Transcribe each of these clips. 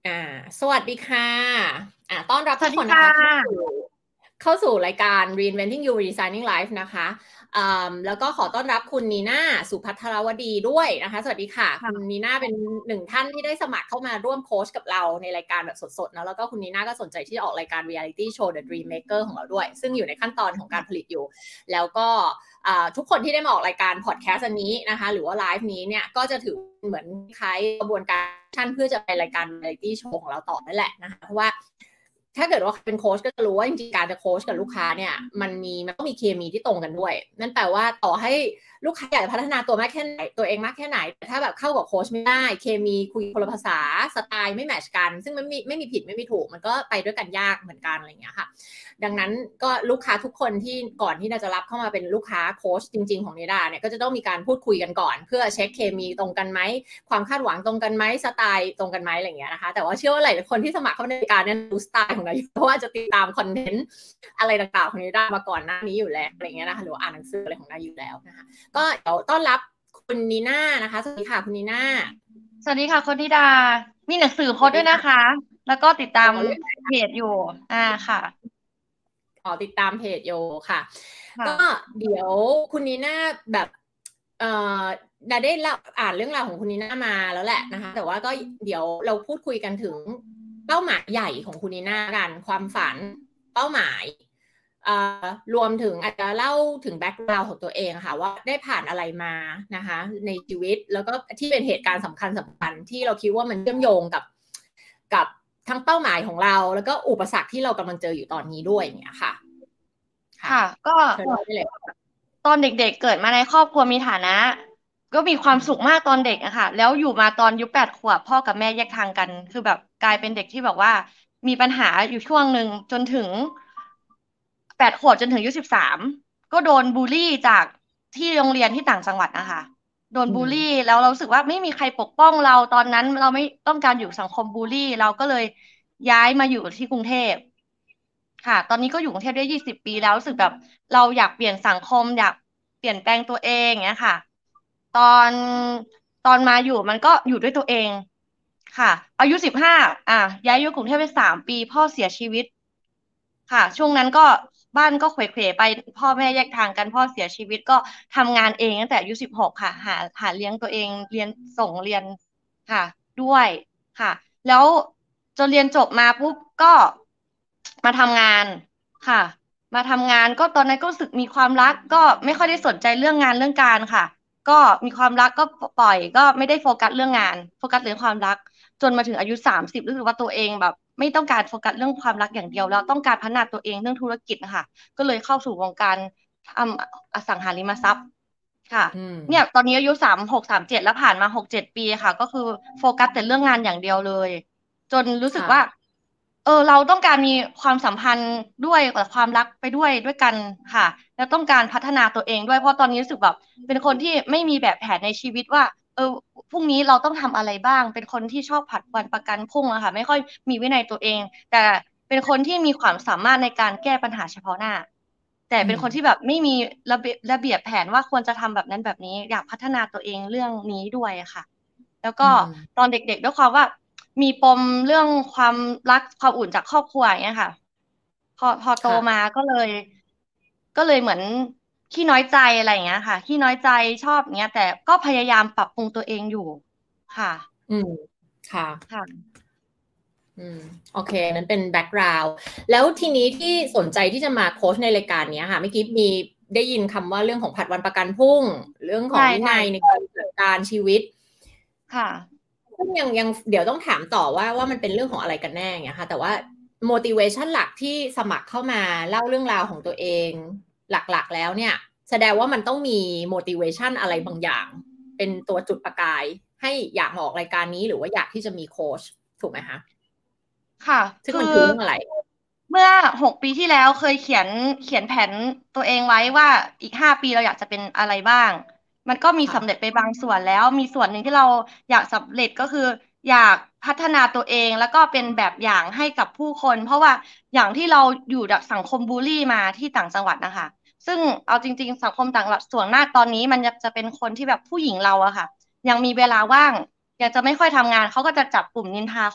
อ่าสวัสดีค่ะต้อนรับสวัสดีค่ทุกคนนะคะะเข้าสู่รายการ Reinventing You Redesigning Life นะคะแล้วก็ขอต้อนรับคุณนีน่าสุภัทรวดีด้วยนะคะสวัสดีค่ะคุณค่ะนีน่าเป็นหนึ่งท่านที่ได้สมัครเข้ามาร่วมโค้ชกับเราในรายการแบบสดๆนะแล้วก็คุณนีน่าก็สนใจที่จะออกรายการ Reality Show The Dream Maker ของเราด้วยซึ่งอยู่ในขั้นตอนของการผลิตอยู่แล้วก็ทุกคนที่ได้มาออกรายการพอดแคสต์อันนี้นะคะหรือว่าไลฟ์นี้เนี่ยก็จะถือเหมือนคล้ายกระบวนการเพื่อจะไปรายการ Reality Show ของเราต่อนั่นแหละนะคะเพราะว่าถ้าเกิดว่าเป็นโค้ชก็จะรู้ว่าจริงๆการจะโค้ชกับลูกค้าเนี่ยมันต้องมีเคมีที่ตรงกันด้วยนั่นแปลว่าต่อให้ลูกค้าอยากจะพัฒนาตัวมากแค่ไหนตัวเองมากแค่ไหนแต่ถ้าแบบเข้ากับโค้ชไม่ได้เคมีคุยคนละภาษาสไตล์ไม่แมทช์กันซึ่งมันไม่มีผิดไม่มีถูกมันก็ไปด้วยกันยากเหมือนกันอะไรอย่างเงี้ยค่ะดังนั้นก็ลูกค้าทุกคนที่ก่อนที่เราจะรับเข้ามาเป็นลูกค้าโค้ชจริงๆของเนด้าเนี่ยก็จะต้องมีการพูดคุยกันก่อนเพื่อเช็คเคมีตรงกันไหมความคาดหวังตรงกันไหมสไตล์ตรงกันไหมอะไรอย่างเงี้ยนะคะแต่ว่าเชื่อว่าหลายคนที่สมัครเข้าในการเนี่ยรู้สไตล์ของเราอยู่เพราะว่าจะติดตามคอนเทนต์อะไรต่างๆของเนด้ามาก่อนหน้านี้อยู่แล้วอะไรเงี้ยนะคะหรืออ่านหนังสืออะไรของเนด้าอยู่แล้วนะคะก็เดี๋ยวต้อนรับคุณนีน่านะคะสวัสดีค่ะคุณนีน่าสวัสดีค่ะคนธิดามีหนังสือโค้ดด้วยนะคะแล้วก็ติดตามเรื่องเพจอยู่อ่าค่ะติดตามเพจโยค่ะก็ค่ะเดี๋ยวคุณนีน่าแบบเอ่อได้อ่านเรื่องราวของคุณนีน่ามาแล้วแหละนะคะแต่ว่าก็เดี๋ยวเราพูดคุยกันถึงเป้าหมายใหญ่ของคุณนีน่ากันความฝันเป้าหมายเอ่รวมถึงอาจจะเล่าถึงแบ็กกราวด์ของตัวเองค่ะว่าได้ผ่านอะไรมานะคะในชีวิตแล้วก็ที่เป็นเหตุการณ์สำคัญที่เราคิดว่ามันเชื่อมโยงกับทั้งเป้าหมายของเราแล้วก็อุปสรรคที่เรากำลังเจออยู่ตอนนี้ด้วยอย่างเงี้ยค่ะค่ะค่ะก็เชิญได้เลยตอนเด็กๆเกิดมาในครอบครัวมีฐานะก็มีความสุขมากตอนเด็กอะค่ะแล้วอยู่มาตอนอายุ8 ขวบพ่อกับแม่แยกทางกันคือแบบกลายเป็นเด็กที่แบบว่ามีปัญหาอยู่ช่วงหนึ่งจนถึง8 ขวบจนถึงอายุ 13ก็โดนบูลลี่จากที่โรงเรียนที่ต่างจังหวัดนะคะโดนอืมบูลลี่แล้วเรารู้สึกว่าไม่มีใครปกป้องเราตอนนั้นเราไม่ต้องการอยู่สังคมบูลลี่เราก็เลยย้ายมาอยู่ที่กรุงเทพค่ะตอนนี้ก็อยู่กรุงเทพได้20 ปีแล้วรู้สึกแบบเราอยากเปลี่ยนสังคมอยากเปลี่ยนแปลงตัวเองเงี้ยค่ะตอนตอนมาอยู่มันก็อยู่ด้วยตัวเองค่ะอายุ 15อ่ะย้ายอยู่กรุงเทพไป3 ปีพ่อเสียชีวิต ค่ะช่วงนั้นก็บ้านก็เขวๆไปพ่อแม่แยกทางกันพ่อเสียชีวิตก็ทำงานเองตั้งแต่อายุ 16ค่ะหาเลี้ยงตัวเองเรียนส่งเรียนค่ะด้วยค่ะแล้วจนเรียนจบมาปุ๊บก็มาทำงานค่ะมาทำงานก็ตอนนั้นก็รู้สึกมีความรักก็ไม่ค่อยได้สนใจเรื่องงานเรื่องการค่ะก็มีความรักก็ปล่อยก็ไม่ได้โฟกัสเรื่องงานโฟกัสเรื่องความรัก จนมาถึงอายุ 30รู้สึกว่าตัวเองแบบไม่ต้องการโฟกัสเรื่องความรักอย่างเดียวแล้วต้องการพัฒนาตัวเองเรื่องธุรกิจนะคะก็เลยเข้าสู่วงการทำอสังหาริมทรัพย์ค่ะอืมเนี่ยตอนนี้อายุ36 37แล้วผ่านมา6 7 ปีค่ะก็คือโฟกัสแต่เรื่องงานอย่างเดียวเลยจนรู้สึกค่ะว่าเราต้องการมีความสัมพันธ์ด้วยกับความรักไปด้วยกันค่ะแล้วต้องการพัฒนาตัวเองด้วยเพราะตอนนี้รู้สึกแบบเป็นคนที่ไม่มีแบบแผนในชีวิตว่า เออพรุ่งนี้เราต้องทำอะไรบ้างเป็นคนที่ชอบผัดวันประกันพรุ่งอะค่ะไม่ค่อยมีวินัยตัวเองแต่เป็นคนที่มีความสามารถในการแก้ปัญหาเฉพาะหน้าแต่อืมเป็นคนที่แบบไม่มีระเบียบแผนว่าควรจะทำแบบนั้นแบบนี้อยากพัฒนาตัวเองเรื่องนี้ด้วยอะค่ะแล้วก็อืมตอนเด็กๆด้วยความว่ามีปมเรื่องความรักความอุ่นจากครอบครัวอย่างเงี้ยค่ะพอโตมาค่ะก็เลยเหมือนขี้น้อยใจอะไรอย่างเงี้ยค่ะขี้น้อยใจชอบอย่างเงี้ยแต่ก็พยายามปรับปรุงตัวเองอยู่ค่ะอืมค่ะค่ะอืมโอเคนั้นเป็นแบ็กกราวด์แล้วทีนี้ที่สนใจที่จะมาโค้ชในรายการเนี้ยค่ะเมื่อกี้มีได้ยินคำว่าเรื่องของผัดวันประกันพรุ่งเรื่องของใช่ใช่วินัยในการจัดการชีวิตค่ะซึ่งยังเดี๋ยวต้องถามต่อว่ามันเป็นเรื่องของอะไรกันแน่เงี้ยค่ะแต่ว่า motivation หลักที่สมัครเข้ามาเล่าเรื่องราวของตัวเองหลักๆแล้วเนี่ยแสดงว่ามันต้องมี motivation อะไรบางอย่างเป็นตัวจุดประกายให้อยากมาออกรายการนี้หรือว่าอยากที่จะมีโค้ชถูกไหมคะค่ะคือซึ่งมันคือเรื่องอะไรเมื่อ6 ปีที่แล้วเคยเขียนแผนตัวเองไว้ว่าอีก5 ปีเราอยากจะเป็นอะไรบ้างมันก็มีค่ะสำเร็จไปบางส่วนแล้วมีส่วนหนึ่งที่เราอยากสำเร็จก็คืออยากพัฒนาตัวเองแล้วก็เป็นแบบอย่างให้กับผู้คนเพราะว่าอย่างที่เราอยู่จากสังคมบูลลี่มาที่ต่างจังหวัดนะคะซึ่งเอาจริงๆสังคมต่างจังหวัดส่วนมากตอนนี้มันจะเป็นคนที่แบบผู้หญิงเราอะค่ะยังมีเวลาว่างอยากจะไม่ค่อยทำงานเขาก็จะจับกลุ่มนินทาคน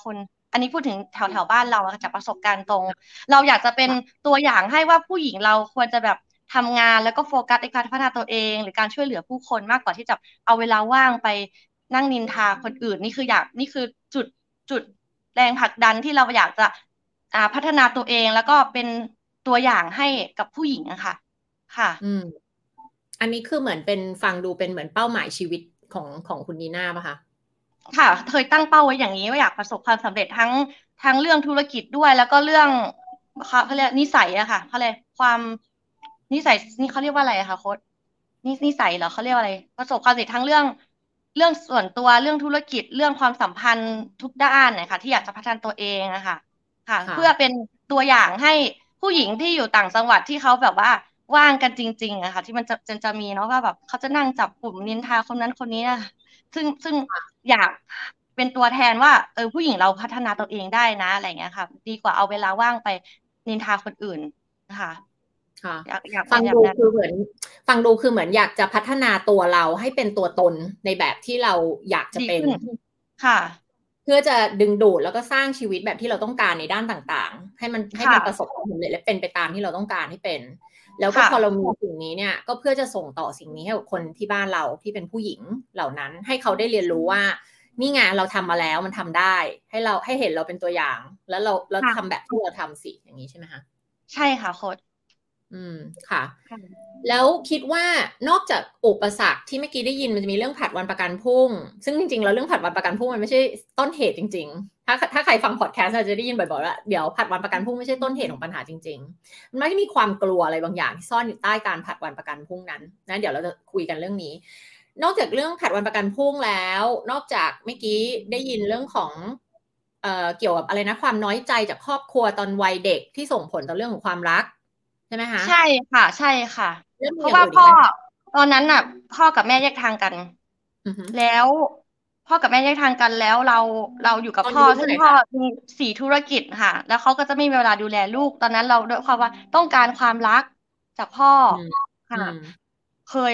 อันนี้พูดถึงแถวบ้านเราจากประสบการณ์ตรงเราอยากจะเป็นตัวอย่างให้ว่าผู้หญิงเราควรจะแบบทำงานแล้วก็โฟกัสในการพัฒนาตัวเองหรือการช่วยเหลือผู้คนมากกว่าที่จะเอาเวลาว่างไปนั่งนินทาคนอื่นนี่คือจุดแรงผลักดันที่เราอยากจะพัฒนาตัวเองแล้วก็เป็นตัวอย่างให้กับผู้หญิงอะค่ะค่ะอันนี้คือเหมือนเป็นฟังดูเป็นเหมือนเป้าหมายชีวิตของคุณนีน่าป่ะคะค่ะเคยตั้งเป้าไว้อย่างนี้ว่าอยากประสบความสำเร็จทั้งเรื่องธุรกิจด้วยแล้วก็เรื่องเขาเรียกนิสัยอะค่ะเขาเรียกความนิสัยนี่เขาเรียกว่าอะไรอะคะโค้ชนิสัยเหรอเขาเรียกว่าอะไรประสบความสำเร็จทั้งเรื่องส่วนตัวเรื่องธุรกิจเรื่องความสัมพันธ์ทุกด้านนะคะที่อยากจะพัฒนาตัวเองอะค่ะค่ะเพื่อเป็นตัวอย่างให้ผู้หญิงที่อยู่ต่างจังหวัดที่เขาแบบว่าว่างกันจริงๆอะค่ะที่มันจะมีเนาะว่าแบบเขาจะนั่งจับกลุ่มนินทาคนนั้นคนนี้นะซึ่งอยากเป็นตัวแทนว่าผู้หญิงเราพัฒนาตัวเองได้นะอะไรเงี้ยค่ะดีกว่าเอาเวลาว่างไปนินทาคนอื่นนะคะค่ะอยากฟังดูคือเหมือนอยากจะพัฒนาตัวเราให้เป็นตัวตนในแบบที่เราอยากจะเป็นค่ะเพื่อจะดึงดูดแล้วก็สร้างชีวิตแบบที่เราต้องการในด้านต่างๆให้มันประสบความสำเร็จและเป็นไปตามที่เราต้องการให้เป็นแล้วก็พอเรามีสิ่งนี้เนี่ยก็เพื่อจะส่งต่อสิ่งนี้ให้กับคนที่บ้านเราที่เป็นผู้หญิงเหล่านั้นให้เขาได้เรียนรู้ว่านี่ไงเราทำมาแล้วมันทำได้ให้เห็นเราเป็นตัวอย่างแล้วเราทำแบบที่เราทำสิอย่างนี้ใช่ไหมคะใช่ค่ะโค้ชค่ะแล้วคิดว่านอกจากอุปสรรคที่เมื่อกี้ได้ยินมันจะมีเรื่องผัดวันประกันพรุ่งซึ่งจริงๆแล้วเรื่องผัดวันประกันพรุ่งมันไม่ใช่ต้นเหตุจริงๆถ้าใครฟังพอดแคสต์จะได้ยินบ่อยๆว่าเดี๋ยวผัดวันประกันพรุ่งไม่ใช่ต้นเหตุของปัญหาจริงๆมันไม่ได้มีความกลัวอะไรบางอย่างที่ซ่อนอยู่ใต้การผัดวันประกันพรุ่งนั้นนะเดี๋ยวเราจะคุยกันเรื่องนี้นอกจากเรื่องผัดวันประกันพรุ่งแล้วนอกจากเมื่อกี้ได้ยินเรื่องของเกี่ยวกับอะไรนะความน้อยใจจากครอบครัวตอนวัยเด็กที่ส่งผลต่อเรื่องของความรักใช่ไหมคะใช่ค่ะใช่ค่ะเพราะว่าพ่อตอนนั้นน่ะพ่อกับแม่แยกทางกันแล้วพ่อกับแม่แยกทางกันแล้วเราอยู่กับพ่อซึ่งพ่อมี4ธุรกิจค่ะแล้วเขาก็จะไม่มีเวลาดูแลลูกตอนนั้นเราด้วยความว่าต้องการความรักจากพ่อค่ะเคย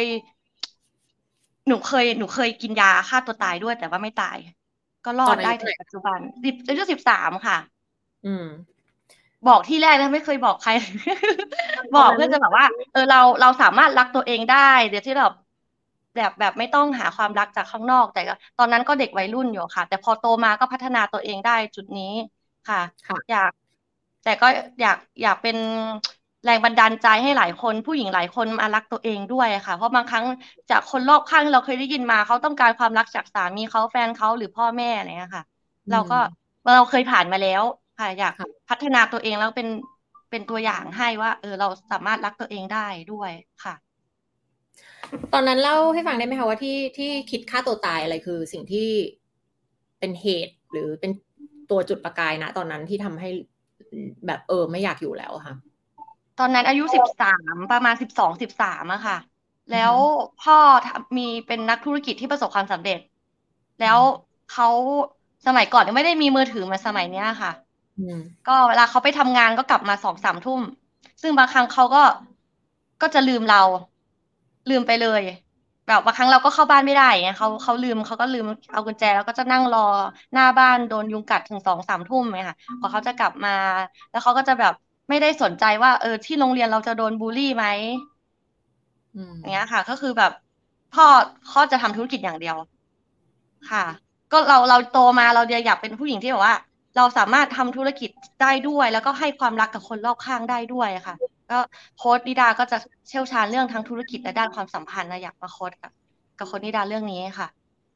หนูเคยกินยาฆ่าตัวตายด้วยแต่ว่าไม่ตายก็รอดได้ถึงปัจจุบันอายุ13ค่ะบอกที่แรกนะไม่เคยบอกใคร บอกเพื่อจะแบบว่าเราสามารถรักตัวเองได้เดี๋ยวที่แบบไม่ต้องหาความรักจากข้างนอกแต่ตอนนั้นก็เด็กวัยรุ่นอยู่ค่ะแต่พอโตมาก็พัฒนาตัวเองได้จุดนี้ค่ะอยากแต่ก็อยากเป็นแรงบันดาลใจให้หลายคนผู้หญิงหลายคนมารักตัวเองด้วยค่ะเพราะบางครั้งจากคนรอบข้างที่เราเคยได้ยินมาเขาต้องการความรักจากสามีเขาแฟนเขาหรือพ่อแม่อะไรเงี้ยค่ะเราเคยผ่านมาแล้วค่ะอยากพัฒนาตัวเองแล้วเป็นตัวอย่างให้ว่าเราสามารถรักตัวเองได้ด้วยค่ะตอนนั้นเล่าให้ฟังได้ไหมคะว่าที่คิดฆ่าตัวตายอะไรคือสิ่งที่เป็นเหตุหรือเป็นตัวจุดประกายนะตอนนั้นที่ทำให้แบบไม่อยากอยู่แล้วค่ะตอนนั้นอายุ13ประมาณ12-13อะค่ะแล้วพ่อมีเป็นนักธุรกิจที่ประสบความสำเร็จแล้วเขาสมัยก่อนยังไม่ได้มีมือถือมาสมัยเนี้ยค่ะก็เวลาเขาไปทำงานก็กลับมา2-3 ทุ่มซึ่งบางครั้งเขาก็จะลืมไปเลยแบบบางครั้งเราก็เข้าบ้านไม่ได้ไงเขาลืมเขาก็ลืมเอากุญแจแล้วก็จะนั่งรอหน้าบ้านโดนยุงกัดถึง2-3 ทุ่มไงค่ะพอเขาจะกลับมาแล้วเขาก็จะแบบไม่ได้สนใจว่าที่โรงเรียนเราจะโดนบูลลี่ไหมอย่างเงี้ยค่ะก็คือแบบพ่อจะทำธุรกิจอย่างเดียวค่ะก็เราโตมาเราอยากเป็นผู้หญิงที่แบบว่าเราสามารถทำธุรกิจได้ด้วยแล้วก็ให้ความรักกับคนรอบข้างได้ด้วยค่ะก็โค้ชนิดาก็จะเชี่ยวชาญเรื่องทั้งธุรกิจและด้านความสัมพันธ์นะอยากมาโค้ชกับโค้ชนิดาเรื่องนี้ค่ะ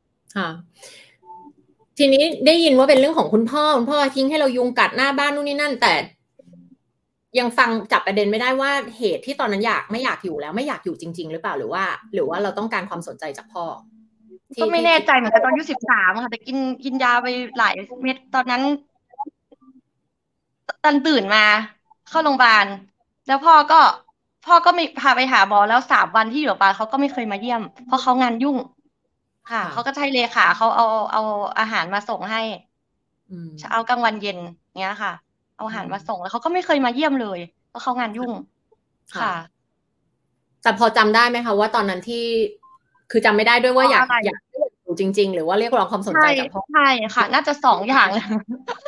ทีนี้ได้ยินว่าเป็นเรื่องของคุณพ่อทิ้งให้เรายุงกัดหน้าบ้านนู่นนี่นั่นแต่ยังฟังจับประเด็นไม่ได้ว่าเหตุที่ตอนนั้นไม่อยากอยู่แล้วไม่อยากอยู่จริงๆหรือเปล่าหรือว่าเราต้องการความสนใจจากพ่อก็ไม่แน่ใจเหมือนกันตอนอายุ13ค่ะแต่กินยาไปหลายเม็ดตอนนั้นตื่นมาเข้าโรงพยาบาลแล้วพ่อก็ไม่พาไปหาหมอแล้ว3 วันที่อยู่โรงพยาบาลเขาก็ไม่เคยมาเยี่ยมเพราะเขางานยุ่งค่ะเขาก็ใช้เลขาเขาเอาอาหารมาส่งให้เอากลางวันเย็นเนี้ยค่ะเอาอาหารมาส่งแล้วเขาก็ไม่เคยมาเยี่ยมเลยเพราะเขางานยุ่งค่ะแต่พอจำได้ไหมคะว่าตอนนั้นที่คือจำไม่ได้ด้วยว่าอยากอยู่จริงๆหรือว่าเรียกร้องความสนใจจากพ่อใช่ค่ะน่าจะ2 อย่าง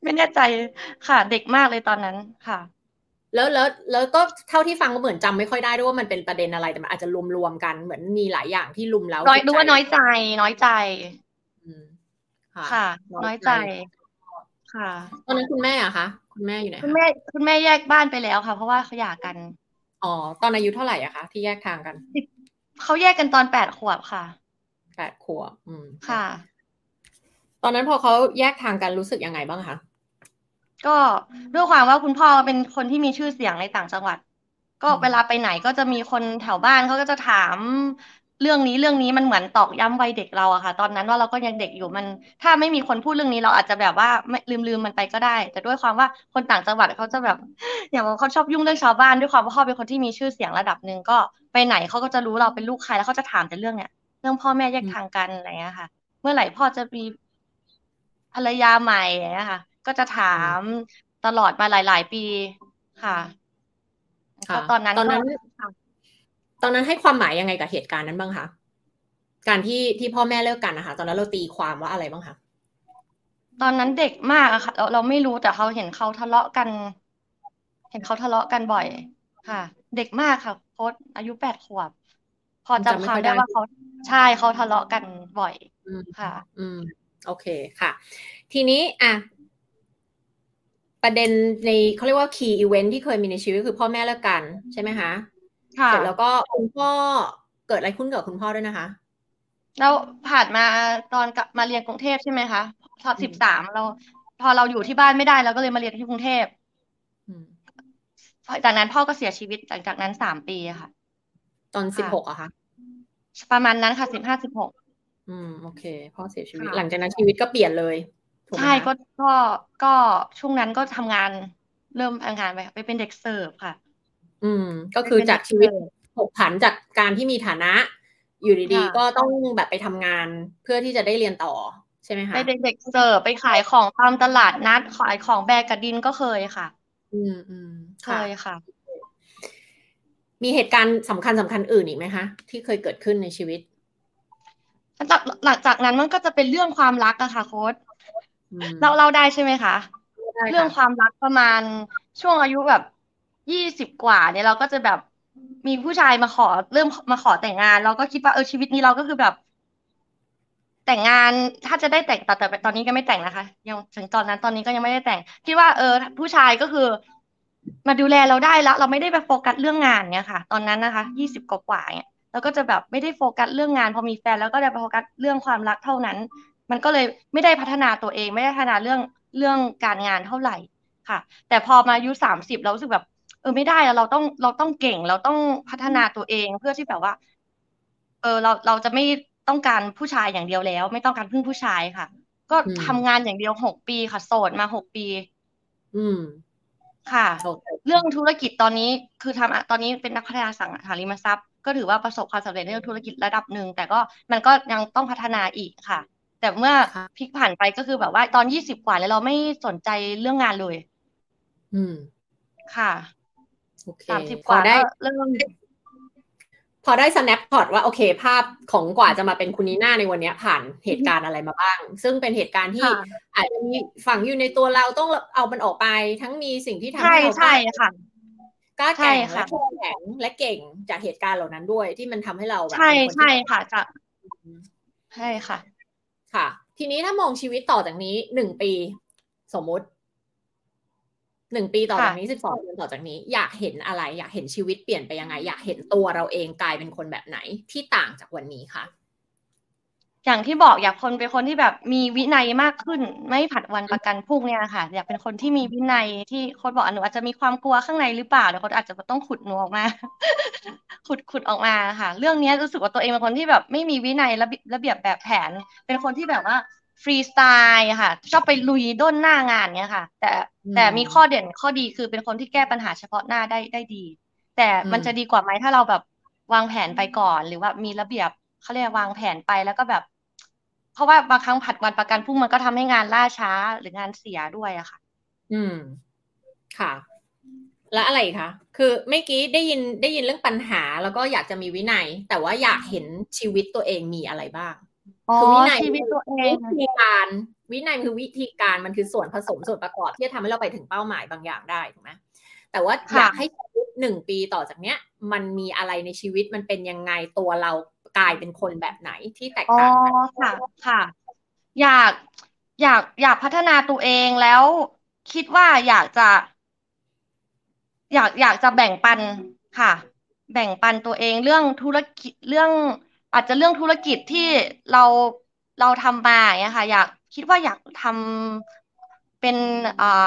ไม่แน่ใจค่ะเด็กมากเลยตอนนั้นค่ะแล้วก็เท่าที่ฟังก็เหมือนจำไม่ค่อยได้ด้วยว่ามันเป็นประเด็นอะไรแต่มันอาจจะรวมๆกันเหมือนมีหลายอย่างที่รุมเร้าจิตใจรู้ว่าน้อยใจน้อยใจอืมค่ะค่ะน้อยใจน้อยใจค่ะตอนนั้นคุณแม่อะคะคุณแม่อยู่ไหนคะคุณแม่คุณแม่แยกบ้านไปแล้วค่ะเพราะว่าเขาหย่ากันอ๋อตอนอายุเท่าไหร่อะคะที่แยกทางกันสิบเขาแยกกันตอน8 ขวบค่ะ 8 ขวบค่ะตอนนั้นพอเขาแยกทางกันรู้สึกยังไงบ้างคะก็ด้วยความว่าคุณพ่อเป็นคนที่มีชื่อเสียงในต่างจังหวัดก็อืมเวลาไปไหนก็จะมีคนแถวบ้านเขาก็จะถามเรื่องนี้มันเหมือนตอกย้ำวัยเด็กเราอะค่ะตอนนั้นว่าเราก็ยังเด็กอยู่มันถ้าไม่มีคนพูดเรื่องนี้เราอาจจะแบบว่าไม่ลืมมันไปก็ได้แต่ด้วยความว่าคนต่างจังหวัดเขาจะแบบอย่างว่าเขาชอบยุ่งเรื่องชาวบ้านด้วยความว่าพ่อเป็นคนที่มีชื่อเสียงระดับหนึ่งก็ไปไหนเขาก็จะรู้เราเป็นลูกใครแล้วเขาจะถามแต่เรื่องเนี้ยเรื่องพ่อแม่แยกอืมทางกันอะไรเงี้ยค่ะเมื่อไหร่พ่อจะมี ภรรยาใหม่อย่างเงี้ยค่ะก็จะถาอืมมตลอดมาหลายๆปีค่ะก็ค่ะตอนนั้นก็ตอนนั้นค่ะตอนนั้นให้ความหมายยังไงกับเหตุการณ์นั้นบ้างคะการที่พ่อแม่เลิกกันนะคะตอนนั้นเราตีความว่าอะไรบ้างคะตอนนั้นเด็กมากอะค่ะเราไม่รู้แต่เขาเห็นเขาทะเลาะกันเห็นเขาทะเลาะกันบ่อยค่ะเด็กมากค่ะโค้ชอายุ8 ขวบพอจำความจำไม่ค่อยได้ได้ว่าเขาใช่เขาทะเลาะกันบ่อยอืมค่ะอืมโอเคค่ะทีนี้อ่ะประเด็นในเขาเรียกว่า key event ที่เคยมีในชีวิตคือพ่อแม่เลิกกันใช่ไหมคะเสค่ะร็จแล้วก็คุณพ่อเกิดอะไรขึ้นกับคุณพ่อด้วยนะคะแล้วผ่านมาตอนกลับมาเรียนกรุงเทพใช่ไหมคะพออืม 13เราพอเราอยู่ที่บ้านไม่ได้เราก็เลยมาเรียนที่กรุงเทพอืมจากนั้นพ่อก็เสียชีวิตหลังจากนั้น3 ปีอะค่ะตอน16 ค่ะอะคะประมาณนั้นค่ะ15 16 โอเคพ่อเสียชีวิตหลังค่ะจากนั้นชีวิตก็เปลี่ยนเลยถูกไหใช่มคะก็ก็ช่วงนั้นก็ทำงานเริ่มทำงานไปเป็นเด็กเสิร์ฟค่ะอืมก็คือไปเป็นเด็จากชีวิตกเสิร์ฟผกผันจากการที่มีฐานะอยู่ดีๆก็ค่ะต้องแบบไปทำงานเพื่อที่จะได้เรียนต่อใช่ไหมคะไปเด็กเสิร์ฟไปขายของตามตลาดนัดขายของแบกกับดินก็เคยค่ะอืมเคค่ะยค่ะมีเหตุการณ์สำคัญอื่นอีกไหมคะที่เคยเกิดขึ้นในชีวิตหลังจากนั้นมันก็จะเป็นเรื่องความรักอะค่ะโค้ชอืมเล่าได้ใช่ไหมคะได้ค่ะเรื่องความรักประมาณช่วงอายุแบบ20 กว่าเนี่ยเราก็จะแบบมีผู้ชายมาขอเริ่มมาขอแต่งงานเราก็คิดว่าชีวิตนี้เราก็คือแบบ แต่งงานถ้าจะได้แต่งแต่ตอนนี้ก็ไม่แต่งนะคะยังถึงตอนนี้ก็ยังไม่ได้แต่งคิดว่าผู้ชายก็คือมาดูแลเราได้แล้วเราไม่ได้ไปโฟกัสเรื่องงานเนี่ยค่ะตอนนั้นนะคะ20 กว่าเนี่ยเราก็จะแบบไม่ได้โฟกัสเรื่องงานพอมีแฟนแล้วก็ได้ไปโฟกัสเรื่องความรักเท่านั้นมันก็เลยไม่ได้พัฒนาตัวเองไม่ได้พัฒนาเรื่องการงานเท่าไหร่ค่ะแต่พอมาอายุ30เรารู้สึกแบบไม่ได้แล้วเราต้องเก่งเราต้องพัฒนาตัวเองเพื่อที่แบบว่า เราจะไม่ต้องการผู้ชายอย่างเดียวแล้วไม่ต้องการพึ่งผู้ชายค่ะก็อืมทำงานอย่างเดียว6 ปีค่ะโสดมา6 ปีอืมค่ะโอเคเรื่องธุรกิจตอนนี้คือตอนนี้เป็นนักพัฒนาสังหาริมทรัพย์ก็ถือว่าประสบความสำเร็จในเรื่องธุรกิจระดับหนึ่งแต่ก็มันก็ยังต้องพัฒนาอีกค่ะแต่เมื่อพลิค่ะกผ่านไปก็คือแบบว่าตอน20 กว่าแล้วเราไม่สนใจเรื่องงานเลยอืมค่ะโอเค 30กว่าพอได้ก็เริ่มพอได้ snapshot ว่าโอเคภาพของกว่าจะมาเป็นคุณนีน่าในวันนี้ผ่านเหตุการณ์อะไรมาบ้างซึ่งเป็นเหตุการณ์ที่ค่ะอาจจะมีฝังอยู่ในตัวเราต้องเอามันออกไปทั้งมีสิ่งที่ทำใช่ใช่ให้เราค่ะใช่กล้าแกร่งและค่ะเข้มแข็งและเก่งจากเหตุการณ์เหล่านั้นด้วยที่มันทำให้เราแบบใช่เป็นคนใช่ที่ค่ะจะใช่ค่ะค่ะทีนี้ถ้ามองชีวิตต่อจากนี้1 ปีสมมุติ 1 ปีต่อจากนี้ค่ะ 12 เดือนต่อจากนี้อยากเห็นอะไรอยากเห็นชีวิตเปลี่ยนไปยังไงอยากเห็นตัวเราเองกลายเป็นคนแบบไหนที่ต่างจากวันนี้คะอย่างที่บอกอยากเป็นคนที่แบบมีวินัยมากขึ้นไม่ผัดวันประกันพรุ่งเนี่ยค่ะอยากเป็นคนที่มีวินัยที่โค้ชบอกหนูอาจจะมีความกลัวข้างในหรือเปล่าเดี๋ยวโค้ชอาจจะต้องขุดหนูออกมาขุดออกมาค่ะเรื่องนี้รู้สึกว่าตัวเองเป็นคนที่แบบไม่มีวินัยระเบียบแบบแผนเป็นคนที่แบบว่าฟรีสไตล์ค่ะชอบไปลุยด้นหน้างานเนี้ยค่ะแต่มีข้อเด่นข้อดีคือเป็นคนที่แก้ปัญหาเฉพาะหน้าได้ดีแต่มันจะดีกว่าไหมถ้าเราแบบวางแผนไปก่อนหรือว่ามีระเบียบ เขาเรียกวางแผนไปแล้วก็แบบเพราะว่าบางครั้งผัดวันประกันพรุ่งมันก็ทำให้งานล่าช้าหรืองานเสียด้วยอะค่ะอืมค่ะแล้วอะไรคะคือเมื่อกี้ได้ยินเรื่องปัญหาแล้วก็อยากจะมีวินัยแต่ว่าอยากเห็นชีวิตตัวเองมีอะไรบ้างอ๋อคือวินัยชีวิตตัวเอวิงธีการวินัยคือวิธีการมันคือส่วนผสมส่วนประกอบที่จะทำให้เราไปถึงเป้าหมายบางอย่างได้ถูกไหมแต่ว่าอยากให้ชีวิต1 ปีต่อจากเนี้ยมันมีอะไรในชีวิตมันเป็นยังไงตัวเรากลายเป็นคนแบบไหนที่แตกต่างกันค่ะค่ะอยากอยากพัฒนาตัวเองแล้วคิดว่าอยากจะแบ่งปันค่ะแบ่งปันตัวเองเรื่องธุรกิจเรื่องอาจจะเรื่องธุรกิจที่เราเราทำมาอย่างเงี้ยค่ะคิดว่าอยากทำเป็นอ่า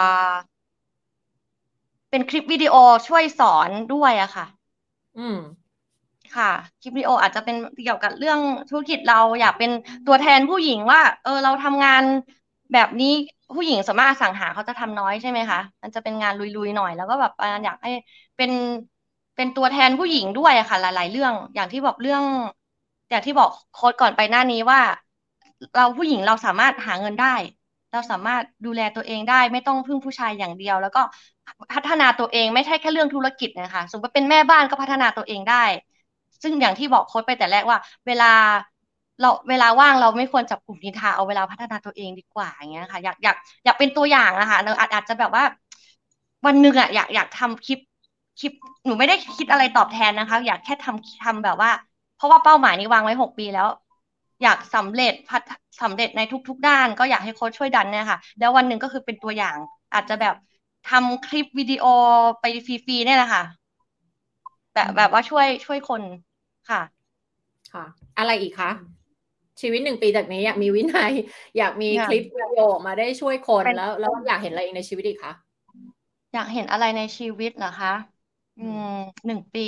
เป็นคลิปวิดีโอช่วยสอนด้วยอะค่ะอืมค่ะคลิปวิดีโออาจจะเป็นเกี่ยวกับเรื่องธุรกิจเราอยากเป็นตัวแทนผู้หญิงว่าเราทำงานแบบนี้ผู้หญิงส่วนมากอสังหาเขาจะทำน้อยใช่ไหมคะมันจะเป็นงานลุยๆหน่อยแล้วก็แบบอยากให้เป็นเป็นตัวแทนผู้หญิงด้วยอะค่ะหลายๆเรื่องอย่างที่บอกโค้ดก่อนไปหน้านี้ว่าเราผู้หญิงเราสามารถหาเงินได้เราสามารถดูแลตัวเองได้ไม่ต้องพึ่งผู้ชายอย่างเดียวแล้วก็พัฒนาตัวเองไม่ใช่แค่เรื่องธุรกิจนะคะสมมติเป็นแม่บ้านก็พัฒนาตัวเองได้ ซึ่งอย่างที่บอกโค้ชไปแต่แรกว่าเวลาว่างเราไม่ควรจับกลุ่มนินทาเอาเวลาพัฒนาตัวเองดีกว่าอย่างเงี้ยค่ะอยากเป็นตัวอย่างอะค่ะเราอาจจะแบบว่าวันหนึ่งอะอยากทำคลิปหนูไม่ได้คิดอะไรตอบแทนนะคะอยากแค่ทำแบบว่าเพราะว่าเป้าหมายนี้วางไว้6 ปีแล้วอยากสำเร็จในทุกๆด้านก็อยากให้โค้ชช่วยดันเนี่ยค่ะแล้ววันหนึ่งก็คือเป็นตัวอย่างอาจจะแบบทำคลิปวิดีโอไปฟรีๆเนี่ยแหละค่ะแบบว่าช่วยคนค่ะค่ะอะไรอีกคะชีวิต1 ปีจากนี้อยากมีวินัยอยากมีคลิปวิดีโอออกมาได้ช่วยคนเป็นแล้วอยากเห็นอะไรอีกในชีวิตอีกคะอยากเห็นอะไรในชีวิตเหรอคะอืม1 ปี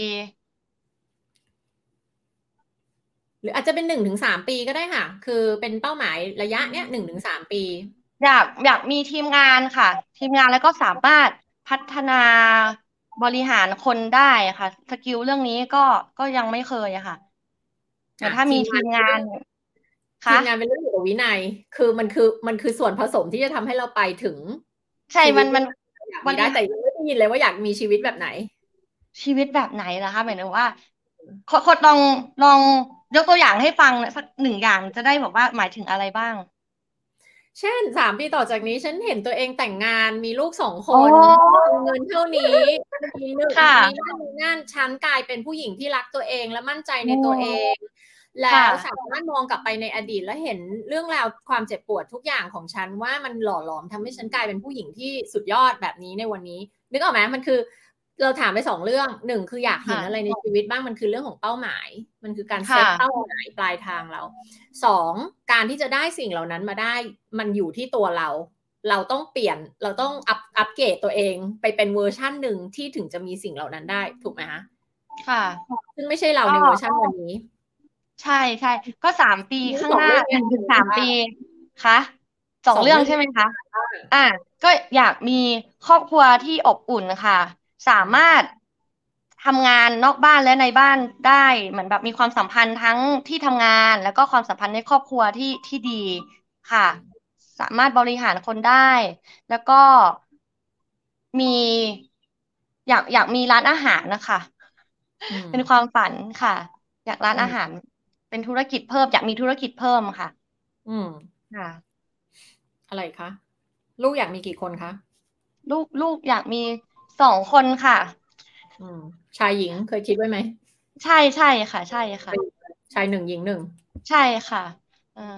หรืออาจจะเป็น1 ถึง 3 ปีก็ได้ค่ะคือเป็นเป้าหมายระยะเนี้ย1 ถึง 3 ปีอยากมีทีมงานค่ะทีมงานแล้วก็สามารถพัฒนาบริหารคนได้ค่ะสกิลเรื่องนี้ก็ยังไม่เคยอะค่ะเหมือนถ้ามีทีมงานทีมงานทีคะมงานเป็นเรื่องเกี่ยวกับวินัยคือมันคือส่วนผสมที่จะทำให้เราไปถึงใช่ชีวิตมันอยากบริหารมีได้แต่ยังไม่ได้ยินเลยว่าอยากมีชีวิตแบบไหนชีวิตแบบไหนล่ะคะหมายถึงว่าคนลองยกตัวอย่างให้ฟังสัก1 อย่างจะได้บอกว่าหมายถึงอะไรบ้างเช่น3 ปีต่อจากนี้ฉันเห็นตัวเองแต่งงานมีลูก2 คโอ้นมีเงินเท่านี้มีหนึ่งค่ะมีบ้านมีงานฉันกลายเป็นผู้หญิงที่รักตัวเองและมั่นใจโอในตัวเองแล้ค่ะวสามารถมองกลับไปในอดีตแล้วเห็นเรื่องราวความเจ็บปวดทุกอย่างของฉันว่ามันหล่อหลอมทำให้ฉันกลายเป็นผู้หญิงที่สุดยอดแบบนี้ในวันนี้นึกออกไหมมันคือเราถามไป2 เรื่อง1คืออยากเห็นอะไรในชีวิตบ้างมันคือเรื่องของเป้าหมายมันคือการเซตเป้าหมายปลายทางเรา2การที่จะได้สิ่งเหล่านั้นมาได้มันอยู่ที่ตัวเราต้องเปลี่ยนเราต้องอัปเกรดตัวเองไปเป็นเวอร์ชันหนึ่งที่ถึงจะมีสิ่งเหล่านั้นได้ถูกไหมคะค่ะซึ่งไม่ใช่เราก็ในเวอร์ชันวันนี้ใช่ก็3 ปีทั้งข้างหน้าสองเรื่องนี้ 1 ถึง 3 ปีคะสองเรื่องสองเรื่องนี้ใช่ไหมคะอ่ะก็อยากมีครอบครัวที่อบอุ่นค่ะสามารถทำงานนอกบ้านและในบ้านได้เหมือนแบบมีความสัมพันธ์ทั้งที่ทำงานแล้วก็ความสัมพันธ์ในครอบครัวที่ดีค่ะสามารถบริหารคนได้แล้วก็มีอยากมีร้านอาหารนะคะเป็นความฝันค่ะอยากร้านอาหาร เป็นธุรกิจเพิ่มอยากมีธุรกิจเพิ่มค่ะอืมค่ะอะไรคะลูกอยากมีกี่คนคะลูกอยากมี2 คนค่ะชายหญิงเคยคิดไว้ไหมใช่ค่ะใช่ค่ะชาย1หญิง1 ใช่ค่ะเออ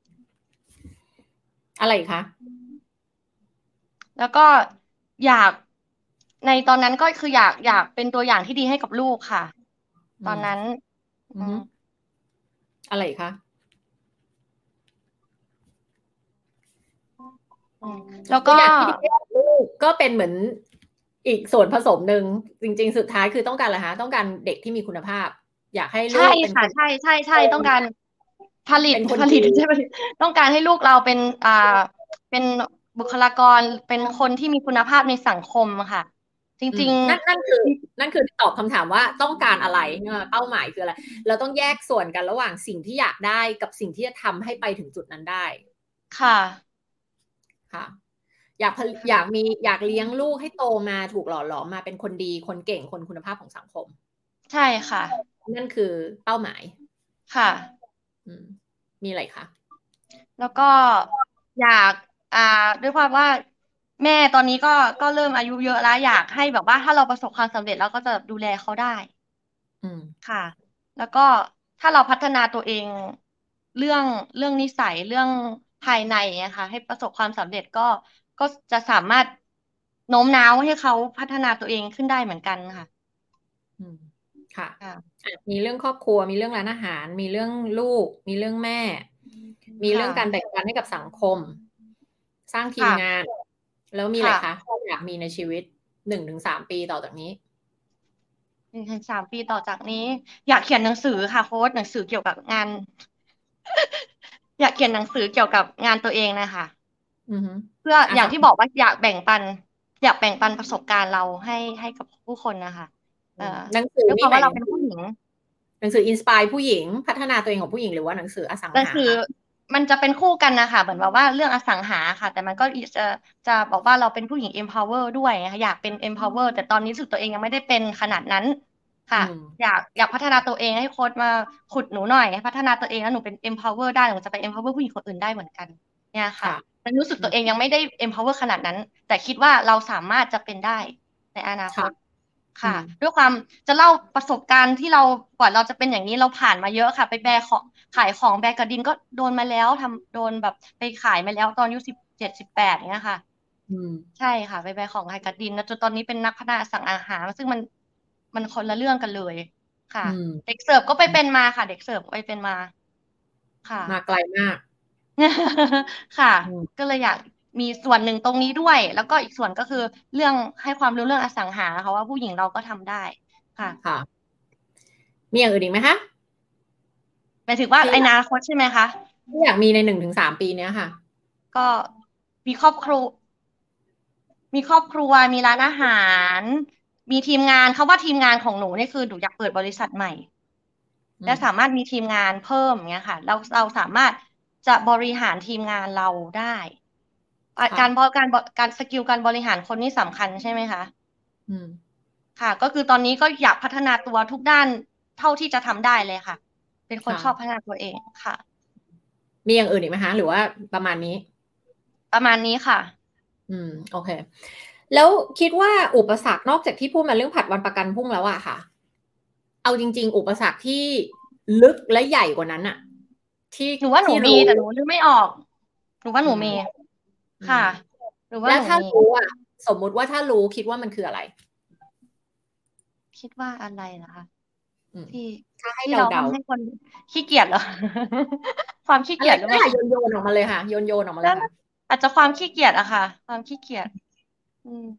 อะไรคะแล้วก็อยากในตอนนั้นก็คืออยากเป็นตัวอย่างที่ดีให้กับลูกค่ะตอนนั้นอืมอะไรคะแล้วก็ตัวอย่างที่ดีให้กับลูกก็เป็นเหมือนอีกส่วนผสมหนึ่งจริงๆสุดท้ายคือต้องการอะไรคะต้องการเด็กที่มีคุณภาพอยากให้ลูใช่กเป็นคนใช่ต้องการผลิตเป็นคนผลิตดีใช่ผลิตต้องการให้ลูกเราเป็นบุคลากรเป็นคนที่มีคุณภาพในสังคมค่ะจริงนั่นคือตอบคำถามว่าต้องการอะไรเป้าหมายคืออะไรเราต้องแยกส่วนกันระหว่างสิ่งที่อยากได้กับสิ่งที่จะทำให้ไปถึงจุดนั้นได้ๆค่ะค่ะอยากเลี้ยงลูกให้โตมาถูกหล่อหลอมมาเป็นคนดีคนเก่งคนคุณภาพของสังคมใช่ค่ะนั่นคือเป้าหมายค่ะมีอะไรคะแล้วก็อยากด้วยความว่าแม่ตอนนี้ก็เริ่มอายุเยอะแล้วอยากให้แบบว่าถ้าเราประสบความสำเร็จเราก็จะดูแลเขาได้อืมค่ะแล้วก็ถ้าเราพัฒนาตัวเองเรื่องเรื่องนิสัยเรื่องภายในนะคะให้ประสบความสำเร็จก็จะสามารถโน้มน้าวให้เขาพัฒนาตัวเองขึ้นได้เหมือนกันค่ะอืมค่ะค่ะมีเรื่องครอบครัวมีเรื่องร้านอาหารมีเรื่องลูกมีเรื่องแม่มีเรื่องการค่ะแบ่งปันให้กับสังคมสร้างทีมค่ะงานแล้วมีอะไรคะค่ะที่อยากมีในชีวิต1 ถึง 3 ปีต่อจากนี้ 1 ถึง 3 ปีต่อจากนี้อยากเขียนหนังสือค่ะโค้ดหนังสือเกี่ยวกับงานอยากเขียนหนังสือเกี่ยวกับงานตัวเองนะคะอือฮึเพื่ออ่ะอย่างที่บอกว่าอยากแบ่งปันประสบการณ์เราให้กับผู้คนนะคะเอ่อหนังสือนี่ด้วยความว่าเราหมายถึงเป็นผู้หญิงหนังสืออินสปายผู้หญิงพัฒนาตัวเองของผู้หญิงหรือว่าหนังสืออสังหาหนังสือคะมันจะเป็นคู่กันนะคะเหมือนแบบว่าเรื่องอสังหาค่ะแต่มันก็จะบอกว่าเราเป็นผู้หญิง empower ด้วยนะคะอยากเป็น empower แต่ตอนนี้รู้สึกตัวเองยังไม่ได้เป็นขนาดนั้นอืค่ะมอยากพัฒนาตัวเองให้โค้ชมาขุดหนูหน่อยให้พัฒนาตัวเองแล้วหนูเป็น empower ได้หนูจะไป empower ผู้หญิงคนอื่นได้เหมือนกันเนี่ยค่ะค่ะแต่รู้สึกตัวเองยังไม่ได้ empower ขนาดนั้นแต่คิดว่าเราสามารถจะเป็นได้ในอนาคตค่ะอืค่ะมด้วยความจะเล่าประสบการณ์ที่เรากว่าเราจะเป็นอย่างนี้เราผ่านมาเยอะค่ะไปแบกของขายของแบกกระดินก็โดนมาแล้วโดนแบบไปขายมาแล้วตอนอายุ17 18เนี้ยค่ะอืมใช่ค่ะไปแบกของขายกระดินแล้วจนตอนนี้เป็นนักพัฒนาสั่งอาหารซึ่งมันคนละเรื่องกันเลยค่ะอืมเด็กเสิร์ฟก็ไปเป็นมาค่ะเด็กเสิร์ฟก็ไปเป็นมาค่ะมาไกลมากค่ะอืมก็เลยอยากมีส่วนหนึ่งตรงนี้ด้วยแล้วก็อีกส่วนก็คือเรื่องให้ความรู้เรื่องอสังหาค่ะว่าผู้หญิงเราก็ทำได้ค่ะค่ะมีอย่างอื่นอีกไหมคะหมายถึงว่าที่อยากอนาคตใช่ไหมคะที่อยากมีใน1 ถึง 3 ปีเนี้ยค่ะก็มีครอบครัวมีครอบครัวมีร้านอาหารมีทีมงานเขาว่าทีมงานของหนูนี่คือหนูอยากเปิดบริษัทใหม่และอืมสามารถมีทีมงานเพิ่มอย่างเงี้ยค่ะเราสามารถจะบริหารทีมงานเราได้ค่ะการสกิลการบริหารคนนี่สำคัญใช่ไหมคะอืมค่ะก็คือตอนนี้ก็อยากพัฒนาตัวทุกด้านเท่าที่จะทำได้เลยค่ะเป็นคนค่ะชอบพัฒนาตัวเองค่ะมีอย่างอื่นอีกไหมคะหรือว่าประมาณนี้ประมาณนี้ค่ะโอเคแล้วคิดว่าอุปสรรคนอกจากที่พูดมาเรื่องผัดวันประกันพรุ่งแล้วอะค่ะเอาจริงๆอุปสรรคที่ลึกและใหญ่กว่านั้นอะที่หนูว่าหนูที่รู้มีแต่หนูนึกไม่ออกหนูว่าหอืมนูมีอืค่ะมหนูว่าแล้วถ้าหนูมีรู้อะสมมุติว่าถ้ารู้คิดว่ามันคืออะไรคิดว่าอะไรนะคะอืมที่ถ้าให้ที่เราเดาทำให้คนขี้เกียจเหรอความขี้ๆอะไรเกียจหรือเปล่าก็ได้โยนออกมาเลยค่ะโยนออกมาเลแล้วยค่ะอาจจะความขี้เกียจอะค่ะความขี้เกียจอืม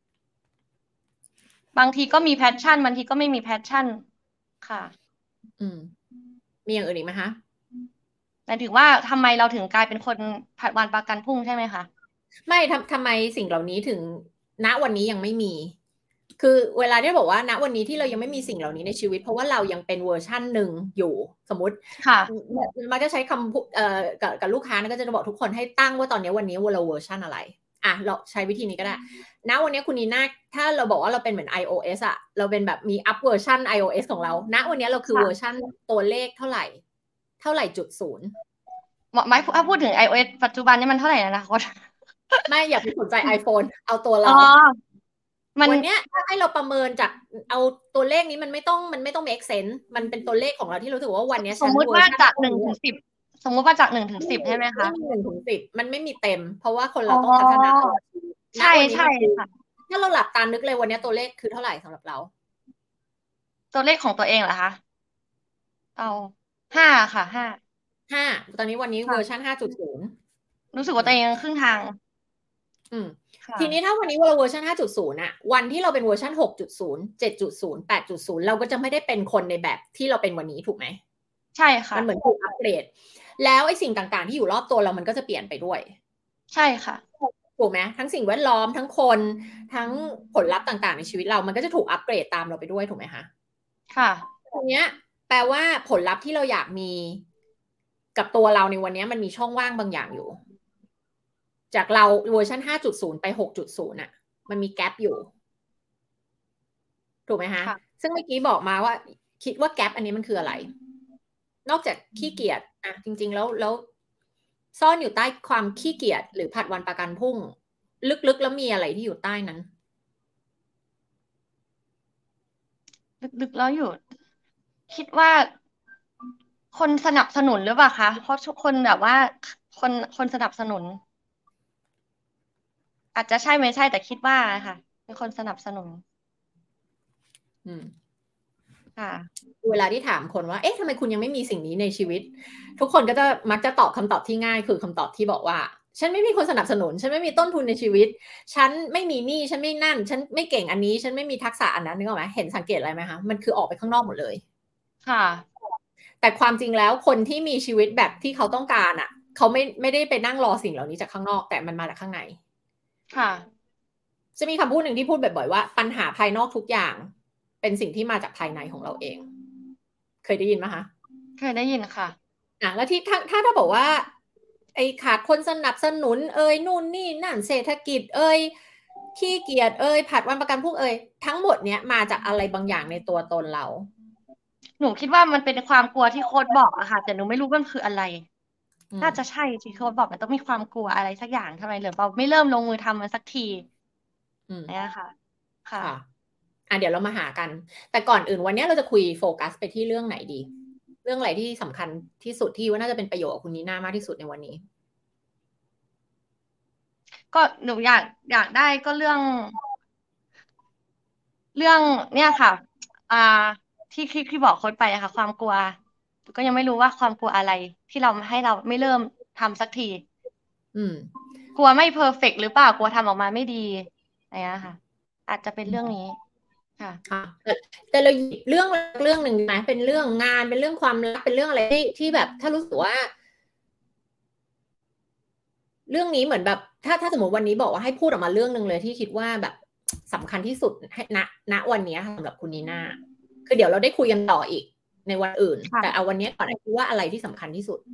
บางทีก็มีแพชชั่นบางทีก็ไม่มีแพชชั่นค่ะอืมมีอย่างอื่นอีกไหมคะหมายถึงว่าทำไมเราถึงกลายเป็นคนผัดวันประกันพรุ่งใช่ไหมคะไม่ทำไมสิ่งเหล่านี้ถึงณวันนี้ยังไม่มี คือเวลาที่บอกว่าณวันนี้ที่เรายังไม่มีสิ่งเหล่านี้ในชีวิตเพราะว่าเรายังเป็นเวอร์ชั่นหนึ่งอยู่สมมติค่ะมันจะใช้คำพูดกับลูกค้านะก็จะบอกทุกคนให้ตั้งว่าตอนนี้วันนี้เราเวอร์ชันอะไรอ่ะเราใช้วิธีนี้ก็ได้ณวันนี้คุณนีน่าถ้าเราบอกว่าเราเป็นเหมือน iOS อะเราเป็นแบบมีอัพเวอร์ชัน iOS ของเราณวันนี้เราคือเวอร์ค่ะชันตัวเลขเท่าไหร่จุดศูนย์ไม่ถ้าพูดถึง iOS ปัจจุบันนี่มันเท่าไหร่นะโค้ดไม่อย่าไปสนใจ iPhone เอาตัวอ๋อเรามันวันเนี้ยถ้าให้เราประเมินจากเอาตัวเลขนี้มันไม่ต้อง make sense มันเป็นตัวเลขของเราที่รู้สึกว่าวันนี้ฉันสมมุติเวอร์ชันว่าจากเท่านี้หนึ่งถึงสิบสมมุติว่าจาก1 ถึง 10ใช่ไหมคะไม่มี1 ถึง 10มันไม่มีเต็มเพราะว่าคนอ๋เราต้องพัฒนาอตลอดชีวิตณใช่วันนี้ใช่มันคือค่ะถ้าเราหลับตานึกเลยวันนี้ตัวเลขคือเท่าไหร่สำหรับเราตัวเลขของตัวเองเหรอคะเอา5ค่ะห้าห้าตอนนี้วันนี้เวอร์ชัค่ะน5.0 รู้สึกอืมว่าตัวเองครึ่งทางอืมค่ะทีนี้ถ้าวันนี้เราเวอร์ชัน5.0อะวันที่เราเป็นเวอร์ชัน6.0 7.0 8.0เราก็จะไม่ได้เป็นคนในแบบที่เราเป็นวันนี้ถูกไหมใช่ค่ะมันเหมือนถูกอัปเกรดแล้วไอ้สิ่งต่างๆที่อยู่รอบตัวเรามันก็จะเปลี่ยนไปด้วยใช่ค่ะถูกไหมทั้งสิ่งแวดล้อมทั้งคนทั้งผลลัพธ์ต่างๆในชีวิตเรามันก็จะถูกอัปเกรดตามเราไปด้วยถูกไหมคะค่ะทีเนี้ยแปลว่าผลลัพธ์ที่เราอยากมีกับตัวเราในวันนี้มันมีช่องว่างบางอย่างอยู่จากเราเวอร์ชัน5.0ไป6.0น่ะมันมีแกลบอยู่ถูกไหมคะค่ะซึ่งเมื่อกี้บอกมาว่าคิดว่าแกลบอันนี้มันคืออะไรนอกจากขี้เกียจอ่ะจริงๆแล้วซ่อนอยู่ใต้ความขี้เกียจหรือผัดวันประกันพรุ่ง ลึกๆแล้วมีอะไรที่อยู่ใต้นั้นลึกๆแล้วอยู่ คิดว่าคนสนับสนุนหรือเปล่าคะเพราะทุกคนแบบว่าคนสนับสนุน อาจจะใช่ไม่ใช่แต่คิดว่าค่ะเป็นคนสนับสนุนอืมค่ะเวลาที่ถามคนว่าเอ๊ะทำไมคุณยังไม่มีสิ่งนี้ในชีวิต ทุกคนก็จะมักจะตอบคำตอบที่ง่ายคือคำตอบที่บอกว่าฉันไม่มีคนสนับสนุนฉันไม่มีต้นทุนในชีวิตฉันไม่มีหนี้ฉันไม่นั่นฉันไม่เก่งอันนี้ฉันไม่มีทักษะอันนั้นนึกออกไหมเห็นสังเกตอะไรไหมคะมันคือออกไปข้างนอกหมดเลยค่ะแต่ความจริงแล้วคนที่มีชีวิตแบบที่เขาต้องการอ่ะเขาไม่ได้ไปนั่งรอสิ่งเหล่านี้จากข้างนอกแต่มันมาจากข้างในค่ะจะมีคำพูดหนึ่งที่พูดบ่อยๆว่าปัญหาภายนอกทุกอย่างเป็นสิ่งที่มาจากภายในของเราเองเคยได้ยินไหมคะเคยได้ยินค่ะแล้วที่ถ้าบอกว่าไอ้ขาดคนสนับสนุนเอ่ยนู่นนี่นั่นเศรษฐกิจเอ่ยขี้เกียจเอ่ยผัดวันประกันพรุ่งเอ่ยทั้งหมดเนี้ยมาจากอะไรบางอย่างในตัวตนเราหนูคิดว่ามันเป็นความกลัวที่โค้ดบอกอะค่ะแต่หนูไม่รู้มันคืออะไรน่าจะใช่ที่โค้ดบอกมันต้องมีความกลัวอะไรสักอย่างทำไมเหรือเราไม่เริ่มลงมือทำมันสักทีเนี่ยค่ะค่ะค่ะเดี๋ยวเรามาหากันแต่ก่อนอื่นวันนี้เราจะคุยโฟกัสไปที่เรื่องไหนดี เรื่องอะไรที่สำคัญที่สุดที่ว่าน่าจะเป็นประโยชน์กับคุณนีน่ามากที่สุดในวันนี้ก็หนูอยากได้ก็เรื่องเนี่ยค่ะอ่าที่บอกโค้ดไปอะค่ะความกลัวก็ยังไม่รู้ว่าความกลัวอะไรที่เราให้เราไม่เริ่มทำสักทีอืมกลัวไม่เพอร์เฟกต์หรือเปล่ากลัวทำออกมาไม่ดีอะไรเงี้ยค่ะอาจจะเป็นเรื่องนี้ค่ะค่ะแต่เราหยิบเรื่องหนึ่งนะเป็นเรื่องงานเป็นเรื่องความรักเป็นเรื่องอะไรที่แบบถ้ารู้สึกว่า เรื่องนี้เหมือนแบบถ้าสมมติวันนี้บอกว่าให้พูดออกมาเรื่องหนึ่งเลยที่คิดว่าแบบสำคัญที่สุดให้ณวันนี้สำหรับคุณนีน่าคือเดี๋ยวเราได้คุยกันต่ออีกในวันอื่นแต่เอาค่ะวันนี้ก่อนคิดว่าอะไรที่สำคัญที่สุด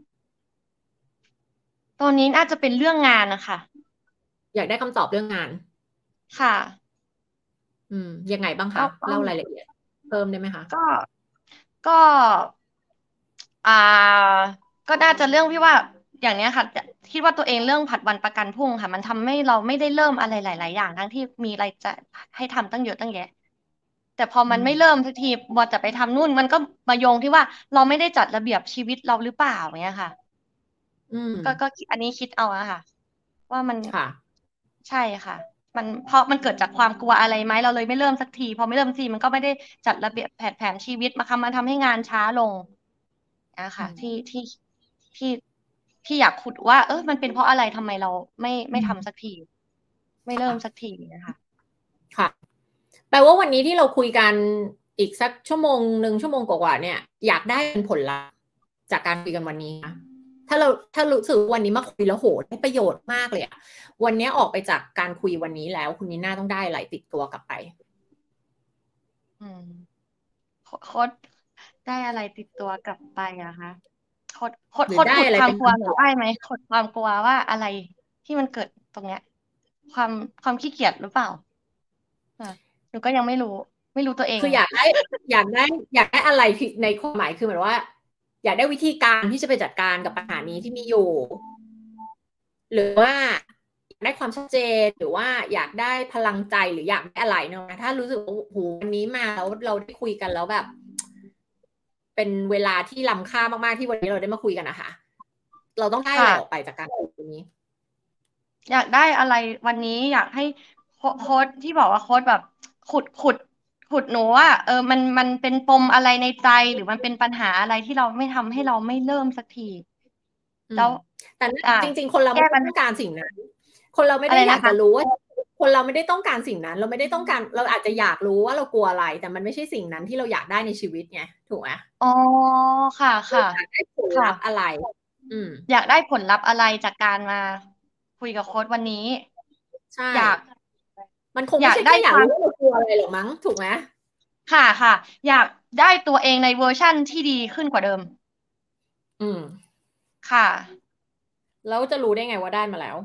ตอนนี้น่าจะเป็นเรื่องงานนะคะอยากได้คำตอบเรื่องงานค่ะยังไงบ้างก็คะเล่ารายละเอียดเพิ่มได้ไหมคะก็ก็อ่าก็น่าจะเรื่องที่ว่าอย่างเนี้ยค่ะคิดว่าตัวเองเรื่องผัดวันประกันพรุ่งค่ะมันทำให้เราไม่ได้เริ่มอะไรหลายๆอย่างทั้งที่มีอะไรจะให้ทำตั้งเยอะตั้งแยะแต่พอมันไม่เริ่มสักทีมัวแต่ไปทำนู่นมันก็มาโยงที่ว่าเราไม่ได้จัดระเบียบชีวิตเราหรือเปล่าอย่างเงี้ยค่ะก็อันนี้คิดเอาอะค่ะว่ามันค่ะใช่ค่ะมันเพราะมันเกิดจากความกลัวอะไรไหมเราเลยไม่เริ่มสักทีพอไม่เริ่มสักทีมันก็ไม่ได้จัดระเบียบแผนชีวิตมาทำให้งานช้าลงนะคะที่ที่อยากขุดว่ามันเป็นเพราะอะไรทำไมเราไม่ทำสักทีไม่เริ่มสักทีนะคะค่ะแปลว่าวันนี้ที่เราคุยกันอีกสักชั่วโมงหนึ่งชั่วโมงกว่าเนี่ยอยากได้เป็นผลลัพธ์จากการคุยกันวันนี้นะถ้ารู้สึกวันนี้มาคุยแล้วโหได้ประโยชน์มากเลยอะวันนี้ออกไปจากการคุยวันนี้แล้วคุณนีน่าต้องได้อะไรติดตัวกลับไปอืมโค้ดได้อะไรติดตัวกลับไปอะคะหรือได้ขุดความอะไรเป็นกลัวหนูคำตอบได้ไหมขุดความกลัวว่าอะไรที่มันเกิดตรงเนี้ยความความขี้เกียจหรือเปล่าอ่ะหนูก็ยังไม่รู้ตัวเองคืออยากได้อะไรในความหมายคือหมายว่าอยากได้วิธีการที่จะไปจัดการกับปัญหานี้ที่มีอยู่หรือว่าอยากได้ความชัดเจนหรือว่าอยากได้พลังใจหรืออยากได้อะไรเนาะถ้ารู้สึกว่าโหวันนี้มาแล้วเราได้คุยกันแล้วแบบเป็นเวลาที่ล้ำค่ามากๆที่วันนี้เราได้มาคุยกันนะคะเราต้องได้อะไรออกไปค่ะจากการคุยนี้อยากได้อะไรวันนี้อยากให้โค้ดที่บอกว่าโค้ดแบบขุดหนูว่ามันเป็นปมอะไรในใจหรือมันเป็นปัญหาอะไรที่เราไม่ทำให้เราไม่เริ่มสักทีแล้วแต่อ่าจริงๆคนเราแก้ปัญหาไม่ได้ต้องการสิ่งนั้นคนเราไม่ได้อยากอะไรนะคะจะรู้ว่าคนเราไม่ได้ต้องการสิ่งนั้นเราไม่ได้ต้องการเราอาจจะอยากรู้ว่าเรากลัวอะไรแต่มันไม่ใช่สิ่งนั้นที่เราอยากได้ในชีวิตไงถูกไหมอ๋อค่ะค่ะอยากได้ผลค่ะลัพธ์อะไรอืมอยากได้ผลลัพธ์อะไรจากการมาคุยกับโค้ดวันนี้ใช่อยากมันคงอยากไม่ใช่แค่อยากได้ความรู้ว่าเรากลัวอะไรหรอกมั้งถูกไหมค่ะอยากได้ตัวเองในเวอร์ชั่นที่ดีขึ้นกว่าเดิมอืมค่ะแล้วจะรู้ได้ไงว่าได้มาแล้ว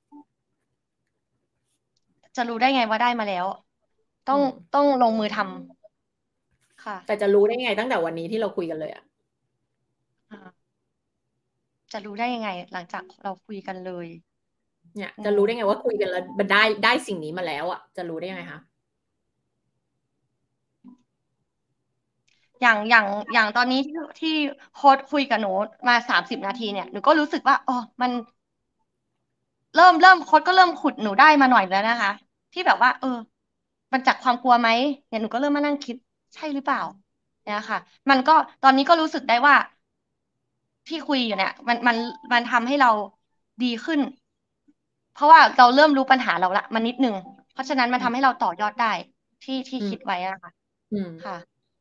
จะรู้ได้ไงว่าได้มาแล้วต้องอืมต้องลงมือทำค่ะแต่จะรู้ได้ไงตั้งแต่วันนี้ที่เราคุยกันเลยอะอ่าจะรู้ได้ยังไงหลังจากเราคุยกันเลยเนี่ยจะรู้ได้ไงว่าคุยกันแล้วมันได้สิ่งนี้มาแล้วอ่ะจะรู้ได้ยังไงคะอย่างตอนนี้ที่โค้ชคุยกับหนูมา30 นาทีเนี่ยหนูก็รู้สึกว่าอ๋อมันเริ่มโค้ชก็เริ่มขุดหนูได้มาหน่อยแล้วนะคะที่แบบว่ามันจากความกลัวไหมเนี่ยหนูก็เริ่มมานั่งคิดใช่หรือเปล่าเนี่ยค่ะมันก็ตอนนี้ก็รู้สึกได้ว่าที่คุยอยู่เนี่ยมันทำให้เราดีขึ้นเพราะว่าเราเริ่มรู้ปัญหาเราละมันนิดนึงเพราะฉะนั้นมันทำให้เราต่อยอดได้ที่อืมคิดไว้อะค่ะอืมค่ะ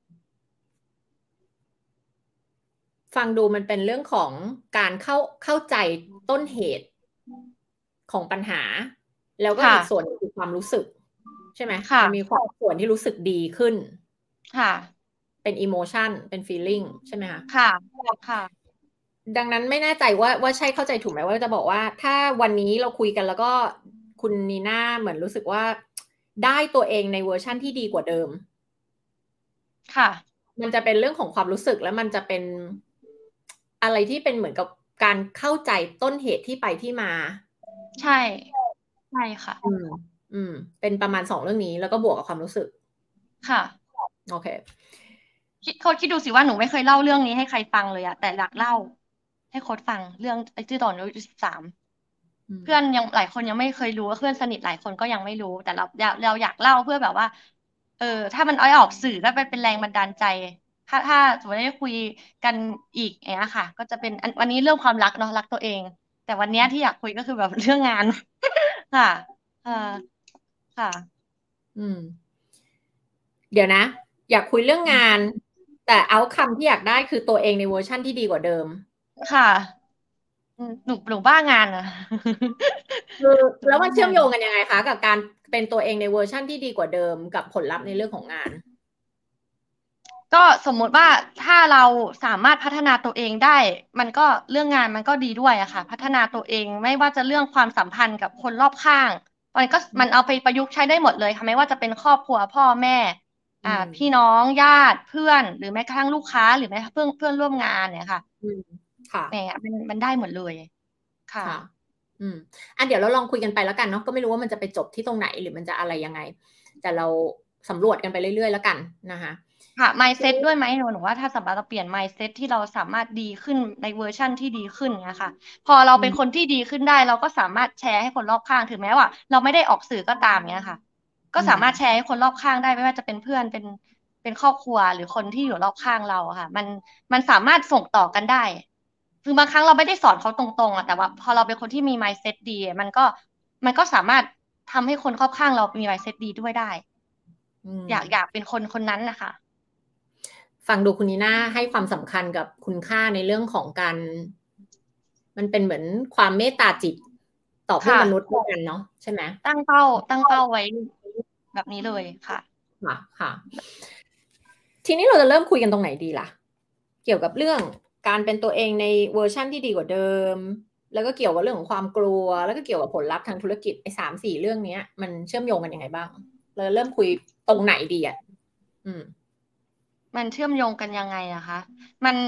ฟังดูมันเป็นเรื่องของการเข้าใจต้นเหตุของปัญหาแล้วก็ค่ะอีกส่วนคือความรู้สึกใช่ไหมค่ะมันมีความส่วนที่รู้สึกดีขึ้นค่ะเป็นอิโมชันเป็นฟีลลิ่งใช่ไหมคะค่ะค่ะดังนั้นไม่แน่ใจว่าใช่เข้าใจถูกไหมว่าจะบอกว่าถ้าวันนี้เราคุยกันแล้วก็คุณนีน่าเหมือนรู้สึกว่าได้ตัวเองในเวอร์ชั่นที่ดีกว่าเดิมค่ะมันจะเป็นเรื่องของความรู้สึกแล้วมันจะเป็นอะไรที่เป็นเหมือนกับการเข้าใจต้นเหตุที่ไปที่มาใช่ใช่ค่ะอืมอืมเป็นประมาณ2เรื่องนี้แล้วก็บวกกับความรู้สึกค่ะโอเคโค้ดคิดดูสิว่าหนูไม่เคยเล่าเรื่องนี้ให้ใครฟังเลยอะแต่อยากเล่าให้โค้ดฟังเรื่องไอ้ที่ตอนอายุ13 อืมเพื่อนยังหลายคนยังไม่เคยรู้เพื่อนสนิทหลายคนก็ยังไม่รู้แต่เราอยากเล่าเพื่อแบบว่าเออถ้ามันอ้อยออกสื่อก็เป็นแรงบันดาลใจถ้าสมมติได้คุยกันอีกอย่างเงี้ยค่ะก็จะเป็นวันนี้เรื่องความรักเนาะรักตัวเองแต่วันเนี้ยที่อยากคุยก็คือแบบเรื่องงานค่ะเออค่ะอืมเดี๋ยวนะอยากคุยเรื่องงานแต่เอาท์คัมที่อยากได้คือตัวเองในเวอร์ชั่นที่ดีกว่าเดิมค่ะหนูบ้างานอะคือหนูแล้วมันเชื่อมบ้างานโยงกันยังไงคะกับการเป็นตัวเองในเวอร์ชั่นที่ดีกว่าเดิมกับผลลัพธ์ในเรื่องของงานก็สมมุติว่าถ้าเราสามารถพัฒนาตัวเองได้มันก็เรื่องงานมันก็ดีด้วยอะค่ะพัฒนาตัวเองไม่ว่าจะเรื่องความสัมพันธ์กับคนรอบข้างมันเอาไปประยุกต์ใช้ได้หมดเลยค่ะไม่ว่าจะเป็นครอบครัวพ่อแม่อืมพี่น้องญาติเพื่อนหรือแม้กระทั่งลูกค้าหรือแม้กระทั่งเพื่อนร่วมงานเนี่ยค่ะอืมค่ะเนี่ยมันได้หมดเลยค่ะค่ะ อืมเดี๋ยวเราลองคุยกันไปแล้วกันเนาะก็ไม่รู้ว่ามันจะไปจบที่ตรงไหนหรือมันจะอะไรยังไงแต่เราสำรวจกันไปเรื่อยๆแล้วกันนะคะค่ะที mindset นี้ด้วยไหมหนูว่าถ้าสมมติเราเปลี่ยน mindset ที่เราสามารถดีขึ้นในเวอร์ชั่นที่ดีขึ้นเนี่ยค่ะพอเราอืมเป็นคนที่ดีขึ้นได้เราก็สามารถแชร์ให้คนรอบข้างถึงแม้ว่าเราไม่ได้ออกสื่อก็ตามเนี่ยค่ะก็อืมสามารถแชร์ให้คนรอบข้างได้ไม่ว่าจะเป็นเพื่อนเป็นครอบครัวหรือคนที่อยู่รอบข้างเราอะค่ะมันสามารถส่งต่อกันได้คือบางครั้งเราไม่ได้สอนเขาตรงๆอะแต่ว่าพอเราเป็นคนที่มี mindset ดีมันก็สามารถทำให้คนรอบข้างเรามี mindset ดีด้วยได้อืมอยากเป็นคนคนนั้นนะคะฟังดูคุณนีน่าให้ความสำคัญกับคุณค่าในเรื่องของการมันเป็นเหมือนความเมตตาจิตต่อเพื่อนค่ะมนุษย์ด้วยกันเนาะใช่ไหมตั้งเป้าไว้แบบนี้เลยค่ะค่ะค่ะทีนี้เราจะเริ่มคุยกันตรงไหนดีล่ะเกี่ยวกับเรื่องการเป็นตัวเองในเวอร์ชั่นที่ดีกว่าเดิมแล้วก็เกี่ยวกับเรื่องของความกลัวแล้วก็เกี่ยวกับผลลัพธ์ทางธุรกิจไอ้3-4เรื่องเนี้ยมันเชื่อมโยงกันยังไงบ้างเราเริ่มคุยตรงไหนดีอ่ะอืมมันเชื่อมโยงกันยังไงอะคะมัน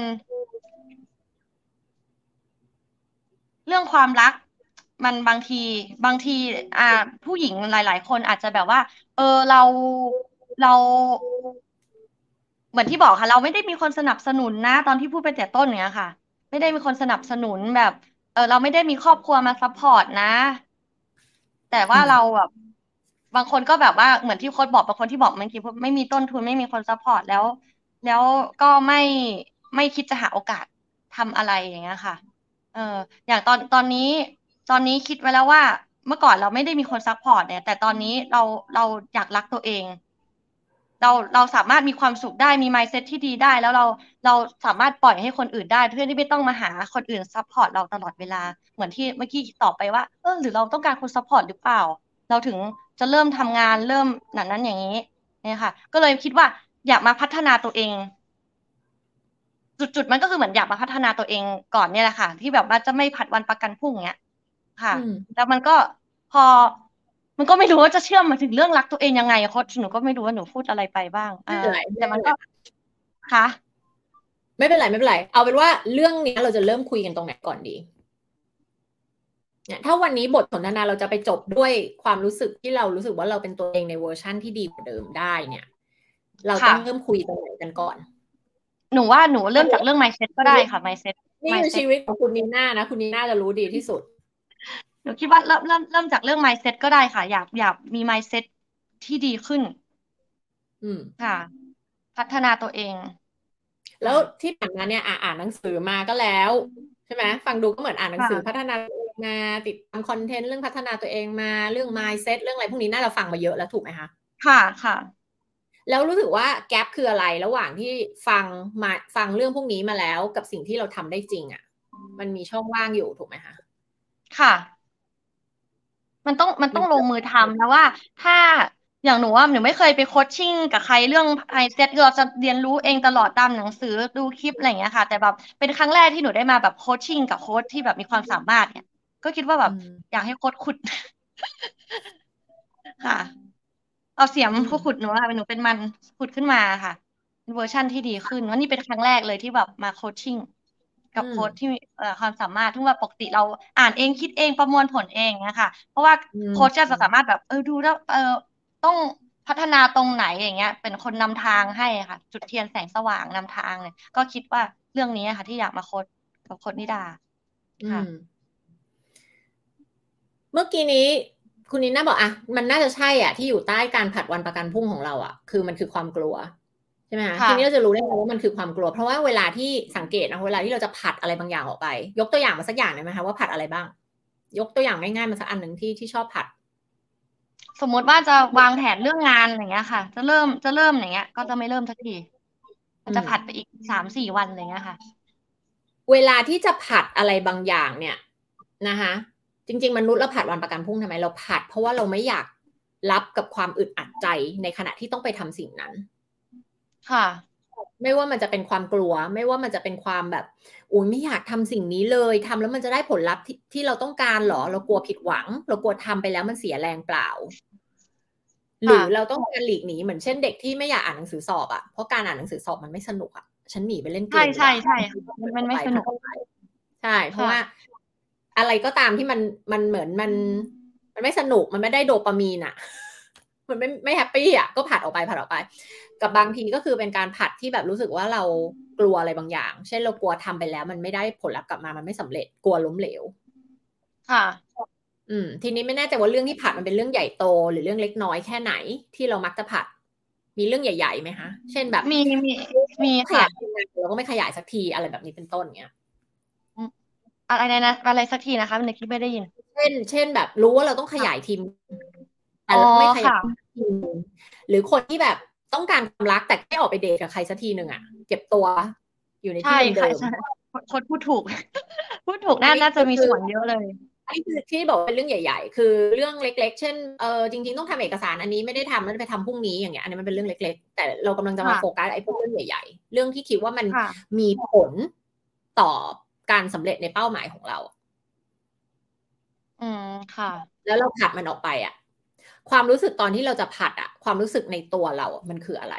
เรื่องความรักมันบางทีอ่าผู้หญิงหลายๆคนอาจจะแบบว่าเออเราเหมือนที่บอกค่ะเราไม่ได้มีคนสนับสนุนนะตอนที่พูดไปแต่ต้นเนี้ยค่ะไม่ได้มีคนสนับสนุนแบบเราไม่ได้มีครอบครัวมาซัพพอร์ตนะ แต่ว่าเราอืมแบบบางคนก็แบบว่าเหมือนที่โค้ชบอกบางคนที่บอกเมื่อกี้ไม่มีต้นทุนไม่มีคนซัพพอร์ตแล้วก็ไม่คิดจะหาโอกาสทำอะไรอย่างเงี้ยค่ะเอออย่างตอนนี้คิดไว้แล้วว่าเมื่อก่อนเราไม่ได้มีคนซัพพอร์ตเนี่ยแต่ตอนนี้เราอยากรักตัวเองเราสามารถมีความสุขได้มี mindset ที่ดีได้แล้วเราสามารถปล่อยให้คนอื่นได้เพื่อที่ไม่ต้องมาหาคนอื่นซัพพอร์ตเราตลอดเวลาเหมือนที่เมื่อกี้ตอบไปว่าหรือเราต้องการคนซัพพอร์ตหรือเปล่าเราถึงจะเริ่มทำงานเริ่มนั้นอย่างนี้เนี่ยค่ะก็เลยคิดว่าอยากมาพัฒนาตัวเองจุดมันก็คือเหมือนอยากมาพัฒนาตัวเองก่อนเนี่ยแหละค่ะที่แบบว่าจะไม่ผัดวันประกันพรุ่งเนี้ยค่ะอืมแล้วมันก็พอมันก็ไม่รู้ว่าจะเชื่อมมาถึงเรื่องรักตัวเองยังไงโค้ชหนูก็ไม่รู้ว่าหนูพูดอะไรไปบ้างไม่เป็นไรแต่มันก็ค่ะไม่เป็นไรไม่เป็นไรเอาเป็นว่าเรื่องนี้เราจะเริ่มคุยกันตรงไหนก่อนดีเนี่ยถ้าวันนี้บทสนทนาเราจะไปจบด้วยความรู้สึกที่เรารู้สึกว่าเราเป็นตัวเองในเวอร์ชั่นที่ดีกว่าเดิมได้เนี่ยเราต้องเริ่มคุยตรงไหนกันก่อนหนูว่าหนูเริ่มจากเรื่อง mindset ก็ได้ค่ะ mindset นี่คือชีวิตของคุณนีน่านะคุณนีน่าจะรู้ดีที่สุดหนูคิดว่าเริ่มจากเรื่อง mindset ก็ได้ค่ะอยากมี mindset ที่ดีขึ้นค่ะพัฒนาตัวเองแล้วที่ผ่านมาเนี่ยอ่านหนังสือมาก็แล้วใช่ไหมฟังดูก็เหมือนอ่านหนังสือพัฒนาตัวเองมาติดตามคอนเทนต์เรื่องพัฒนาตัวเองมาเรื่อง mindset เรื่องอะไรพวกนี้น่าจะฟังมาเยอะแล้วถูกไหมคะค่ะแล้วรู้สึกว่าแกปคืออะไรระหว่างที่ฟังเรื่องพวกนี้มาแล้วกับสิ่งที่เราทำได้จริงอ่ะมันมีช่องว่างอยู่ถูกไหมคะค่ะมันต้องลงมือทำนะว่าถ้าอย่างหนูว่าหนูไม่เคยไปโคชชิ่งกับใครเรื่อง mindset เราจะเรียนรู้เองตลอดตามหนังสือดูคลิปอะไรอย่างเงี้ยค่ะแต่แบบเป็นครั้งแรกที่หนูได้มาแบบโคชชิ่งกับโค้ชที่แบบมีความสามารถเนี่ยก็คิดว่าแบบอยากให้โค้ชขุดค่ะเอาเสียมผู้ขุดหนูอะหนูเป็นมันขุดขึ้นมาค่ะเป็นเวอร์ชั่นที่ดีขึ้นว่านี่เป็นครั้งแรกเลยที่แบบมาโคชชิ่งกับโค้ชที่มีความสามารถที่ว่าปกติเราอ่านเองคิดเองประมวลผลเองนะคะเพราะว่าโค้ชจะสามารถแบบดูแล้วต้องพัฒนาตรงไหนอย่างเงี้ยเป็นคนนำทางให้ค่ะจุดเทียนแสงสว่างนำทางเลยก็คิดว่าเรื่องนี้ค่ะที่อยากมาโค้ชกับโค้ชนิดาค่ะเมื่อกี้นี้คุณนิน่าบอกอ่ะมันน่าจะใช่อ่ะที่อยู่ใต้การผัดวันประกันพรุ่งของเราอ่ะคือมันคือความกลัวใช่ไหมคะทีนี้เราจะรู้ได้ไงว่ามันคือความกลัวเพราะว่าเวลาที่สังเกตนะเวลาที่เราจะผัดอะไรบางอย่างออกไปยกตัวอย่างมาสักอย่างได้ไหมคะว่าผัดอะไรบ้างยกตัวอย่างง่ายๆมาสักอันหนึ่งที่ชอบผัดสมมติว่าจะวางแผนเรื่องงานอย่างเงี้ยค่ะจะเริ่มอย่างเงี้ยก็จะไม่เริ่มสักทีมันจะผัดไปอีก3-4 วันอะไรเงี้ยค่ะเวลาที่จะผัดอะไรบางอย่างเนี่ยนะคะจริงๆมนุษย์เราผัดวันประกันพรุ่งทำไมเราผัดเพราะว่าเราไม่อยากรับกับความอึดอัดใจในขณะที่ต้องไปทำสิ่งนั้นค่ะไม่ว่ามันจะเป็นความกลัวไม่ว่ามันจะเป็นความแบบโอ้ยไม่อยากทำสิ่งนี้เลยทำแล้วมันจะได้ผลลัพธ์ที่เราต้องการหรอเรากลัวผิดหวังเรากลัวทำไปแล้วมันเสียแรงเปล่าหรือเราต้องการหลีกหนีเหมือนเช่นเด็กที่ไม่อยากอ่านหนังสือสอบอ่ะเพราะการอ่านหนังสือสอบมันไม่สนุกอ่ะฉันหนีไปเล่นเกใช่มดีใช่กว่าใช่มันไม่สนุกใช่เพราะว่าค่ะอะไรก็ตามที่มันเหมือนมันไม่สนุกมันไม่ได้โดปามีนอ่ะมันไม่แฮปปี้อ่ะก็ผัดออกไปกับบางทีก็คือเป็นการผัดที่แบบรู้สึกว่าเรากลัวอะไรบางอย่างเช่นเรากลัวทำไปแล้วมันไม่ได้ผลลัพธ์กลับมามันไม่สำเร็จกลัวล้มเหลวค่ะทีนี้ไม่แน่ใจว่าเรื่องที่ผัดมันเป็นเรื่องใหญ่โตหรือเรื่องเล็กน้อยแค่ไหนที่เรามักจะผัดมีเรื่องใหญ่ๆไหมคะเช่นแบบมีขค่ะยายงานเราก็ไม่ขยายสักทีอะไรแบบนี้เป็นต้นเงี้ยอะไรนะอะไรสักทีนะคะในคลิปไม่ได้ยินเช่นแบบรู้ว่าเราต้องขยายทีมแต่อ๋อเราไม่ขยายค่ะทีมหรือคนที่แบบต้องการความรักแต่ไม่ออกไปเดทกับใครสักทีหนึ่งอ่ะเก็บตัวอยู่ในใช่ที่เดิมค่ะใช่คนพูดถูกพูดถูกๆอันนี้น่าจะมีคือส่วนเยอะเลยอันนี้คือที่บอกเป็นเรื่องใหญ่ๆคือเรื่องเล็กๆเช่นจริงๆต้องทำเอกสารอันนี้ไม่ได้ทำแล้วไปทำพรุ่งนี้อย่างเงี้ยอันนี้มันเป็นเรื่องเล็กๆแต่เรากำลังจะมาโฟค่ะกัสไอ้พวกเรื่องใหญ่ๆเรื่องที่คิดว่ามันค่ะมีผลต่อการสำเร็จในเป้าหมายของเราอืมค่ะแล้วเราผัดมันออกไปอ่ะความรู้สึกตอนที่เราจะผัดอ่ะความรู้สึกในตัวเรามันคืออะไร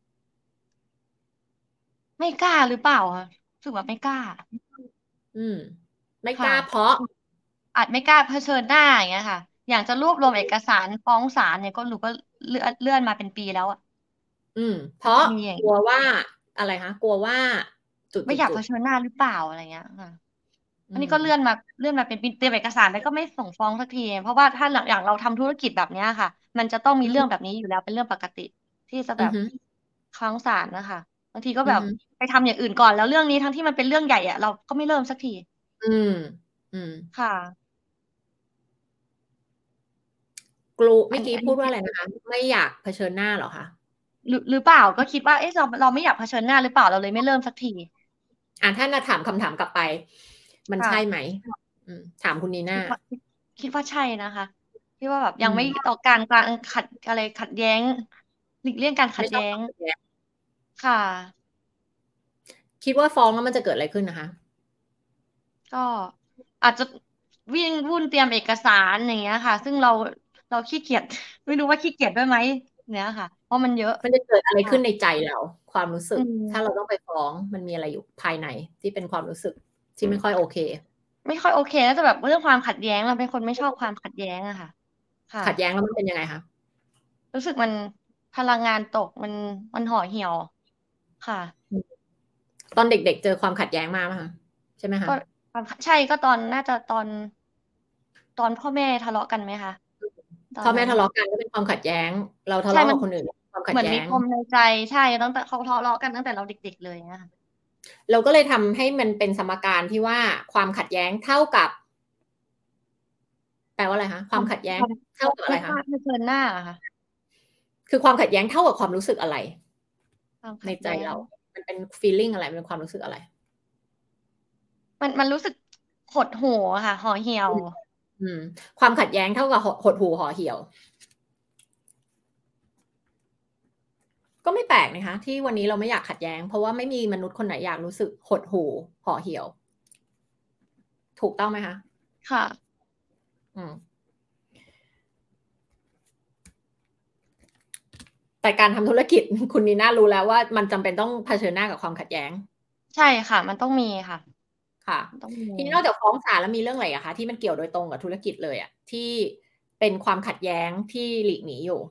ไม่กล้าหรือเปล่าคะรู้สึกว่าไม่กล้าอืมไม่กค่ะล้าเพราะอาจไม่กล้าเผชิญหน้าอย่างเงี้ยค่ะอย่างจะรวบรวมเอกสารฟ้องศาลเนี่ยก็หนูก็เลื่อนมาเป็นปีแล้วอ่ะเพราะก็จะมีอย่างกลัวว่าอะไรคะกลัวว่าจุดไม่อยากจุดจุดเผชิญหน้าหรือเปล่าอะไรเงี้ยค่ะอัอืนนี้ก็เลื่อนมมาเลื่อนมาเป็นปีเตรียมเอกสารแล้วก็ไม่ส่งฟ้องสักทีเพราะว่าถ้าอย่างเราทำธุรกิจแบบเนี้ยค่ะมันจะต้องมีเรื่องแบบนี้อยู่แล้วเป็นเรื่องปกติที่จะแบบอืมฟ้องศาลนะคะบางทีก็แบบอืมไปทำอย่างอื่นก่อนแล้วเรื่องนี้ทั้งที่มันเป็นเรื่องใหญ่อะเราก็ไม่เริ่มสักทีอืมอืมค่ะกลัวอัเมื่อกี้นนี้อันนี้พูดว่าอะไรนะคะไม่อยากเผชิญหน้าเหรอคะหรือเปล่าก็คิดว่าเอ๊ะเราไม่อยากเผชิญหน้าหรือเปล่าเราเลยไม่เริ่มสักทีถ้านาถามคำถามกลับไปมันใช่ไหมค่ะถามคุณนีน่าคิดว่าใช่นะคะที่ว่าแบบอืยังไม่มต่อการขัดอะไรขัดแย้งหลีกเลี่ยงการขัไม่ชอบดแย้งความขัดแย้งค่ะคิดว่าฟ้องแล้วมันจะเกิดอะไรขึ้นนะคะก็อาจจะวิ่งวุ่นเตรียมเอกสารอย่างเงี้ยค่ะซึ่งเราขี้เกียจไม่รู้ว่าขี้เกียจด้วยไหมเนี่ยค่ะราะมันเยอะมันจะเกิดอะไรขึ้นในใจเราความรู้สึกถ้าเรามต้องไปฟ้องมันมีอะไรอยู่ภายในที่เป็นความรู้สึกที่ไม่ค่อยโอเคไม่ค่อยโอเคแล้วจะแบบเรื่องความขัดแย้งเราเป็นคนไม่ชอบความขัดแย้งอะค่ะค่ะขัดแย้งแล้วมันเป็นยังไงคะรู้สึกมันพลังงานตกมันห่อเหี่ยวค่ะตอนเด็กๆเจอความขัดแย้งมาไหมคะใช่ไหมคะก็ใช่ก็ตอนน่าจะตอนพ่อแม่ทะเลาะกันไหมคะตอพ่อแม่นนั้นทะเลาะกันก็เป็นความขัดแย้งเราทะใช่มันเลาะกับคนอื่นความขัเหมือนมีดแย้งปมในใจใช่ตั้งแต่เขาทะเลาะกันตั้งแต่เราเด็กๆเลยนะคะเราก็เลยทำให้มันเป็นสมการที่ว่าความขัดแย้งเท่ากับแปลว่าอะไรคะความขัดแย้งเท่ากับอะไรคะเผชิญหน้าอะค่ะคือความขัดแย้งเท่ากับความรู้สึกอะไรความในใจขัดแย้งเรามันเป็น feeling อะไรมันเป็นความรู้สึกอะไรมันรู้สึกหดหู่อะค่ะห่อเหี่ยวอืมความขัดแย้งเท่ากับหดหู่ห่อเหี่ยว ก็ไม่แปลกนะคะที่วันนี้เราไม่อยากขัดแย้งเพราะว่าไม่มีมนุษย์คนไหนอยากรู้สึกหดหู่ห่อเหี่ยวถูกต้องไหมคะค่ะอืมแต่การทำธุรกิจคุณนีน่ารู้แล้วว่ามันจำเป็นต้องเผชิญหน้ากับความขัดแย้งใช่ค่ะมันต้องมีค่ะค่ะมันต้องมีทีนี้นอกจากฟ้องศาลแล้วมีเรื่องอะไรอะคะที่มันเกี่ยวโดยตรงกับธุรกิจเลยอะที่เป็นความขัดแย้งที่หลีกหนีอยู่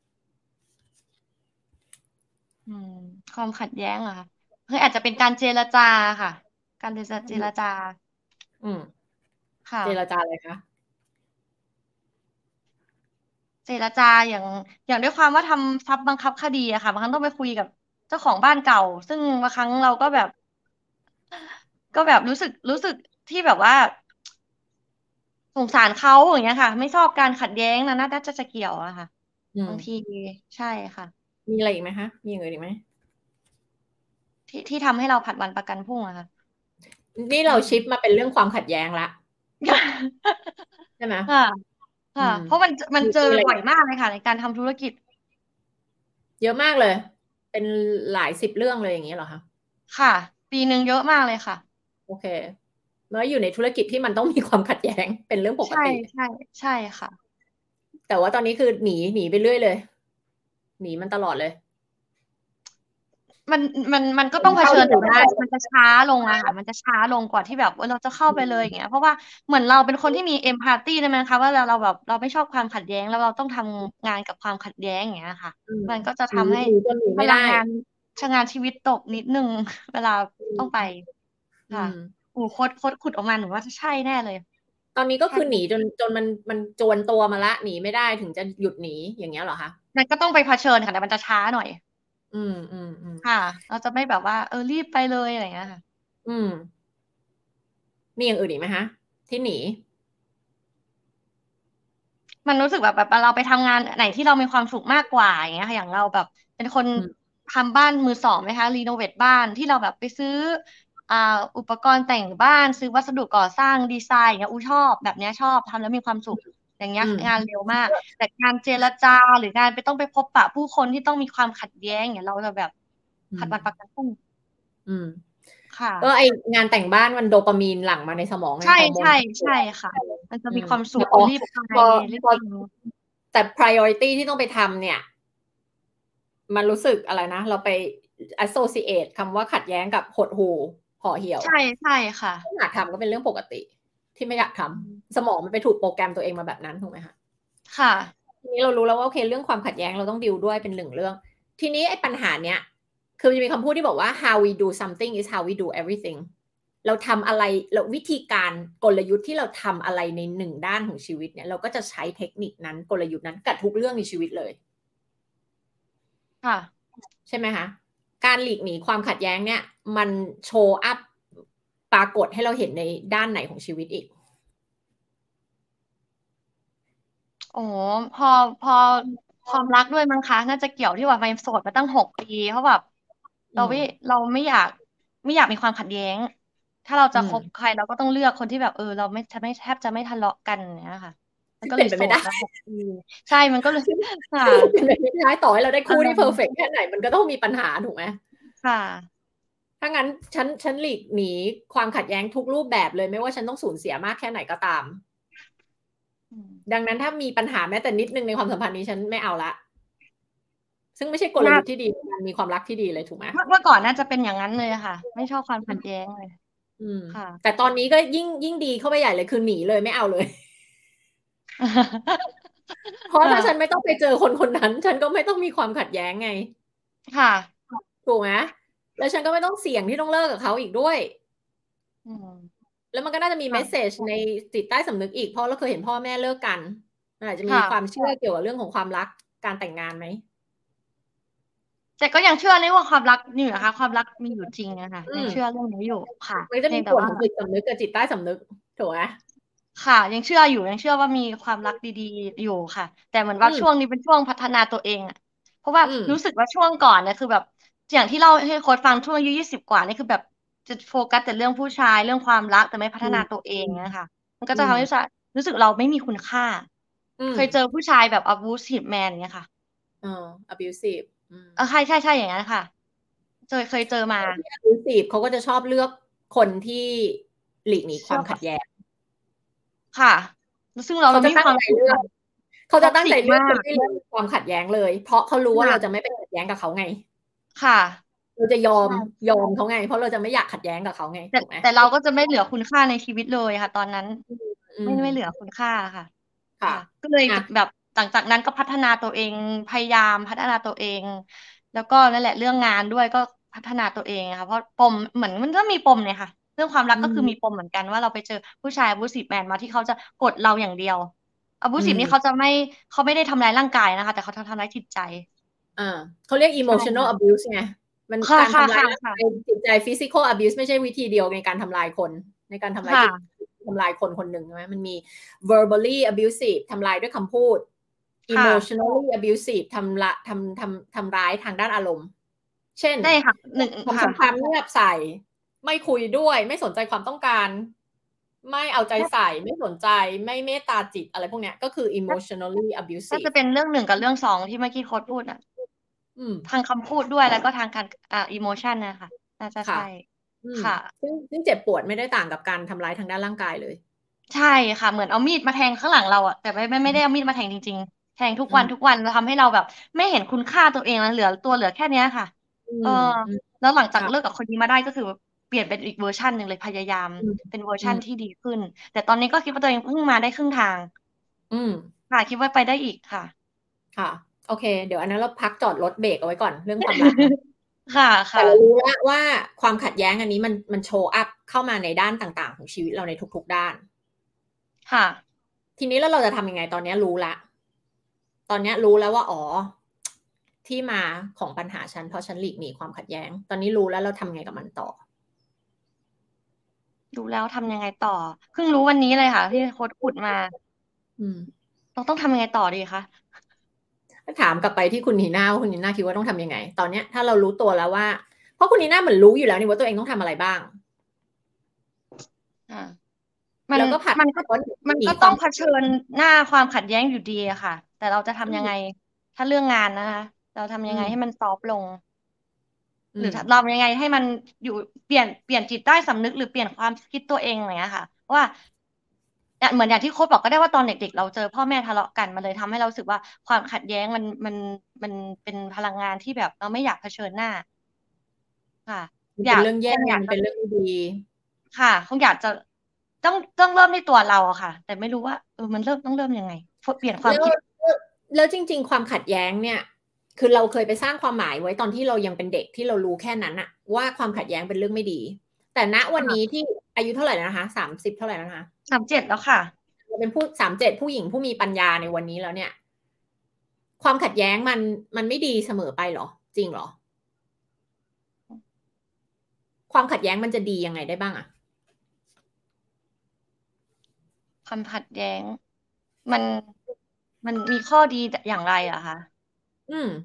อืมความขัดแย้งเหรอคะคืออาจจะเป็นการเจรจาค่ะการเจรจาอืมค่ะเจรจาอะไรคะเจรจาอย่างด้วยความว่าทำทรัพย์บังคับคดีอะค่ะบางครั้งต้องไปคุยกับเจ้าของบ้านเก่าซึ่งบางครั้งเราก็แบบรู้สึกที่แบบว่าสงสารเขาอย่างเงี้ยค่ะไม่ชอบการขัดแย้งนะน่าจะเกี่ยวอะค่ะอืมบางทีใช่ค่ะมีอะไรอีกไหมคะมีอย่างอื่นอีกไหมที่ทำให้เราผัดวันประกันพรุ่งอะค่ะนี่อืเราชิปมมาเป็นเรื่องความขัดแย้งละใช่ไหมค่ะอืค่ะมเพราะมันเจอมีอะไรบ่อยมากเลยค่ะในการทำธุรกิจเยอะมากเลย เป็นหลาย10เรื่องเลยอย่างนี้เหรอคะค่ะปีหนึ่งเยอะมากเลยค่ะโอเคเมื่ออยู่ในธุรกิจที่มันต้องมีความขัดแย้งเป็นเรื่องปกใช่ติใช่ใช่ค่ะแต่ว่าตอนนี้คือหนีไปเรื่อยเลยหนีมันตลอดเลยมันมันก็ต้องเผเท่าชิญแต่ที่อยู่ได้มันจะช้าลงอะค่ะมันจะช้าลงกว่าที่แบบเราจะเข้าไปเลยอย่างเงี้ยเพราะว่าเหมือนเราเป็นคนที่มีเอมพาตีได้ไหมคะว่าเราแบบเราไม่ชอบความขัดแย้งแล้วเราต้องทำงานกับความขัดแย้งอย่างเงี้ยค่ะอืมมันก็จะหนีทำให้หนีจนหนีไม่ได้พลังงานชีวิตตกนิดนึงเวลาต้องไปอืค่ะมโอ้โคตรขุดออกมาหนูว่าใช่แน่เลยตอนนี้ก็ใช่คือหนีจนมันจวนตัวมาละหนีไม่ได้ถึงจะหยุดหนีอย่างเงี้ยเหรอคะมันก็ต้องไปเผชิญค่ะแต่มันจะช้าหน่อยอืมอืมอืมค่ะเราจะไม่แบบว่ารีบไปเลยอะไรอย่างเงี้ยค่ะอืมมีอย่างอื่นอีกไหมคะที่หนีมันรู้สึกแบบเราไปทำงานไหนที่เรามีความสุขมากกว่าอย่างเงี้ยค่ะอย่างเราแบบเป็นคนอืมทำบ้านมือสองไหมคะรีโนเวทบ้านที่เราแบบไปซื้ออ่าอุปกรณ์แต่งบ้านซื้อวัสดุก่อสร้างดีไซน์อย่างเงี้ยชอบแบบเนี้ยชอบทำแล้วมีความสุขอย่างเงี้ยอืมงานเร็วมากแต่การเจรจาหรืองานไปต้องไปพบปะผู้คนที่ต้องมีความขัดแย้งอย่างเงี้ยเราจะแบบอืมผัดวันประกันพรุ่งอืมค่ะก็ไองานแต่งบ้านมันโดปามีนหลั่งมาในสมองไงใช่ฮอร์โมนใช่ใช่ค่ะมันจะอืมมีความสุขแต่รีบไปพอรีบพอทแต่ priority ที่ต้องไปทำเนี่ยมันรู้สึกอะไรนะเราไป associate คำว่าขัดแย้งกับหดหู่ห่อเหี่ยวำใช่ใช่ค่ะไม่อยากทำก็เป็นเรื่องปกติที่ไม่อยากทอืำสมมองมันไปถูกโปรแกรมตัวเองมาแบบนั้นถูกไหมคะค่ะทีนี้เรารู้แล้วว่าโอเคเรื่องความขัดแย้งเราต้องดิวด้วยเป็นหนึ่งเรื่องทีนี้ไอ้ปัญหาเนี้ยคือมันจะมีคำพูดที่บอกว่า how we do something is how we do everything เราทำอะไรเราวิธีการกลยุทธ์ที่เราทำอะไรในหนึ่งด้านของชีวิตเนี่ยเราก็จะใช้เทคนิคนั้นกลยุทธ์นั้นกับทุกเรื่องในชีวิตเลยค่ะใช่ไหมคะการหลีกหนีความขัดแย้งเนี่ยมันโชว์อัพปรากฏให้เราเห็นในด้านไหนของชีวิตอีกโอ้พอพอความรักด้วยมั้งคะน่าจะเกี่ยวที่ว่าไปโสดมาตั้ง6 ปีเพราะแบบอืมเราไม่อยากมีความขัดแย้งถ้าเราจะอืมคบใครเราก็ต้องเลือกคนที่แบบเราไม่แทบจะไม่ทะเลาะกันอย่างเนี้ยค่ะมันซึ่งก็เลยโสเป็นไปไม่ได้ดมา6 ปีใช่มันก็เลย ค่ะซึ่งเป็นไปไม่ได้ต่อให้เราได้เคู่ที่เพอร์เฟกออต์แค่ไหนมันก็ต้องมีปัญหาถูกไหมค่ะถ้างั้นฉันหลีกหนีความขัดแย้งทุกรูปแบบเลยไม่ว่าฉันต้องสูญเสียมากแค่ไหนก็ตามอืมดังนั้นถ้ามีปัญหาแม้แต่นิดนึงในความสัมพันธ์นี้ฉันไม่เอาละซึ่งไม่ใช่กลน่ายุทธ์ที่ดีในการมีความรักที่ดีเลยถูกไหมเมื่อก่อนน่าจะเป็นอย่างนั้นเลยค่ะไม่ชอบความขัดแย้งเลยค่ะแต่ตอนนี้ก็ยิ่งดีเข้าไปใหญ่เลยคือหนีเลยไม่เอาเลย เพราะถ้าฉันค่ะไม่ต้องไปเจอคนคนนั้นฉันก็ไม่ต้องมีความขัดแย้งไงค่ะถูกไหมแล้วฉันก็ไม่ต้องเสี่ยงที่ต้องเลิกกับเขาอีกด้วยอืมแล้วมันก็น่าจะมีเมสเซค่ะจในจิตใต้สำนึกอีกเพราะเราเคยเห็นพ่อแม่เลิกกันมันอาจจะมีค่ะความเชื่อเกี่ยวกับเรื่องของความรักการแต่งงานไหมแต่ก็ยังเชื่อเรื่องว่าความรักนี่นะคะความรักมีอยู่จริงนะคะอืมยังเชื่อเรื่องนี้อยู่ค่ะมันจะเพียงแต่ว่ามีส่วนของจิตสำนึกกับจิตใต้สำนึกถูกไหมค่ะยังเชื่ออยู่ยังเชื่อว่ามีความรักดีๆอยู่ค่ะแต่เหมือนว่าช่วงอืมนี้เป็นช่วงพัฒนาตัวเองอ่ะเพราะว่าอืมรู้สึกว่าช่วงก่อนเนี่ยคือแบบอย่างที่เล่าให้โค้ชฟังช่วงอายุ20กว่านี่คือแบบจะโฟกัสแต่เรื่องผู้ชายเรื่องความรักแต่ไม่พัฒอืมนาตัวเองอืมนะคะมันก็อืมจะทำให้รู้สึกเราไม่มีคุณค่าอืมเคยเจอผู้ชายแบบ abusive man อย่างเงี้ยค่ะเออ abusive อืมใช่อย่างนั้นค่ะเคยเจอมาที่ abusive เขาก็จะชอบเลือกคนที่หลีกหนีความเชื่อขัดแย้งค่ะซึ่งเราเขาจะตั้ไม่มีความงใจเลือกเขาท็อกจะตั้งใจเลืซิกมากอกคนที่หลีกหนีความขัดแย้งเลยเพราะเขารู้ว่าเราจะค่ะไม่ไปขัดแย้งกับเขาไงค่ะเราจะยอมใช่ยอมเขาไงเพราะเราจะไม่อยากขัดแย้งกับเขาไงแต่ถูกไหมแต่เราก็จะไม่เหลือคุณค่าในชีวิตเลยค่ะตอนนั้นอืมอืมไม่เหลือคุณค่าค่ะค่ะค่ะก็เลยอ่ะแบบหลังจากนั้นก็พัฒนาตัวเองพยายามพัฒนาตัวเองแล้วก็นั่นแหละเรื่องงานด้วยก็พัฒนาตัวเองค่ะเพราะปมเหมือนมันก็มีปมเนี่ยค่ะเรื่องความรักอืก็คือมีปมมเหมือนกันว่าเราไปเจอผู้ชาย abusive man มาที่เขาจะกดเราอย่างเดียวอื abusive นี่มเขาไม่ได้ทำร้ายร่างกายนะคะแต่เขาทำร้ายจิตใจอ่าเขาเรียกใช่ emotional ค่ะ abuse ไงมันค่ะการค่ะค่ะทำร้ายร่างกายค่ะจิตใจ physical abuse ไม่ใช่วิธีเดียวในการทำลายคนในการทำลายจิตค่ะทำลายคนคนหนึ่งใช่ไหมมันมี verbally abusive ทำลายด้วยคำพูดค่ะ emotionally abusive ทำร้ายทางด้านอารมณ์เช่นได้ค่ะหนึ่งค่ะทำความเงียบใส่ไม่คุยด้วยไม่สนใจความต้องการไม่เอาใจใส่ไม่สนใจไม่เมตตาจิตอะไรพวกเนี้ยก็คือ emotionally น่าจะ abusive เป็นเรื่องหนึ่งกับเรื่องสองที่เมื่อกี้โค้ดพูดอ่ะอืมทางคำพูดด้วยแล้วก็ทางการอิโมชันนะคะน่าจะค่ะใช่อืมค่ะซึ่งเจ็บปวดไม่ได้ต่างกับการทำร้ายทางด้านร่างกายเลยใช่ค่ะเหมือนเอามีดมาแทงข้างหลังเราอะแต่ไม่ได้เอามีดมาแทงจริงๆแทงทุกอืมวันทุกวันแล้วทำให้เราแบบไม่เห็นคุณค่าตัวเองแล้วเหลือแค่เนี้ยค่ะอืเออมอืมแล้วหลังจากค่ะเลิกกับคนนี้มาได้ก็คือเปลี่ยนเป็นอีกเวอร์ชันหนึ่งเลยพยายามอืมเป็นเวอร์อืมชันที่ดีขึ้นแต่ตอนนี้ก็คิดว่าตัวเองเพิ่งมาได้ครึ่งทางอืมค่ะคิดว่าไปได้อีกค่ะค่ะโอเคเดี๋ยวอันนั้นเราพักจอดรถเบรกเอาไว้ก่อนเรื่องความรักเนาะค่ะค่ะแต่เรารู้แล้วว่าความขัดแย้งอันนี้มันโชว์อัพเข้ามาในด้านต่างๆของชีวิตเราในทุกๆด้านค่ะทีนี้แล้วเราจะทำยังไงตอนนี้รู้ละตอนนี้รู้แล้วว่าอ๋อที่มาของปัญหาฉันเพราะฉันหลีกหนีความขัดแย้งตอนนี้รู้แล้วเราทำไงกับมันต่อดูแล้วทำยังไงต่อเพิ่งรู้วันนี้เลยค่ะที่โค้ดขุดมาอืมเราต้องทำยังไงต่อดีคะถ้าถามกลับไปที่คุณนีน่าว่าคุณนีน่าคิดว่าต้องทำยังไงตอนเนี้ยถ้าเรารู้ตัวแล้วว่าเพราะคุณนีน่าเหมือนรู้อยู่แล้วนี่ว่าตัวเองต้องทำอะไรบ้างอ่ามันแล้วก็ผัดมันก็พ้นมันหนีความก็ต้องเผชิญหน้าความขัดแย้งอยู่ดีอะค่ะแต่เราจะอืทำยังไงมถ้าเรื่องงานนะคะเราทำยังไงให้มันอืมซอฟต์ลงหรืออืมเรายังไงให้มันอยู่เปลี่ยนจิตใต้สำนึกหรือเปลี่ยนความคิดตัวเองอะไรอย่างเงี้ยค่ะว่าเหมือนอย่างที่โค้ชบอกก็ได้ว่าตอนเด็กๆเราเจอพ่อแม่ทะเลาะกันมันเลยทำให้เรารู้สึกว่าความขัดแย้งมันเป็นพลังงานที่แบบเราไม่อยากเผชิญหน้าค่ะมันเป็นเรื่องแย่คงอยากจะมันเป็นเรื่องไม่ดีค่ะคงอยากจะต้องเริ่มที่ตัวเราอะค่ะแต่ไม่รู้ว่ามันต้องเริ่มยังไงเปลี่ยนความแล้วคิดแล้วจริงๆความขัดแย้งเนี่ยคือเราเคยไปสร้างความหมายไว้ตอนที่เรายังเป็นเด็กที่เรารู้แค่นั้นอะว่าความขัดแย้งเป็นเรื่องไม่ดีแต่ณวันนี้ค่ะที่อายุเท่าไหร่แล้วนะคะ30เท่าไหร่แล้วนะคะ 37แล้วค่ะเราเป็นผู้37ผู้หญิงผู้มีปัญญาในวันนี้แล้วเนี่ยความขัดแย้งมันไม่ดีเสมอไปเหรอจริงเหรอความขัดแย้งมันจะดียังไงได้บ้างอะความขัดแย้งมันมันมีข้อดีอย่างไรอะคะอืม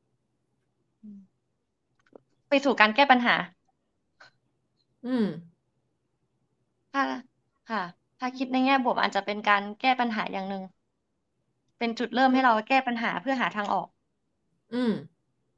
ไปสู่การแก้ปัญหาอืมถ้าค่ะถ้าคิดในแง่บวกอาจจะเป็นการแก้ปัญหาอย่างหนึ่งเป็นจุดเริ่มให้เราแก้ปัญหาเพื่อหาทางออกอืม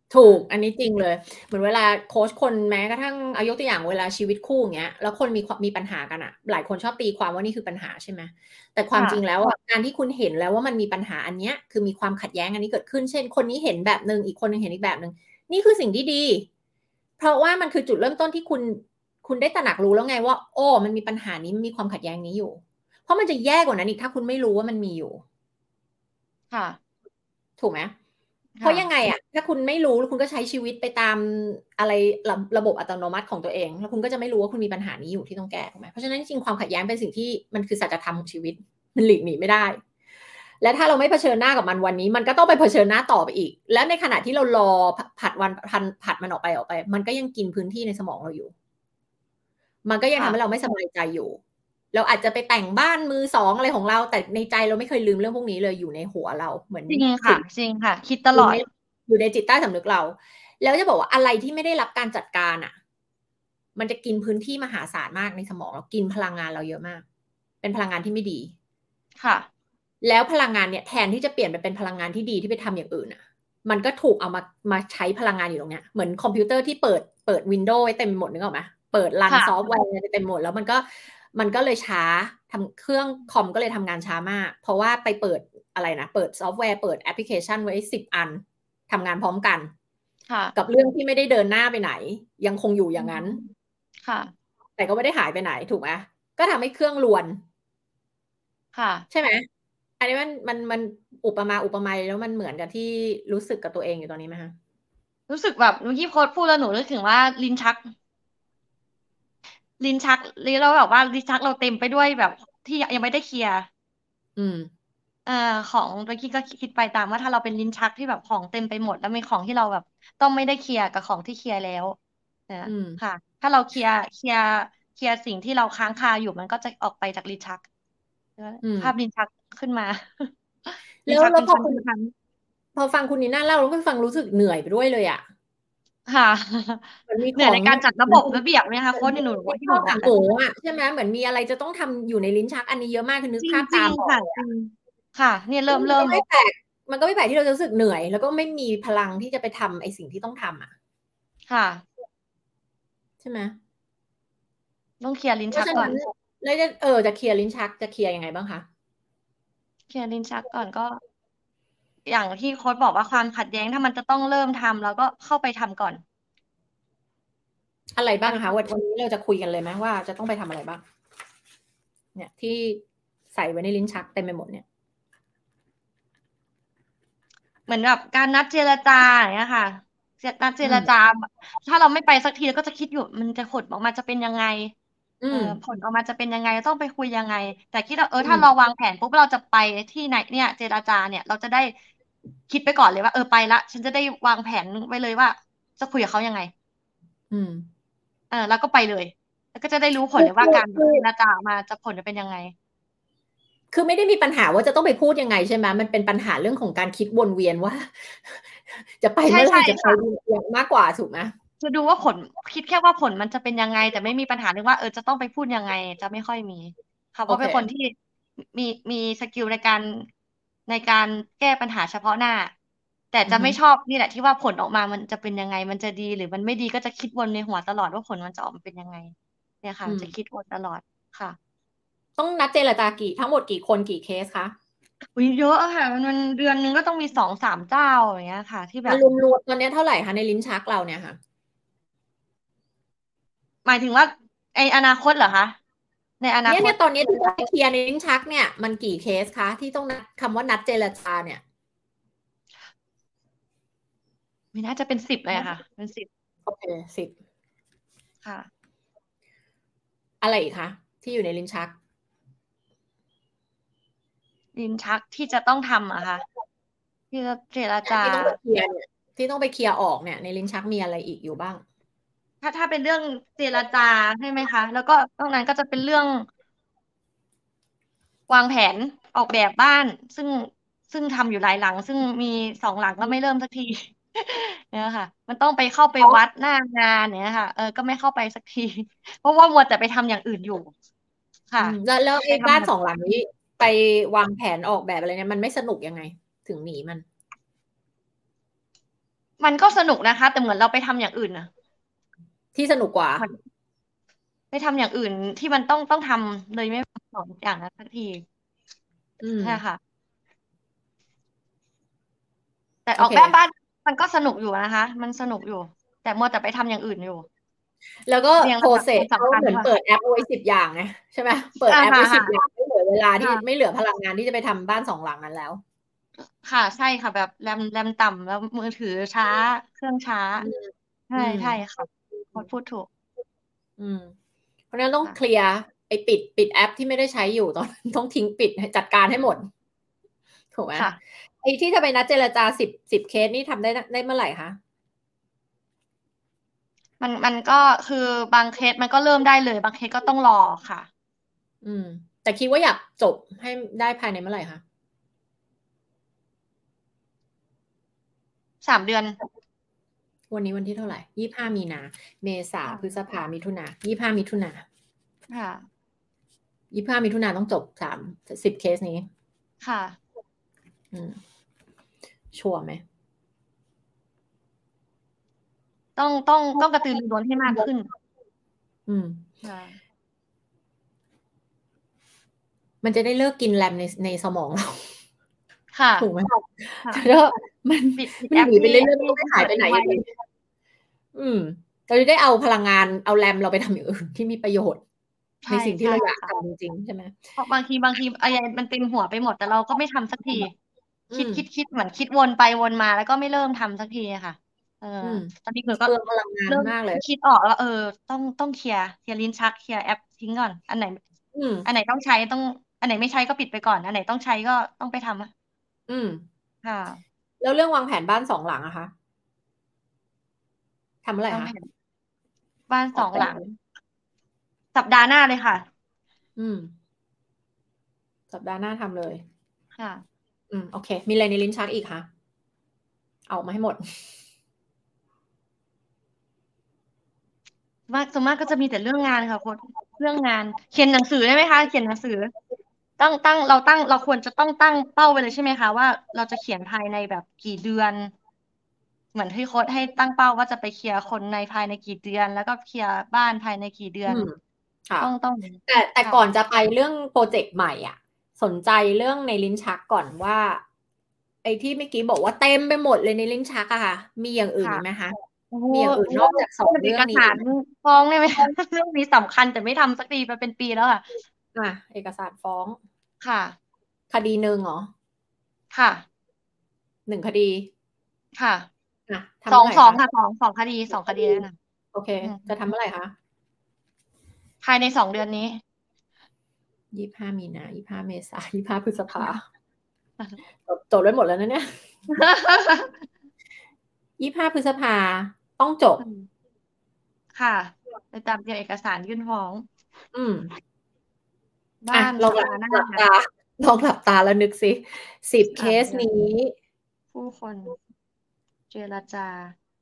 ถูกอันนี้จริงเลยเหมือนเวลาโค้ชคนแม้กระทั่งเอายกตัวอย่างเวลาชีวิตคู่อย่างเงี้ยแล้วคนมีปัญหากันอะหลายคนชอบตีความว่านี่คือปัญหาใช่ไหมแต่ความจริงแล้วอะการที่คุณเห็นแล้วว่ามันมีปัญหาอันเนี้ยคือมีความขัดแย้งอันนี้เกิดขึ้นเช่นคนนี้เห็นแบบนึงอีกคนนึงเห็นอีกแบบนึงนี่คือสิ่งที่ดีเพราะว่ามันคือจุดเริ่มต้นที่คุณได้ตระหนักรู้แล้วไงว่าโอ้มันมีปัญหานี้มันมีความขัดแย้งนี้อยู่เพราะมันจะแย่กว่านั้นอีกถ้าคุณไม่รู้ว่ามันมีอยู่ค่ะถูกไหม เพราะยังไงอะถ้าคุณไม่รู้แล้วคุณก็ใช้ชีวิตไปตามอะไรระบบอัตโนมัติของตัวเองแล้วคุณก็จะไม่รู้ว่าคุณมีปัญหานี้อยู่ที่ต้องแก้ถูกไหมเพราะฉะนั้นจริงๆความขัดแย้งเป็นสิ่งที่มันคือสัจธรรมของชีวิตมันหลีกหนีไม่ได้และถ้าเราไม่เผชิญหน้ากับมันวันนี้มันก็ต้องไปเผชิญหน้าต่อไปอีกแล้วในขณะที่เรารอผัดมันออกไปมันก็ยังกินพื้นที่ในสมองเราอยู่มันก็ยังทำให้เราไม่สบายใจอยู่เราอาจจะไปแต่งบ้านมือสองอะไรของเราแต่ในใจเราไม่เคยลืมเรื่องพวกนี้เลยอยู่ในหัวเราเหมือนจริงค่ะจริงค่ะคิดตลอดอยู่ในจิตใต้สำนึกเราแล้วจะบอกว่าอะไรที่ไม่ได้รับการจัดการอ่ะมันจะกินพื้นที่มหาศาลมากในสมองเรากินพลังงานเราเยอะมากเป็นพลังงานที่ไม่ดีค่ะแล้วพลังงานเนี่ยแทนที่จะเปลี่ยนไปเป็นพลังงานที่ดีที่ไปทำอย่างอื่นอ่ะมันก็ถูกเอามาใช้พลังงานอยู่ตรงเนี้ยเหมือนคอมพิวเตอร์ที่เปิดวินโดว์ไว้เต็มหมดนึกออกไหมเปิดรันซอฟต์แวร์เต็มหมดแล้วมันก็เลยช้าทำเครื่องคอมก็เลยทำงานช้ามากเพราะว่าไปเปิดอะไรนะเปิดซอฟต์แวร์เปิดแอปพลิเคชันไว้10 อันทำงานพร้อมกันกับเรื่องที่ไม่ได้เดินหน้าไปไหนยังคงอยู่อย่างนั้นค่ะแต่ก็ไม่ได้หายไปไหนถูกไหมก็ทำให้เครื่องรวนค่ะใช่ไหมอันนี้มันอุปไมยแล้วมันเหมือนกับที่รู้สึกกับตัวเองอยู่ตอนนี้ไหมคะรู้สึกแบบเมื่อกี้โค้ชพูดแล้วหนูนึกถึงว่าลิ้นชักเราแบบว่าลิ้นชักเราเต็มไปด้วยแบบที่ยังไม่ได้เคลียร์อืมเอ่อของเมื่อกี้ก็คิดไปตามว่าถ้าเราเป็นลิ้นชักที่แบบของเต็มไปหมดแล้วมีของที่เราแบบต้องไม่ได้เคลียร์กับของที่เคลียร์แล้วนะค่ะถ้าเราเคลียร์สิ่งที่เราค้างคาอยู่มันก็จะออกไปจากลิ้นชักภาพลิ้นชักขึ้นมาลิ้นชักเป็นชั้นพอฟังคุณนีน่าเล่าแล้วก็ฟังรู้สึกเหนื่อยไปด้วยเลยอ่ะค่ะมันมีเหนื่อยในของการจัดระบบระเบียบเนี่ยค่ะโค้ชที่หนูไม่ที่ชอบหนูบอกอะต่างหูอ่ะใช่ไหมเหมือนมีอะไรจะต้องทำอยู่ในลิ้นชักอันนี้เยอะมากคือนึกภาพจริงค่ะตามออกจริงค่ะเนี่ยมันเริ่มก็ไม่แปลกมันก็ไม่แปลกที่เราจะรู้สึกเหนื่อยแล้วก็ไม่มีพลังที่จะไปทำไอ้สิ่งที่ต้องทำอ่ะค่ะใช่ไหมต้องเคลียร์ลิ้นเพราะฉะนั้นชักก่อนแล้วจะเคลียร์ลิ้นชักจะเคลียร์ยังไงบ้างคะเคลียร์ลิ้นชักก่อนก็อย่างที่โค้ชบอกว่าความขัดแย้งถ้ามันจะต้องเริ่มทำเราก็เข้าไปทำก่อนอะไรบ้างคะไปวันนี้เราจะคุยกันเลยไหมว่าจะต้องไปทำอะไรบ้างเนี่ยที่ใส่ไว้ในลิ้นชักเต็มไปหมดเนี่ยเหมือนแบบการนัดเจรจาอย่างเงี้ยค่ะนัดเจรจาอืมถ้าเราไม่ไปสักทีเราก็จะคิดอยู่มันจะผลออกมาจะเป็นยังไงอืมผลออกมาจะเป็นยังไงต้องไปคุยยังไงแต่คิดว่าอืมถ้าเราวางแผนปุ๊บเราจะไปที่ไหนเนี่ยเจรจาเนี่ยเราจะได้คิดไปก่อนเลยว่าไปละฉันจะได้วางแผนไว้เลยว่าจะคุยกับเขายังไงอืมแล้วก็ไปเลยแล้วก็จะได้รู้ผลคือเลยว่าการคือเจรจาออกมาจะผลจะเป็นยังไงคือไม่ได้มีปัญหาว่าจะต้องไปพูดยังไงใช่ไหมมันเป็นปัญหาเรื่องของการคิดวนเวียนว่าจะไปเมื่อไหร่ใช่จะไปค่ะมากกว่าถูกไหมจะดูว่าผลคิดแค่ว่าผลมันจะเป็นยังไงแต่ไม่มีปัญหาเรื่องว่าจะต้องไปพูดยังไงจะไม่ค่อยมีค่ะเพราะโอเคเป็นคนที่มีมีสกิลในการแก้ปัญหาเฉพาะหน้าแต่อือฮึจะไม่ชอบนี่แหละที่ว่าผลออกมามันจะเป็นยังไงมันจะดีหรือมันไม่ดีก็จะคิดวนในหัวตลอดว่าผลมันจะออกมาเป็นยังไงเนี่ยค่ะอืมจะคิดวนตลอดค่ะต้องนัดเจรจากีทั้งหมดกี่คนกี่เคสคะอุ้ยเยอะอะค่ะมันเดือนนึงก็ต้องมี2-3เจ้าอย่างเงี้ยค่ะที่แบบมันรวมๆตอนนี้เท่าไหร่คะในลิ้นชักเราเนี่ยค่ะหมายถึงว่าอนาคตเหรอคะในอนาคตเนี่ยตอนนี้ที่ต้องไปเคลียร์ในลิ้นชักเนี่ยมันกี่เคสคะที่ต้องนัดคำว่านัดเจรจาเนี่ยไม่น่าจะเป็น10เลยอะค่ะเป็น10 โอเค10 ค่ะอะไรอีกคะที่อยู่ในลิ้นชักลิ้นชักที่จะต้องทำอะค่ะที่จะเจรจาที่ต้องไปเคลียร์เนี่ยที่ต้องไปเคลียร์ออกเนี่ยในลิ้นชักมีอะไรอีกอยู่บ้างถ้าเป็นเรื่องเจรจาใช่ไหมคะแล้วก็ตรงนั้นก็จะเป็นเรื่องวางแผนออกแบบบ้านซึ่งทำอยู่หลายหลังซึ่งมี2 หลังก็ไม่เริ่มสักทีเนี่ยค่ะมันต้องไปเข้าไปวัดหน้างานเนี่ยค่ะก็ไม่เข้าไปสักทีเพราะว่ามัวแต่ไปทำอย่างอื่นอยู่ค่ะแล้วไอ้บ้านไปทำแบบ 2 หลังนี้ไปวางแผนออกแบบอะไรเนี่ยมันไม่สนุกยังไงถึงหนีมันมันก็สนุกนะคะ แต่เหมือนเราไปทำอย่างอื่นนะที่สนุกกว่าเหมือนไปทำอย่างอื่นที่มันต้องทำเลยไม่สองอย่างนั้นสักทีอืมใช่ค่ะแต่โอเคออกแบบบ้านมันก็สนุกอยู่นะคะมันสนุกอยู่แต่มัวแต่ไปทำอย่างอื่นอยู่แล้วก็เรียงโปรเซสลำดับความเขาสำคัญค่ะเหมือนเปิดแอปเอาไว้10 อย่างไงใช่ไหมเปิดแอปค่ะไว้สิบอย่าค่ะงไม่เหลือเวลาที่ไม่ค่ะเหลือพลังงานที่จะไปทำบ้าน2 หลังนั้นแล้วค่ะใช่ค่ะแบบแรมต่ำแล้วมือถือช้าเครื่องช้าอืมใช่อืมใช่ค่ะพูดถูกอืมเพราะฉะนั้นต้องเคลีค่ะยร์ไอ้ปิดแอปที่ไม่ได้ใช้อยู่ตอนต้องทิ้งปิดจัดการให้หมดถูกไหมค่ะไอ้ที่จะไปนัดเจรจาสิบเคสนี่ทำได้เมื่อไหร่คะมันก็คือบางเคสมันก็เริ่มได้เลยบางเคสก็ต้องรอค่ะอืมแต่คิดว่าอยากจบให้ได้ภายในเมื่อไหร่คะ 3 เดือนวันนี้วันที่เท่าไหร่25 มีนาเมษาพฤษค่ะภามิถุนา25 มิถุนาค่ะ 25 มิถุนาต้องจบ10 เคสนี้ค่ะอืมชัวร์ไหมต้องกระตือรือร้นให้มากขึ้นอืมค่ะมันจะได้เลิกกินแรมในสมองเราค่ะถูกไหมค่ะแล้วมันปิดมันแอปที่หนีไปเรื่อยๆมันที่ก็ไม่หายไปไหนเปิดทิ้งไว้อยู่ดีอืมเราจะได้เอาพลังงานเอาแรมเราไปทำอย่างอื่นที่มีประโยชน์ในใช่สิ่งที่ใช่เราอยากค่ะทำจริงๆใช่ไหมเพราะบางทีอะไรมันเต็มหัวไปหมดแต่เราก็ไม่ทำสักทีอืมคิดเหมือนคิดวนไปวนมาแล้วก็ไม่เริ่มทำสักทีอะค่ะเอออืมตอนนี้หนูก็เปลืองพลังงานเริ่มมากเลยคิดออกแล้วต้องเคลียร์ลิ้นชักเคลียร์แอปทิ้งก่อนอืมอันไหนต้องใช้อันไหนไม่ใช้ก็ปิดไปก่อนอันไหนต้องใช้ก็ต้องไปทำอะอืมค่ะแล้วเรื่องวางแผนบ้าน2 หลังอะคะทำเมื่อไหร่คะวางแผนบ้านออกแบบ 2 หลังสัปดาห์หน้าเลยค่ะอืมสัปดาห์หน้าทำเลยค่ะอืมโอเคมีอะไรในลิ้นชักอีกคะเอามาให้หมดส่วนมากก็จะมีแต่เรื่องงานค่ะคนเรื่องงานเขียนหนังสือได้ไหมคะเขียนหนังสือเราควรจะต้องตั้งเป้าไปเลยใช่ไหมคะว่าเราจะเขียนภายในแบบกี่เดือนเหมือนที่โค้ดให้ตั้งเป้าว่าจะไปเคลียร์คนในภายในกี่เดือนแล้วก็เคลียร์บ้านภายในกี่เดือนอืมค่ะต้องแต่ค่ะก่อนจะไปเรื่องโปรเจกต์ใหม่อ่ะสนใจเรื่องในลิ้นชักก่อนว่าไอ้ที่เมื่อกี้บอกว่าเต็มไปหมดเลยในลิ้นชักอะค่ะมีอย่างอื่นค่ะอีกไหมคะโอ้โหมีอย่างอื่นนอกจากสองเป็นเอเรื่องกสารนี้อีกไหมฟ้องได้ไหมคะเรื่องนี้สำคัญแต่ไม่ทำสักทีมาเป็นปีแล้วอะอ่ะเอกสารฟ้องค่ะคดีหนึ่งเหรอค่ะ 1 คดีค่ะอ่ะทำสองเมื่อไหร่คะสองค่ะสองคดีแล้วนะโอเคอืมจะทำเมื่อไหร่คะภายใน2 เดือนนี้ 25 มีนา25 เมษา25 พฤษภาจบได้หมดแล้วนะเนี่ย25 พฤษภาต้องจบค่ะไปตามเตรียมเอกสารยื่นฟ้องอืม อ่ะบ้านลองหลับสัปดาห์หน้าตาลองหลับตาแล้วนึกสิ10 เคส 3 เดือนนี้ผู้คนเจรจา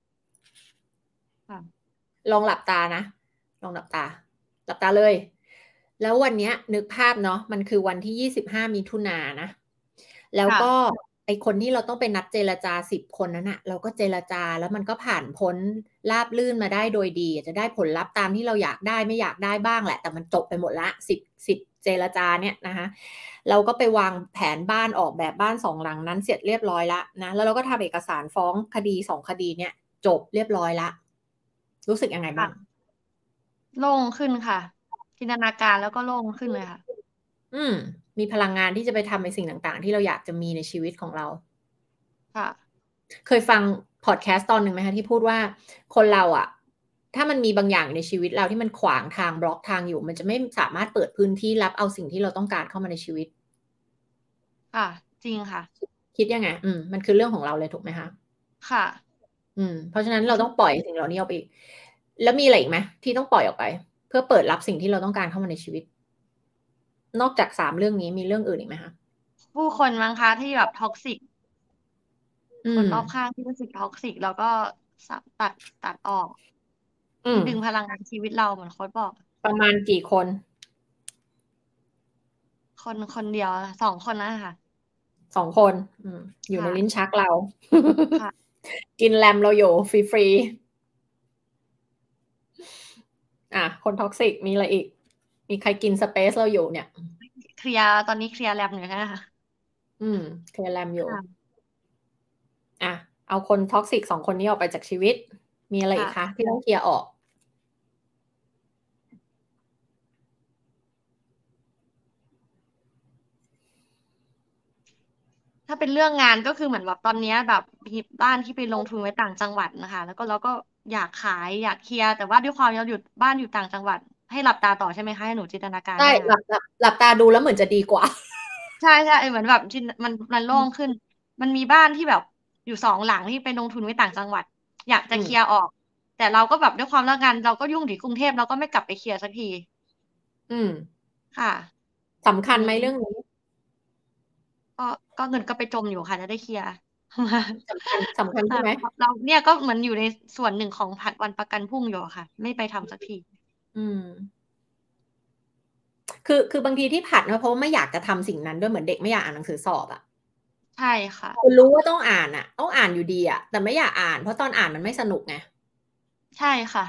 ค่ะลองหลับตานะลองหลับตาหลับตาเลยแล้ววันเนี้ยนึกภาพเนาะมันคือวันที่25 มิถุนายนนะแล้วค่ะก็ไอคนที่เราต้องไปนัดเจรจา10 คนนั้นอะเราก็เจรจาแล้วมันก็ผ่านพ้นราบรื่นมาได้โดยดีจะได้ผลลัพธ์ตามที่เราอยากได้ไม่อยากได้บ้างแหละแต่มันจบไปหมดละสิบเจรจาเนี่ยนะคะเราก็ไปวางแผนบ้านออกแบบบ้าน2 หลังนั้นเสร็จเรียบร้อยละนะแล้วเราก็ทำเอกสารฟ้องคดี2 คดีเนี่ยจบเรียบร้อยละรู้สึกยังไงบ้างค่ะโล่งขึ้นค่ะจินตนาการแล้วก็โล่งขึ้นเลยค่ะอืมมีพลังงานที่จะไปทำในสิ่งต่างๆที่เราอยากจะมีในชีวิตของเราค่ะเคยฟังพอดแคสต์ตอนหนึ่งไหมคะที่พูดว่าคนเราอะถ้ามันมีบางอย่างในชีวิตเราที่มันขวางทางบล็อกทางอยู่มันจะไม่สามารถเปิดพื้นที่รับเอาสิ่งที่เราต้องการเข้ามาในชีวิตค่ะจริงค่ะคิดยังไงมันคือเรื่องของเราเลยถูกไหมคะค่ะเพราะฉะนั้นเราต้องปล่อยสิ่งเหล่านี้ออกไปอีกแล้วมีอะไรอีกไหมที่ต้องปล่อยออกไปเพื่อเปิดรับสิ่งที่เราต้องการเข้ามาในชีวิตนอกจาก3 เรื่องนี้มีเรื่องอื่นอีกไหมคะผู้คนมั้งคะที่แบบท็อกซิกอืมคนรอบข้างที่รู้สึกท็อกซิกแล้วก็สับตัดออกอืมที่ดึงพลังงานชีวิตเราเหมือนโค้ชบอกประมาณกี่คนคนเดียว2 คนนะคะ 2 คนอยู่ในลิ้นค่ะชักเราค่ะกินแรมเราอยู่ฟรีๆคนท็อกซิกมีอะไรอีก มีใครกินสเปซเราอยู่เนี่ยตอนนี้เคลียร์แลบอยู่นะคะเคลียร์แรมอยู่ค่ะเอาคนท็อกซิก2 คนนี้ออกไปจากชีวิต มีอะไรอีกคะที่ต้องเคลียร์ออกถ้าเป็นเรื่องงานก็คือเหมือนแบบตอนเนี้ยแบบมีบ้านที่ไปลงทุนไว้ต่างจังหวัดนะคะ แล้วก็เราก็อยากขายอยากเคลียร์แต่ว่าด้วยความเราอยู่บ้านอยู่ต่างจังหวัด ให้หลับตาต่อใช่ไหมคะให้หนูจินตนาการใช่ให้หลับหลับตาดูแล้วเหมือนจะดีกว่าใช่ใช่เหมือนแบบมันโล่งขึ้น มันมีบ้านที่แบบอยู่2 หลังที่ไปลงทุนไว้ต่างจังหวัด อยากจะเคลียร์ออก แต่เราก็แบบด้วยความเลิกงานเราก็ยุ่งที่กรุงเทพเราก็ไม่กลับไปเคลียร์สักทีอืมค่ะสำคัญไหมเรื่องนี้ก็ก็เงินก็ไปจมอยู่ค่ะจะได้เคลียร์สำคัญใช่ไหมเราเนี่ยก็เหมือนอยู่ในส่วนหนึ่งของผัดวันประกันพรุ่งอยู่อะค่ะ ไม่ไปทำสักทีอืมคือบางทีที่ผัดนะเพราะว่าไม่อยากจะทำสิ่งนั้นด้วยเหมือนเด็กไม่อยากอ่านหนังสือสอบอ่ะใช่ค่ะคุณรู้ว่าต้องอ่านอ่ะ ต้องอ่านอยู่ดีอ่ะ แต่ไม่อยากอ่านเพราะตอนอ่านมันไม่สนุกไงใช่ค่ะ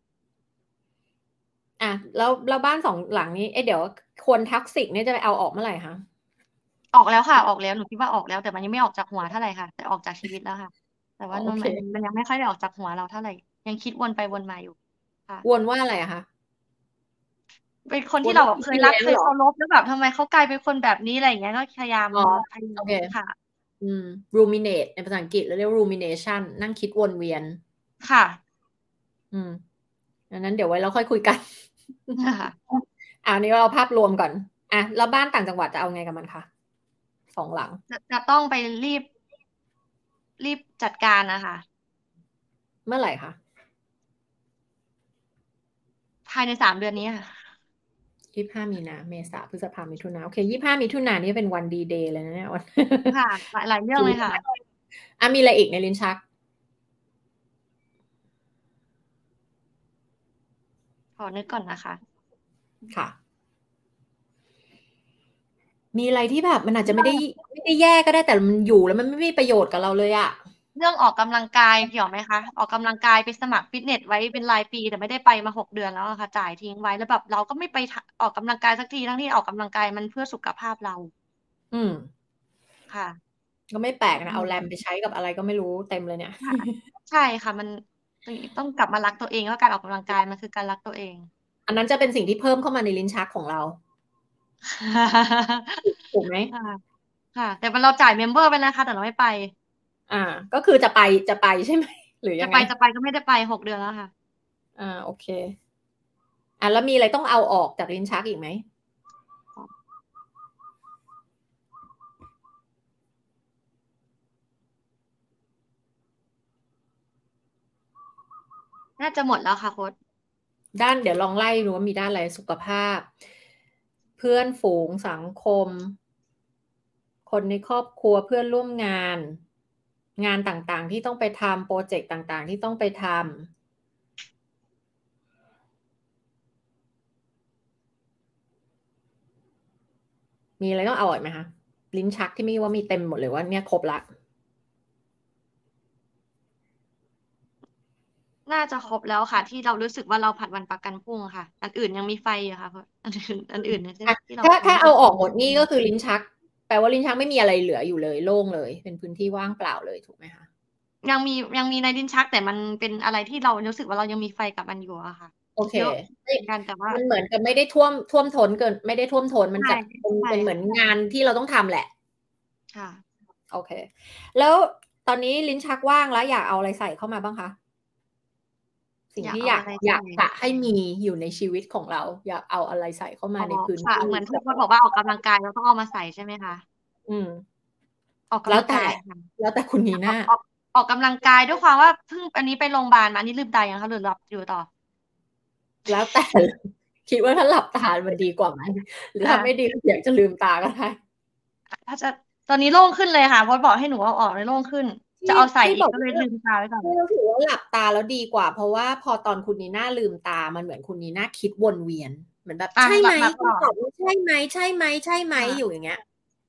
แล้วบ้าน2 หลังนี้เดี๋ยวคนท็อกซิกเนี่ยจะไปเอาออกเมื่อไหร่คะออกแล้วค่ะออกแล้วหนูคิดว่าออกแล้วแต่มันยังไม่ออกจากหัวเท่าไหร่ค่ะแต่ออกจากชีวิตแล้วค่ะแต่ว่าโอเคมันยังไม่ค่อยได้ออกจากหัวเราเท่าไหร่ยังคิดวนไปวนมาอยู่ค่ะวนว่าอะไรอะคะเป็นคนวนที่เราว่าพี่แบบเคยรักเลี้ยงเหรอเคยเคารพแล้วแบบทำไมเขากลายเป็นคนแบบนี้อะไรอย่างเงี้ยก็อ๋อพยายามโอเคค่ะ ruminate ในภาษาอังกฤษเราเรียก rumination นั่งคิดวนเวียนค่ะอืมดังนั้นเดี๋ยวไว้เราค่อยคุยกันค่ะอันนี้เราภาพรวมก่อนแล้วบ้านต่างจังหวัดจะเอาไงกับมันคะ2 หลังจะต้องไปรีบจัดการนะคะเมื่อไหร่คะภายใน3 เดือนนี้ค่ะ 25 มีนาเมษาพฤษภามิถุนาโอเค25 มิถุนานี่เป็นวันดีเดย์เลยนะเนี่ยวันค่ะหลายเรื่องเลยค่ะมีอะไรอีกในลิ้นชักขอนึกก่อนนะคะค่ะ มีอะไรที่แบบมันอาจจะไม่ได้แย่ก็ได้แต่มันอยู่แล้วมันไม่มีประโยชน์กับเราเลยอะเรื่องออกกำลังกายเกี่ยวไหมคะออกกำลังกายไปสมัครฟิตเนสไว้เป็นรายปีแต่ไม่ได้ไปมา6 เดือนแล้วอะค่ะจ่ายทิ้งไว้แล้วแบบเราก็ไม่ไปออกกำลังกายสักทีทั้งที่ออกกำลังกายมันเพื่อสุขภาพเราอืมค่ะก็ไม่แปลกนะเอาแรมอืมไปใช้กับอะไรก็ไม่รู้เต็มเลยเนี่ยค่ะใช่ค่ะมันต้องกลับมารักตัวเองว่าการออกกำลังกายมันคือการรักตัวเองอันนั้นจะเป็นสิ่งที่เพิ่มเข้ามาในลิ้นชักของเราถูกไหมค่ะค่ะแต่เราจ่ายเมมเบอร์ไปนะคะแต่เราไม่ไปอ่าก็คือจะไปใช่ไหมหรือยังไงจะไปก็ไม่ได้ไป6 เดือนแล้วค่ะโอเคแล้วมีอะไรต้องเอาออกจากลิ้นชักอีกไหมน่าจะหมดแล้วค่ะโค้ชเดี๋ยวลองไล่ดูว่ามีด้านอะไรสุขภาพ เพื่อนฝูงสังคม คนในครอบครัวเพื่อนร่วมงาน งานต่างๆที่ต้องไปทำโปรเจกต์ต่างๆที่ต้องไปทำมีอะไรต้องเอาออกไหมคะลิ้นชักที่ไม่ว่ามีเต็มหมดเลยว่าเนี่ยครบละน่าจะครบแล้วค่ะที่เรารู้สึกว่าเราผัดวันประกันพรุ่งค่ะอันอื่นยังมีไฟอะค่ะเพราะอันอื่นเนี่ยที่เราถ้ารู้สึกเอาออกหมดนี่ก็คือลิ้นชักแปลว่าลิ้นชักไม่มีอะไรเหลืออยู่เลยโล่งเลยเป็นพื้นที่ว่างเปล่าเลยถูกไหมคะยังมีในลิ้นชักแต่มันเป็นอะไรที่เรารู้สึกว่าเรายังมีไฟกับมันอยู่อะค่ะโอเคเยอะเหมือนกันแต่ว่ามันเหมือนกับไม่ได้ท่วมท้นเกินไม่ได้ท่วมท้นมันใช่จะเป็นใช่เป็นเหมือนงานที่เราต้องทำแหละค่ะโอเคแล้วตอนนี้ลิ้นชักว่างแล้วอยากเอาอะไรใส่เข้ามาบ้างคะสิ่งที่อยากอยากเอาอะไรอยากใส่จะให้มีอยู่ในชีวิตของเราอยากเอาอะไรใส่เข้ามาอ๋อในพื้นค่ะที่เหมือนทุกคนบอกว่าออกกำลังกายเราต้องเอามาใส่ใช่ไหมคะอืมออกกำลัแล้วแต่งกายค่ะแล้วแต่คุณนีน่าออกกำลังกายด้วยความว่าเพิ่งอันนี้ไปโรงพยาบาลมาอันนี้ลืมตายังคะหรือหลับอยู่ต่อแล้วแต่คิดว่าถ้าหลับตามันดีกว่าไหมหรือถ้าไม่ค่ะดีอยากจะลืมตาก็ได้ถ้าจะตอนนี้โล่งขึ้นเลยค่ะเพราะบอกให้หนูเอาออกเลยโล่งขึ้นจะที่เอาใส่ที่บอกว่าอีกก็เลยลืมตาไว้ก่อนที่เราถือว่าหลับตาแล้วดีกว่าเพราะว่าพอตอนคุณนีน่าลืมตามันเหมือนคุณนีน่าคิดวนเวียนเหมือนแบบใช่ไหมหลับต่อคำตอบว่าใช่ไหมใช่ไหมใช่ไหมอยู่ค่ะอย่างเงี้ย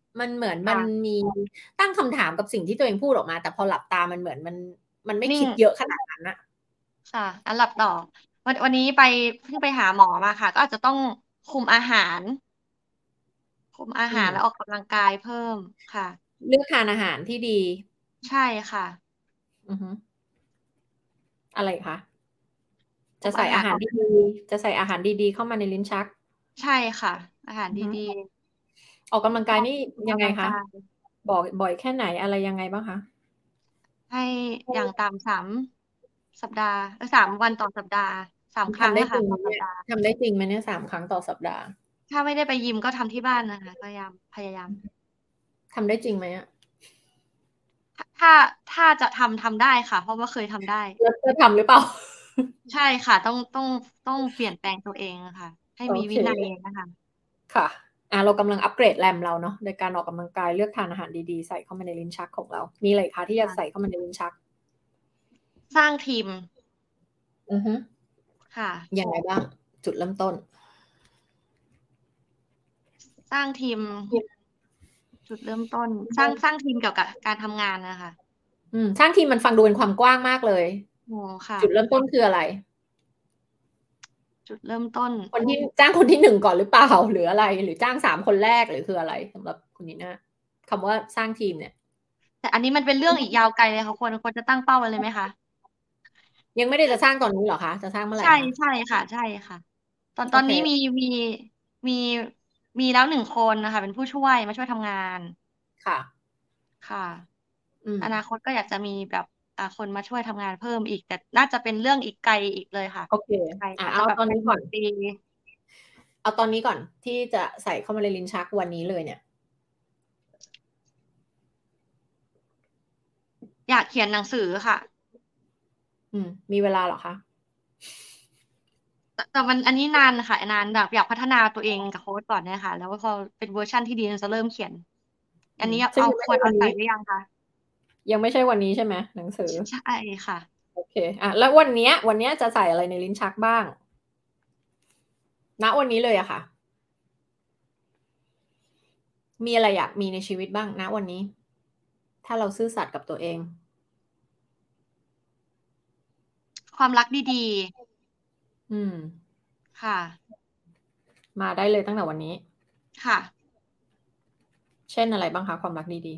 มันเหมือนมันมีตั้งคำถามกับสิ่งที่ตัวเองพูดออกมาแต่พอหลับตามันเหมือนมันไม่คิดเยอะขนาดนั้นอะค่ะอันหลับต่อวันนี้เพิ่งไปหาหมอมาค่ะก็อาจจะต้องคุมอาหารคุมอาหารแล้วออกกำลังกายเพิ่มค่ะเลือกทานอาหารที่ดีใช่ค่ะอือฮึอะไรคะคุจะใส่มอาหารอาหารดีๆจะใส่อาหารดีๆเข้ามาในลิ้นชักใช่ค่ะอาหารอือฮึดีออกกำลังๆออกกายนี่ยังไงคะกำลังกายบ่อยแค่ไหนอะไรยังไงบ้างคะให้อย่างต่ำ3 สัปดาห์3 วันต่อสัปดาห์3 ครั้งทำได้อะค่ะจริงไหมเนี่ยต่อสัปดาห์ทำได้จริงไหมเนี่ย3 ครั้งต่อสัปดาห์ถ้าไม่ได้ไปยิมก็ทำที่บ้านนะคะพยายามทำได้จริงไหมอะถ้าถ้าจะทำได้ค่ะเพราะว่าเคยทำได้แล้วจะทำหรือเปล่าใช่ค่ะต้องเปลี่ยนแปลงตัวเองอะค่ะให้โอเคมีวินัยนะคะค่ะเรากำลังอัปเกรดแรมเราเนาะโดยการออกกำลังกายเลือกทานอาหารดีๆใส่เข้ามาในลิ้นชักของเรามีอะไรคะที่จะใส่ค่ะเข้ามาในลิ้นชักสร้างทีมอือฮึค่ะยังไงบ้างจุดเริ่มต้นสร้างทีมจุดเริ่มต้นสร้างทีมเกี่ยวกับการทำงานนะคะสร้างทีมมันฟังดูเป็นความกว้างมากเลยโอ้ค่ะจุดเริ่มต้นคืออะไรจุดเริ่มต้นคนที่จ้างคนที่1ก่อนหรือเปล่าหรืออะไรหรือจ้าง3 คนแรกหรือคืออะไรสำหรับคุณนีน่าคำว่าสร้างทีมเนี่ยแต่อันนี้มันเป็นเรื่องอีกยาวไกลเลยค่ะควรจะตั้งเป้าไว้เลยไหมคะยังไม่ได้จะสร้างตอนนี้เหรอคะจะสร้างเมื่อไหร่ใช่คะใช่ค่ะใช่ค่ะตอนโอเคตอนนี้มีมีแล้ว1 คนนะคะเป็นผู้ช่วยมาช่วยทำงานค่ะค่ะอืมอนาคตก็อยากจะมีแบบคนมาช่วยทำงานเพิ่มอีกแต่น่าจะเป็นเรื่องอีกไกลอีกเลยค่ะโอเคไกลอาจจะเอาแบบเป็นตอนนี้ก่อน 10 ปีเอาตอนนี้ก่อนที่จะใส่เข้ามาในลิ้นชักวันนี้เลยเนี่ยอยากเขียนหนังสือค่ะมีเวลาเหรอคะแต่มันอันนี้นานค่ะนานแบบอยากพัฒนาตัวเองกับโค้ดก่อนเนี่ยค่ะแล้วพอเป็นเวอร์ชันที่ดีจะเริ่มเขียนอันนี้ซึ่งยังไม่เอาควรเอาใส่ใช่วันนี้หรือยังคะยังไม่ใช่วันนี้ใช่ไหมหนังสือใช่ค่ะโอเคแล้ววันเนี้ยจะใส่อะไรในลิ้นชักบ้างณวันนี้เลยอะค่ะมีอะไรอยากมีในชีวิตบ้างณวันนี้ถ้าเราซื่อสัตย์กับตัวเองความรักดีอืมๆค่ะมาได้เลยตั้งแต่วันนี้ค่ะเช่นอะไรบ้างคะความรักดี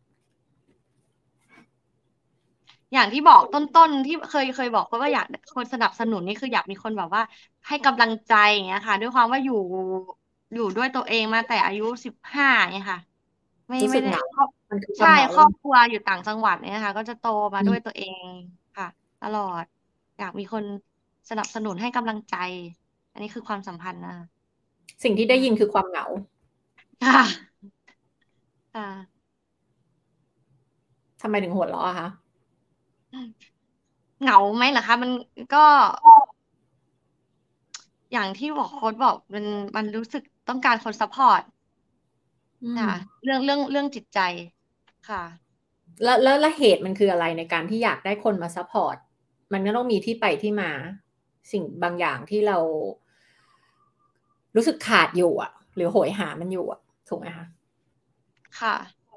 อย่างที่บอกต้นๆที่เคยบอกว่าอยากคนสนับสนุนนี่คืออยากมีคนแบบว่าให้กำลังใจอย่างเงี้ยค่ะด้วยความว่าอยู่ด้วยตัวเองมาแต่อายุ15เนี่ยค่ะไม่ได้ๆรู้สึกเหงามันคือควาใช่มเหงาเลยครอบครัวอยู่ต่างจังหวัดเนี่ยค่ะก็จะโตมาด้วยตัวเองค่ะตลอดอยากมีคนสนับสนุนให้กำลังใจอันนี้คือความสัมพันธ์นะสิ่งที่ได้ยินคือความเหงาค่ะค่ะทำไมถึงหัวเราะอะคะเหงาไหมเหรอคะมันก็อย่างที่บอกโค้ดบอกมันรู้สึกต้องการคนซัพพอร์ตอืมค่ะเรื่องจิตใจค่ะแล้วเหตุมันคืออะไรในการที่อยากได้คนมาซัพพอร์ตมันก็ต้องมีที่ไปที่มาสิ่งบางอย่างที่เรารู้สึกขาดอยู่อะหรือโหยหามันอยู่อะถูกไหมคะค่ะ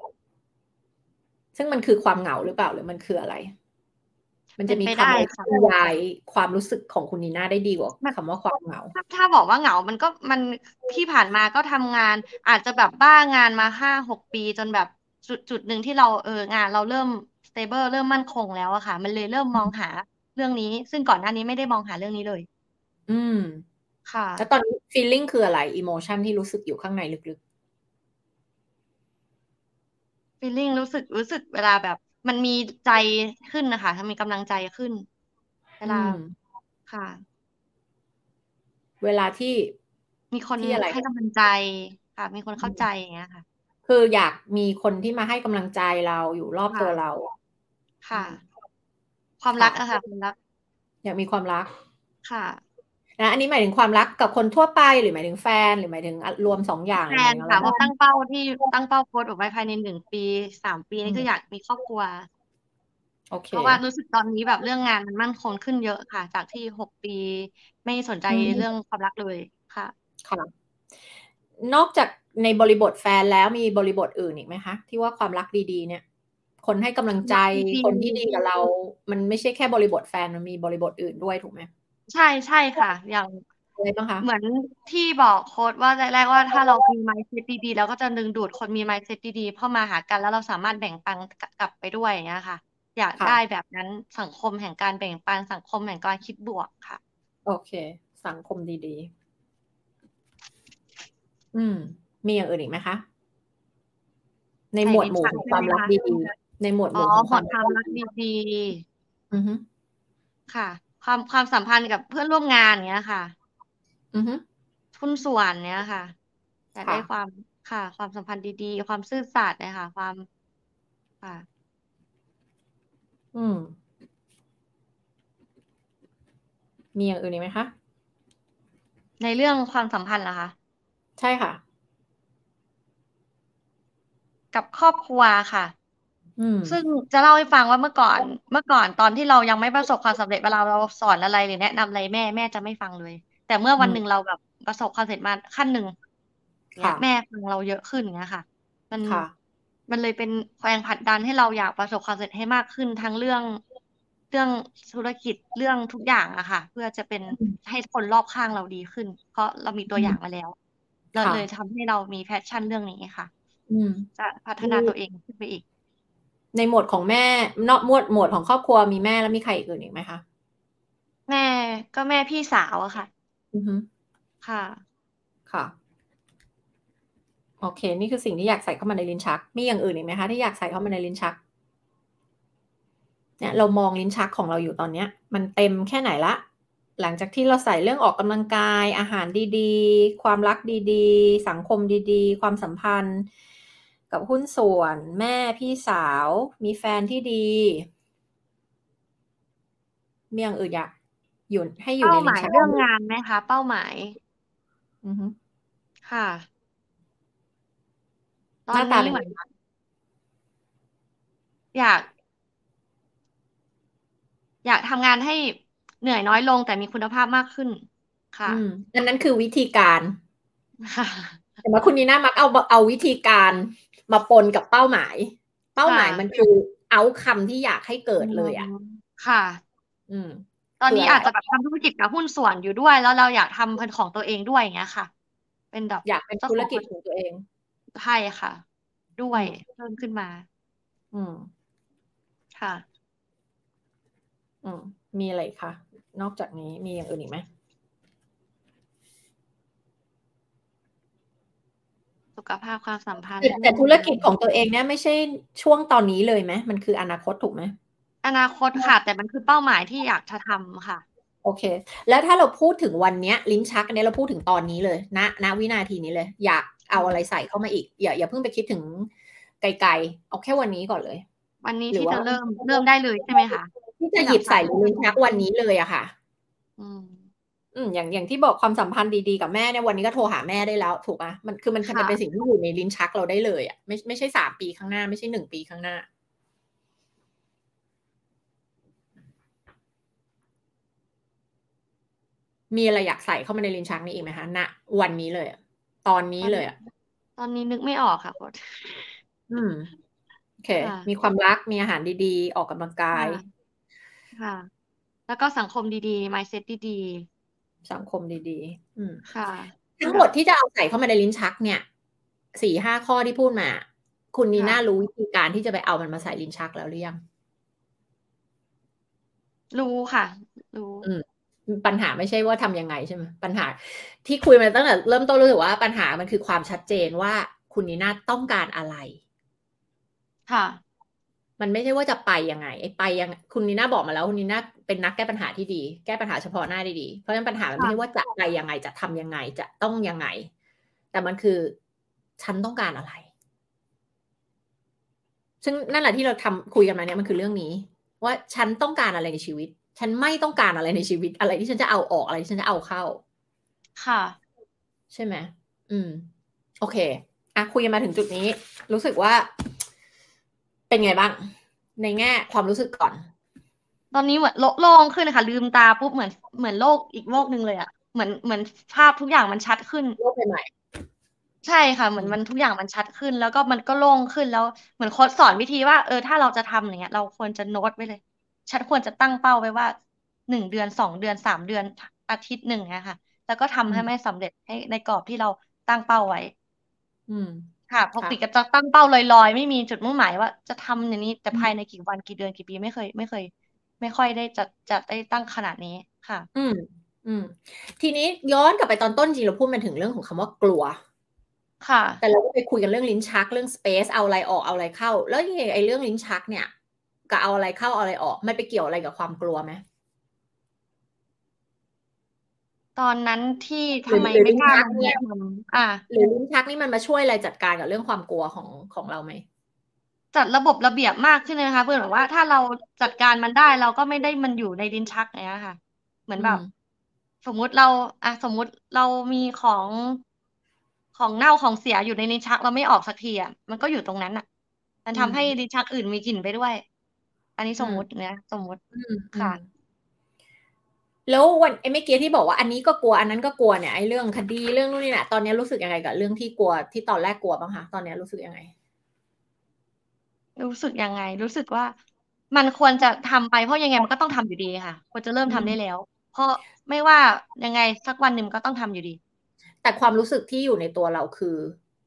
ซึ่งมันคือความเหงาหรือเปล่าหรือมันคืออะไรมันจะเป็นไปได้มีคำอะไรที่ค่ะบรรยายความรู้สึกของคุณนีน่าได้ดีกว่ามันคำว่าความเหงาถ้าบอกว่าเหงามันที่ผ่านมาก็ทำงานอาจจะแบบบ้างานมา5-6 ปีจนแบบจุดหนึ่งที่เรางานเราเริ่ม stable เริ่มมั่นคงแล้วอะค่ะมันเลยเริ่มมองหาเรื่องนี้ซึ่งก่อนหน้านี้ไม่ได้มองหาเรื่องนี้เลยอืมค่ะแล้วตอนนี้ feeling คืออะไร emotion ที่รู้สึกอยู่ข้างในลึก feeling รู้สึกเวลาแบบมันมีใจขึ้นนะคะมีกำลังใจขึ้นเวลาๆค่ะเวลาที่มีคนที่อะไรให้กำลังใจค่ะมีคนเข้าใจอย่างเงี้ยค่ะคืออยากมีคนที่มาให้กำลังใจเราอยู่รอบตัวเราค่ะอืค่ะมความรัค่ะกอะค่ะความรักอยากมีความรักค่ะอันนี้หมายถึงความรักกับคนทั่วไปหรือหมายถึงแฟนหรือหมายถึงรวม2อย่างแฟหรือหมายนถึงอะไรค่ะเพราะตั้งเป้าโพสต์ออกไว้ภายใน1 ปี 3 ปีนี่คืออยากมีครอบครัวโอเคเพราะว่ารู้สึกตอนนี้แบบเรื่องงานมันมั่นคงขึ้นเยอะค่ะจากที่6 ปีไม่สนใจอืเรื่องมความรักเลยค่ะค่ะนอกจากในบริบทแฟนแล้วมีบริบทอื่นอีกไหมคะที่ว่าความรักดีๆเนี่ยคนให้กำลังใจคนที่ดีกับเรามันไม่ใช่แค่บริบทแฟนมันมีบริบทอื่นด้วยถูกไหมใช่ใช่ค่ะอย่างอะไรบ้างคะเหมือนที่บอกโค้ดว่าแรกๆว่าถ้าเรามี mindset ดีๆเราก็จะดึงดูดคนมี mindset ดีๆเข้ามาหากันแล้วเราสามารถแบ่งปันกลับไปด้วยอย่างเงี้ยค่ะอยากค่ะได้แบบนั้นสังคมแห่งการแบ่งปันสังคมแห่งการคิดบวกค่ะโอเคสังคมดีๆมีอย่างอื่นอีกไหมคะในหมวดหมู่ใส่ลิ้นชักของความรักใช่ไหมคะดีๆในหมวดหอ๋อมู่ของหมความรักดความรักดีดีๆอือฮึๆค่ะความสัมพันธ์กับเพื่อนร่วมงานอย่างเงี้ยค่ะอือฮึหุ้นส่วนเนี้ยค่ะอยากได้ค่ะความค่ะความสัมพันธ์ดีๆความซื่อสัตย์นะคะความค่ะอืมมีอย่างอื่นอีกไหมคะในเรื่องความสัมพันธ์ล่ะคะใช่ค่ะกับครอบครัวค่ะอืมซึ่งจะเล่าให้ฟังว่าเมื่อก่อนตอนที่เรายังไม่ประสบความสำเร็จเวลาเราสอนอะไรหรือแนะนำอะไรแม่จะไม่ฟังเลยแต่เมื่อวันหนึ่งอืมเราแบบประสบความสำเร็จมาขั้นหนึ่งเนี้ยค่ะแม่ฟังเราเยอะขึ้นเนี้ยค่ะมันค่ะมันเลยเป็นแรงผลักดันให้เราอยากประสบความสำเร็จให้มากขึ้นทั้งเรื่องธุรกิจเรื่องทุกอย่างอะค่ะเพื่อจะเป็นอืมให้คนรอบข้างเราดีขึ้นเพราะเรามีตัวอืมอย่างมาแล้วเราค่ะเลยทำให้เรามีแพชชั่นเรื่องนี้ค่ะอืมจะพัฒมีนาตัวเองขึ้นไปอีกในหมวดของแม่นอกหมวดของครอบครัวมีแม่แล้วมีใครอื่นอีกไหมคะแม่ก็แม่พี่สาวอะค่ะอือฮึค่ะค่ะโอเคนี่คือสิ่งที่อยากใส่เข้ามาในลิ้นชักมีอย่างอื่นอีกไหมคะที่อยากใส่เข้ามาในลิ้นชักเนี่ยเรามองลิ้นชักของเราอยู่ตอนเนี้ยมันเต็มแค่ไหนละหลังจากที่เราใส่เรื่องออกกำลังกายอาหารดีๆความรักดีๆสังคมดีๆความสัมพันธ์กับหุ้นส่วนแม่พี่สาวมีแฟนที่ดีมีอย่างอื่นอยากอยู่เป้าในลิ้นชักหมายเรื่องงานไหมคะเป้าหมายอือฮึค่ะตอหน้าตานนี้เหมือนเป็นไงคะอยากอยากทำงานให้เหนื่อยน้อยลงแต่มีคุณภาพมากขึ้นค่ะอันนั้นคือวิธีการค่ะแต่ว่าคุณนีน่ามักเอาวิธีการมาปนกับเป้าหมายเป้าหค่ะมายมันคือเอาคำที่อยากให้เกิอืดเลยอ่ะมค่ะอืมตอนคืออะไรนี้อาจจะแบบทำธุรกิจกับหุ้นส่วนอยู่ด้วยแล้วเราอยากทำเป็นของตัวเองด้วยอย่างเงี้ยค่ะเป็นแบบอยากเป็นเจ้าของธุรกิจของตัวเองใช่ค่ะด้วยอืมเพิ่มขึ้นมาอืมค่ะอืมมีอะไรคะนอกจากนี้มีอย่างอื่นอีกไหมสุขภาพความสัมพันธ์แต่ธุรกิจของตัวเองเนี่ยไม่ใช่ช่วงตอนนี้เลยไหมมันคืออนาคตถูกไหมอนาคตค่ะแต่มันคือเป้าหมายที่อยากจะทำค่ะโอเคแล้วถ้าเราพูดถึงวันเนี้ยลิ้นชักอันนี้เราพูดถึงตอนนี้เลยณวินาทีนี้เลยอยากเอาอะไรใส่เข้ามาอีกอย่าเพิ่งไปคิดถึงไกลๆเอาแค่วันนี้ก่อนเลยวันนี้หรือว่าที่จะเริ่มได้เลยใช่ไหมคะที่จะที่อยากใส่หยิบใส่ในลิ้นชักวันนี้เลยอะค่ะอืมอย่างที่บอกความสัมพันธ์ดีๆกับแม่เนี่ยวันนี้ก็โทรหาแม่ได้แล้วถูกไหมมันเป็นสิ่งค่ะที่อยู่ในลิ้นชักเราได้เลยอะไม่ใช่3 ปีข้างหน้าไม่ใช่1 ปีข้างหน้ามีอะไรอยากใส่เข้ามาในลิ้นชักนี้อีกไหมคะณวันนี้เลยอะตอนตอนนี้เลยอะตอนนี้นึกไม่ออกค่ะโค้ชอืมโอเคค่ะมีความรักมีอาหารดีๆออกกำลังกายค่ะค่ะแล้วก็สังคมดีๆ mindset ดีสังคมดีๆค่ะทั้งหมดที่จะเอาใส่เข้ามาในลิ้นชักเนี่ย4-5ข้อที่พูดมาคุณนีน่าค่ะรู้วิธีการที่จะไปเอามันมาใส่ลิ้นชักแล้วหรือยังรู้ค่ะรู้อืมปัญหาไม่ใช่ว่าทำยังไงใช่ไหมปัญหาที่คุยมาตั้งแต่เริ่มต้นรู้สึกว่าปัญหามันคือความชัดเจนว่าคุณนีน่าต้องการอะไรค่ะมันไม่ใช่ว่าจะไปยังไงไอ้ไปยังคุณนีน่าบอกมาแล้วคุณนีน่าเป็นนักแก้ปัญหาที่ดีแก้ปัญหาเฉพาะหน้าได้ดีเพราะฉะนั้นปัญหามันไม่ใช่ว่าค่ะจะไปยังไงจะทำยังไงจะต้องยังไงแต่มันคือฉันต้องการอะไรซึ่งนั่นแหละที่เราคุยกันมาเนี่ยมันคือเรื่องนี้ว่าฉันต้องการอะไรในชีวิตฉันไม่ต้องการอะไรในชีวิตอะไรที่ฉันจะเอาออกอะไรที่ฉันจะเอาเข้าค่ะใช่ไหมอืมโอเคคุยกันมาถึงจุดนี้ รู้สึกว่า เป็นไงบ้าง ในแง่ความรู้สึกก่อนตอนนี้เหมือนโล่งขึ้นนะคะลืมตาปุ๊บเหมือนโลกอีกโลกหนึ่งเลยอะเหมือนภาพทุกอย่างมันชัดขึ้นโลกใหม่ใช่ค่ะเหมือนมันทุกอย่างมันชัดขึ้นแล้วก็มันก็โล่งขึ้นแล้วเหมือนโค้ชสอนวิธีว่าถ้าเราจะทำอย่างเงี้ยเราควรจะโน้ตไว้เลยฉันควรจะตั้งเป้าไว้ว่า1 เดือน2 เดือน3 เดือนอาทิตย์หนึ่งอะค่ะแล้วก็อืทำให้ไม่มสำเร็จให้ในกรอบที่เราตั้งเป้าไว้อืมค่ะปกค่ะติก็จะตั้งเป้าลอยๆไม่มีจุดมุ่งหมายว่าจะทำอย่างนี้แต่ภายในกี่วันกี่เดือนกี่ปีไม่เคยไม่ค่อยได้จะได้ตั้งขนาดนี้ค่ะอืมอืมทีนี้ย้อนกลับไปตอนต้นจริงเราพูดมาถึงเรื่องของคำว่ากลัวค่ะแต่เราก็ไปคุยกันเรื่องลิ้นชักเรื่อง space เอาอะไรออกเอาอะไรเข้าแล้วยังไงไอ้เรื่องลิ้นชักเนี่ยกับเอาอะไรเข้าเอาอะไรออกมันไปเกี่ยวอะไรกับความกลัวไหมตอนนั้นที่หรือทำไมหรือลิ้นไม่กล้าลชักเนี่ยงมือทำหรือลิ้นชักนี่มันมาช่วยอะไรจัดการกับเรื่องความกลัวของเราไหมจัดระบบระเบียบมากขึ้นเลยนะคะเพื่อนบอกว่าถ้าเราจัดการมันได้เราก็ไม่ได้มันอยู่ในลิ้นชักอย่างเงี้ยค่ะเหมือนอืมแบบสมมุติเราสมมุติเรามีของเน่าของเสียอยู่ในลิ้นชักเราไม่ออกสักทีมันก็อยู่ตรงนั้นมันอืมทำให้ลิ้นชักอื่นมีกลิ่นไปด้วยอันนี้อืมสมมุติเนี่ยสมมุติอืมอืค่ะม แล้ววันไอ้เมื่อกี้ที่บอกว่าอันนี้ก็กลัวอันนั้นก็กลัวเนี่ยไอ้เรื่องคดีเรื่องนู่นนี่แหละตอนนี้รู้สึกยังไงกับเรื่องที่กลัวที่ตอนแรกกลัวบ้างคะตอนนี้รู้สึกยังไงรู้สึกยังไงรู้สึกว่ามันควรจะทำไปเพราะยังไงมันก็ต้องทำอยู่ดีค่ะควรจะเริ่มอืมทำได้แล้วเพราะไม่ว่ายังไงสักวันหนึ่งมันก็ต้องทำอยู่ดีแต่ความรู้สึกที่อยู่ในตัวเราคือ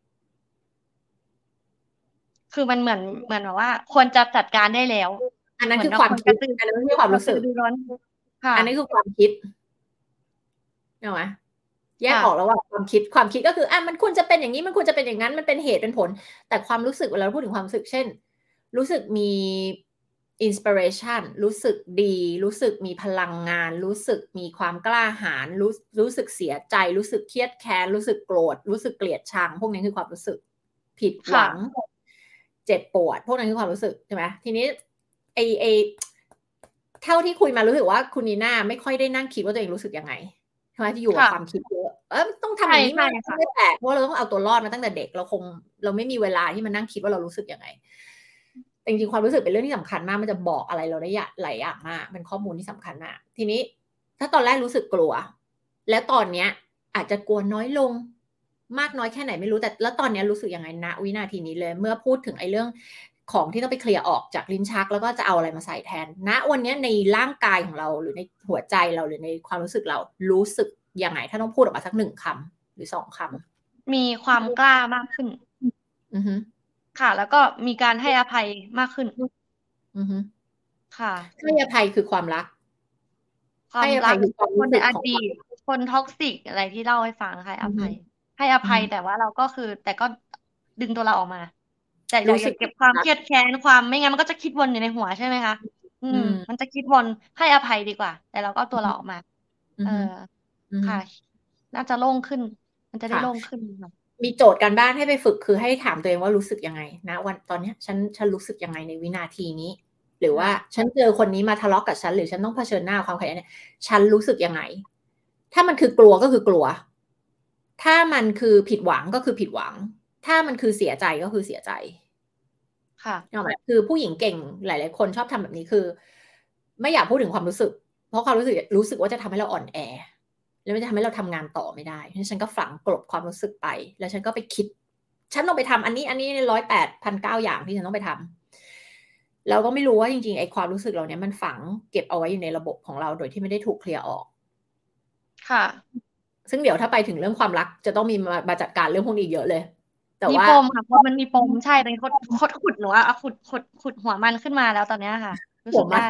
คือมันเหมือนแบบว่าควรจะจัดการได้แล้วอันนั้นคือเหมือนเราความคิดควรกระตืออันนั้นไม่ใช่ความรู้สึกรือร้นค่ะอันนี้คือความคิดเห็นไหมแยกค่ะออกแล้วว่าความคิดก็คือมันควรจะเป็นอย่างนี้มันควรจะเป็นอย่างนั้นมันเป็นเหตุเป็นผลแต่ความรู้สึกเวลาเราพูดถึงความรู้สึกเช่นรู้สึกมีอินสปิเรชันรู้สึกดีรู้สึกมีพลังงานรู้สึกมีความกล้าหาญรู้สึกเสียใจรู้สึกเครียดแค้นรู้สึกโกรธรู้สึกเกลียดชังพวกนี้คือความรู้สึกผิดหค่ะวังเจ็บปวดพวกนั้นคือความรู้สึกใช่ไหมทีนี้ไอเท่าที่คุยมารู้สึกว่าคุณนีน่าไม่ค่อยได้นั่งคิดว่าตัวเองรู้สึกยังไง ใช่ไหมที่อยู่กับความค่ะคิดเยอะต้องทำใช่อย่างนี้ใช่มากค่ะไม่แปลกเพราะเราต้องเอาตัวรอดมาตั้งแต่เด็กเราไม่มีเวลาที่มานั่งคิดว่าเรารู้สึกยังไงแต่จริงๆความรู้สึกเป็นเรื่องที่สำคัญมากมันจะบอกอะไรเราได้หลายอย่างมากเป็นข้อมูลที่สำคัญมากทีนี้ถ้าตอนแรกรู้สึกกลัวแล้วตอนเนี้ยอาจจะกลัวน้อยลงมากน้อยแค่ไหนไม่รู้แต่แล้วตอนนี้รู้สึกยังไงณวินาทีนี้เลยเมื่อพูดถึงไอ้เรื่องของที่ต้องไปเคลียร์ออกจากลิ้นชักแล้วก็จะเอาอะไรมาใส่แทนณวันนี้ในร่างกายของเราหรือในหัวใจเราหรือในความรู้สึกเรารู้สึกยังไงถ้าต้องพูดออกมาสัก1 คำหรือ2 คำมีความกล้ามากขึ้นอือฮึค่ะแล้วก็มีการให้อภัยมากขึ้นอือฮึค่ะให้อภัยคือความรักให้อภัยความรักคือความรู้คนในสึกของความอดีตคนท็อกซิกอะไรที่เล่าให้ฟังให้ออือฮึภัยให้อภัอือฮึยแต่ว่าเราก็คือแต่ก็ดึงตัวเราออกมาแต่อย่ารู้สึกอย่าเก็บความรักเครียดแค้นความไม่งั้นมันก็จะคิดวนอยู่ในหัวใช่ไหมคะอืมมันจะคิดวนให้อภัยดีกว่าแต่เราก็เอาตัวเราออกมา เอออือฮึอือฮึค่ะน่าจะโล่งขึ้นมันจะได้ค่ะโล่งขึ้นค่ะมีโจทย์การบ้านให้ไปฝึกคือให้ถามตัวเองว่ารู้สึกยังไงนะวันตอนนี้ฉันรู้สึกยังไงในวินาทีนี้หรือว่าค่ะฉันเจอคนนี้มาทะเลาะกับฉันหรือฉันต้องเผชิญหน้าความขัดแย้งเนี่ยฉันรู้สึกยังไงถ้ามันคือกลัวก็คือกลัวถ้ามันคือผิดหวังก็คือผิดหวังถ้ามันคือเสียใจก็คือเสียใจค่ะเนกอะคือผู้หญิงเก่งหลายๆคนชอบทำแบบนี้คือไม่อยากพูดถึงความรู้สึกเพราะความรู้สึกว่าจะทำให้เราอ่อนแอ แล้วมันจะทำให้เราทำงานต่อไม่ได้ฉะนั้นฉันก็ฝังกลบความรู้สึกไป แล้วฉันก็ไปคิด ฉันต้องไปทำอันนี้108,900อย่างที่ฉันต้องไปทำเราก็ไม่รู้ว่าจริงๆไอ้ความรู้สึกเราเนี้ยมันฝังเก็บเอาไว้อยู่ในระบบของเราโดยที่ไม่ได้ถูกเคลียร์ออกค่ะซึ่งเดี๋ยวถ้าไปถึงเรื่องความรักจะต้องมีมาจัดการเรื่องพวกนี้เยอะเลย แต่มีว่าปมค่ะเพราะมันมีปมใช่ตอนนี้ขุดหนูอะขุดหัวมันขึ้นมาแล้วตอนเนี้ยค่ะรู้สึกได้หัวมัน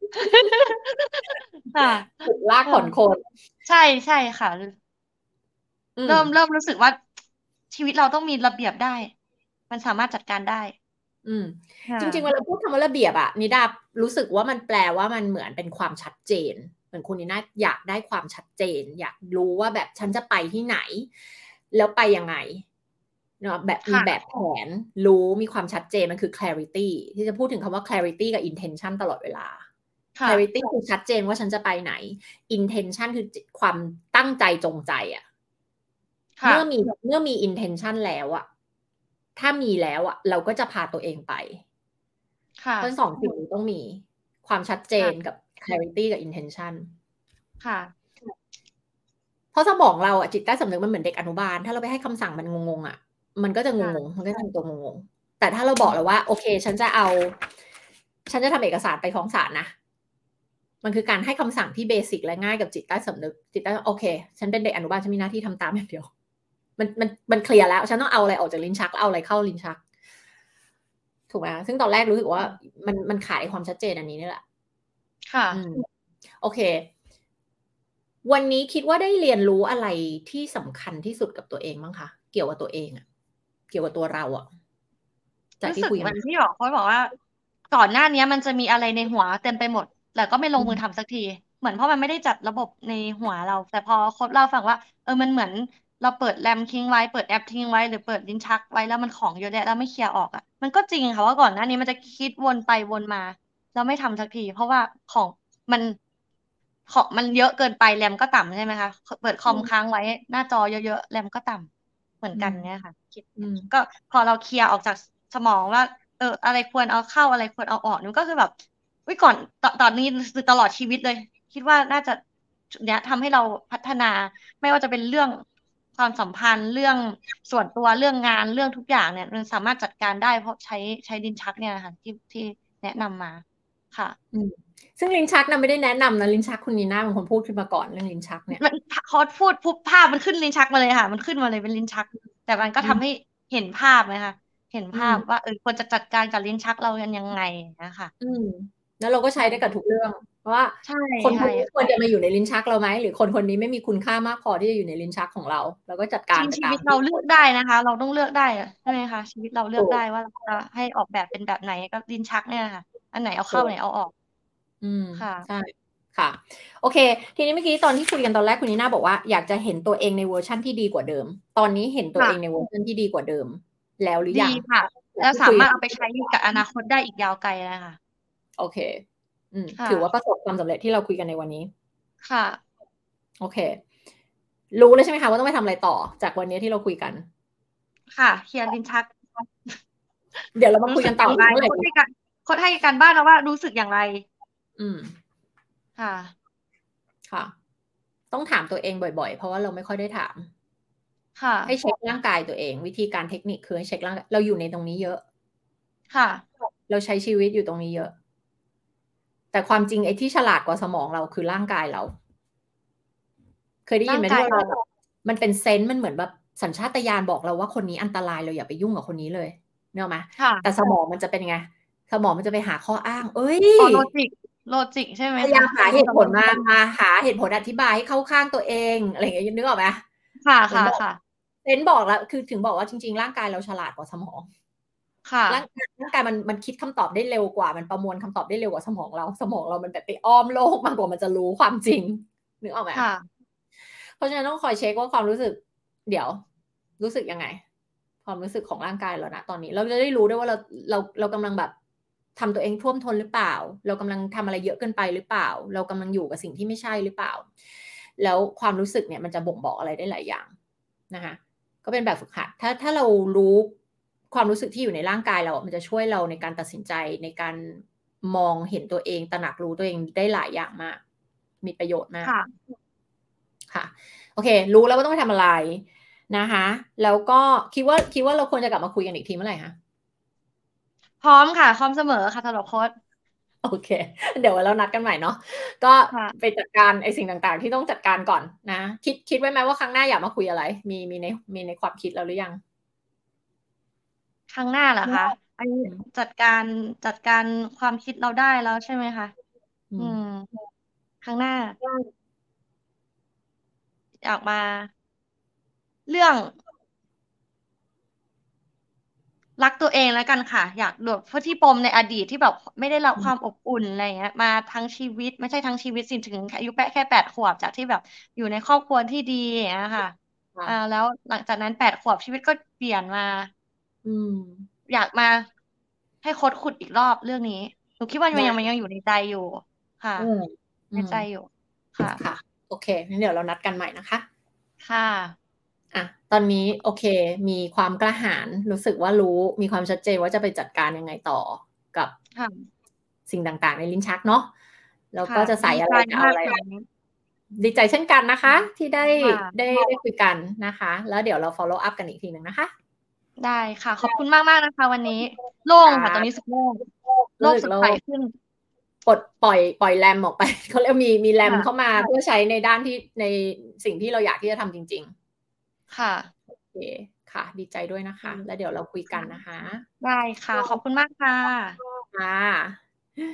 ค่ะถูกลากเออขอนคนใช่ใช่ค่ะอืมเริ่มรู้สึกว่าชีวิตเราต้องมีระเบียบได้มันสามารถจัดการได้อืมค่ะจริงๆเวลาพูดคำว่าระเบียบอะนิดารู้สึกว่ามันแปลว่ามันเหมือนเป็นความชัดเจนเหมือนคุณนิน่าอยากได้ความชัดเจนอยากรู้ว่าแบบฉันจะไปที่ไหนแล้วไปยังไงเนาะแบบมีแบบค่ะแผนรู้มีความชัดเจนมันคือ clarity ที่จะพูดถึงคำว่า clarity กับ intention ตลอดเวลาค่ะ clarity คือชัดเจนว่าฉันจะไปไหน intention คือความตั้งใจจงใจอะค่ะเมื่อมี intention แล้วอะถ้ามีแล้วอะเราก็จะพาตัวเองไปค่ะเพราะ2 สิ่งนี้ต้องมีความชัดเจนค่ะกับ clarity กับ intention ค่ะเพราะสมองเราจิตใต้สำนึกมันเหมือนเด็กอนุบาลถ้าเราไปให้คำสั่งมันงงมันก็จะงงมันก็จะทำตัวงงแต่ถ้าเราบอกแล้วว่าโอเคฉันจะทำเอกสารไปฟ้องศาลนะมันคือการให้คำสั่งที่เบสิกและง่ายกับจิตใต้สำนึกจิตใต้โอเคฉันเป็นเด็กอนุบาลฉันมีหน้าที่ทำตามอย่างเดียวมันเคลียร์แล้วฉันต้องเอาอะไรออกจากลิ้นชักแล้วเอาอะไรเข้าลิ้นชักถูกไหมซึ่งตอนแรกรู้สึกว่ามันขายความชัดเจนอันนี้นี่แหละค่ะโอเควันนี้คิดว่าได้เรียนรู้อะไรที่สำคัญที่สุดกับตัวเองบ้างคะเกี่ยวกับตัวเองเกี่ยวกับตัวเราจากที่คุยกันที่เขาบอกว่าก่อนหน้านี้มันจะมีอะไรในหัวเต็มไปหมดแต่ก็ไม่ลงมือทำสักทีเหมือนเพราะมันไม่ได้จัดระบบในหัวเราแต่พอโค้ชเล่าฟังว่ามันเหมือนเราเปิดแรมทิ้งไว้เปิดแอปทิ้งไว้หรือเปิดลิ้นชักไว้แล้วมันของเยอะแยะแล้วไม่เคลียร์ออกมันก็จริงค่ะว่าก่อนหน้านี้มันจะคิดวนไปวนมาแล้วไม่ทำสักทีเพราะว่ามันมันเยอะเกินไปแรมก็ต่ำใช่ไหมคะเปิดคอมค้างไว้หน้าจอเยอะๆแรมก็ต่ำเหมือนกันเนี่ยค่ะคิดก็พอเราเคลียร์ออกจากสมองว่าอะไรควรเอาเข้าอะไรควรเอาออกนี่ก็คือแบบก่อนตอนนี้คือตลอดชีวิตเลยคิดว่าน่าจะเนี้ยทำให้เราพัฒนาไม่ว่าจะเป็นเรื่องความสัมพันธ์เรื่องส่วนตัวเรื่องงานเรื่องทุกอย่างเนี่ยมันสามารถจัดการได้เพราะใช้ลิ้นชักเนี่ยค่ะที่แนะนำมาค่ะซึ่งลิ้นชักนะไม่ได้แนะนำนะลิ้นชักคุณนีน่าเป็นคนพูดขึ้นมาก่อนเรื่องลิ้นชักเนี่ยเขาพูดปุ๊บภาพมันขึ้นลิ้นชักมาเลยค่ะมันขึ้นมาเลยเป็นลิ้นชักแต่มันก็ทำให้เห็นภาพนะคะเห็นภาพว่าควรจะจัดการกับลิ้นชักเรากันยังไงนะคะแล้วเราก็ใช้ได้กับทุกเรื่องเพราะว่าคนคนนี้ควรจะมาอยู่ในลิ้นชักเราไหมหรือคนคนนี้ไม่มีคุณค่ามากพอที่จะอยู่ในลิ้นชักของเราเราก็จัดการชีวิตเราเลือกได้นะคะเราต้องเลือกได้ใช่ไหมคะชีวิตเราเลือกได้ว่าเราจะให้ออกแบบเป็นแบบไหนก็ลิ้นชักเนี่ยค่ะอันไหนเอาเข้าไหนเอาออกค่ะใช่ค่ะโอเคทีนี้เมื่อกี้ตอนที่คุยกันตอนแรกคุณนีน่าบอกว่าอยากจะเห็นตัวเองในเวอร์ชันที่ดีกว่าเดิมตอนนี้เห็นตัวเองในเวอร์ชันที่ดีกว่าเดิมแล้วหรือยังดีค่ะแล้วสามารถเอาไปใช้กับอนาคตได้อีกยาวไกลเลยค่ะโอเคถือว่าประสบความสำเร็จที่เราคุยกันในวันนี้ค่ะโอเครู้เลยใช่ไหมคะว่าต้องไปทำอะไรต่อจากวันนี้ที่เราคุยกันค่ะเคลียร์ลิ้นชักเดี๋ยวเรามาคุยกันต่อโค้ดให้การบ้านเราว่ารู้สึกอย่างไรค่ะต้องถามตัวเองบ่อยๆเพราะว่าเราไม่ค่อยได้ถามค่ะให้เช็คร่างกายตัวเองวิธีการเทคนิคคือให้เช็คร่างกายเราอยู่ในตรงนี้เยอะค่ะเราใช้ชีวิตอยู่ตรงนี้เยอะแต่ความจริงไอ้ที่ฉลาดกว่าสมองเราคือร่างกายเราเคยได้ยินไหมที่ว่ามันเป็นเซนส์มันเหมือนแบบสัญชาตญาณบอกเราว่าคนนี้อันตรายเราอย่าไปยุ่งกับคนนี้เลยเนอะไหมแต่สมองมันจะเป็นไงสมองมันจะไปหาข้ออ้างโลจิกใช่ไหมพยายามหาเหตุผลมาหาเหตุผลอธิบายให้เข้าข้างตัวเองอะไรอย่างเงี้ยนึกออกไหมค่ะเซนบอกแล้วคือถึงบอกว่าจริงๆร่างกายเราฉลาดกว่าสมองค่ะร่างกายมันคิดคำตอบได้เร็วกว่ามันประมวลคำตอบได้เร็วกว่าสมองเรามันแบบไปอ้อมโลกมากกว่ามันจะรู้ความจริงนึกออกไหมเพราะฉะนั้นต้องคอยเช็คว่าความรู้สึกเดี๋ยวรู้สึกยังไงความรู้สึกของร่างกายเรานะตอนนี้เราจะได้รู้ได้ว่าเรากำลังแบบทำตัวเองท่วมท้นหรือเปล่าเรากำลังทำอะไรเยอะเกินไปหรือเปล่าเรากำลังอยู่กับสิ่งที่ไม่ใช่หรือเปล่าแล้วความรู้สึกเนี่ยมันจะบ่งบอกอะไรได้หลายอย่างนะคะก็เป็นแบบฝึกหัดถ้าเรารู้ความรู้สึกที่อยู่ในร่างกายเรามันจะช่วยเราในการตัดสินใจในการมองเห็นตัวเองตระหนักรู้ตัวเองได้หลายอย่างมากมีประโยชน์มากค่ะโอเครู้แล้วว่าต้องไปทำอะไรนะคะแล้วก็คิดว่าเราควรจะกลับมาคุยกันอีกทีเมื่อไหร่คะพร้อมค่ะพร้อมเสมอค่ะสำหรับโค้ชโอเคเดี๋ยวเรานัดกันใหม่เนาะก็ไปจัดการไอ้สิ่งต่างๆที่ต้องจัดการก่อนนะคิดไว้ไหมว่าครั้งหน้าอยากมาคุยอะไรมีในความคิดเราหรือยังครั้งหน้าเหรอคะอันนี้จัดการความคิดเราได้แล้วใช่ไหมคะครั้งหน้าอยากมาเรื่องรักตัวเองแล้วกันค่ะอยากโดดเพราะที่ปมในอดีตที่แบบไม่ได้รับความอบอุ่นอะไรเงี้ยมาทั้งชีวิตไม่ใช่ทั้งชีวิตสิถึงอายุแค่8 ขวบจากที่แบบอยู่ในครอบครัวที่ดีอย่างเงี้ยค่ะแล้วหลังจากนั้น8 ขวบชีวิตก็เปลี่ยนมาอยากมาให้โค้ดขุดอีกรอบเรื่องนี้หนูคิดว่ามันยังอยู่ในใจอยู่ค่ะในใจอยู่ค่ะโอเคงั้นเดี๋ยวเรานัดกันใหม่นะคะค่ะตอนนี้โอเคมีความกล้าหาญรู้สึกว่ามีความชัดเจนว่าจะไปจัดการยังไงต่อกับสิ่งต่างๆในลิ้นชักเนาะแล้วก็จะใส่อะไรเอาอะไรดีใจเช่นกันนะคะที่ได้ค่ะได้คุยกันนะคะ แล้วเดี๋ยวเรา follow up กันอีกทีหนึ่งนะคะได้ค่ะ ขอบคุณมากนะคะวันนี้ โล่งค่ะ ตอนนี้รู้สึกโล่ง โลรู้กสึกสดโล่ใสงขึ้นปล่อยแรมออกไป เขาเรียกมีแรมค่ะเข้ามาเพื่อใช้ในด้านที่ในสิ่งที่เราอยากที่จะทำจริงค่ะๆ โอเค ค่ะ ดีใจด้วยนะคะ แล้วเดี๋ยวเราคุยกันนะคะได้ค่ะ ขอบคุณมากค่ะค่ะ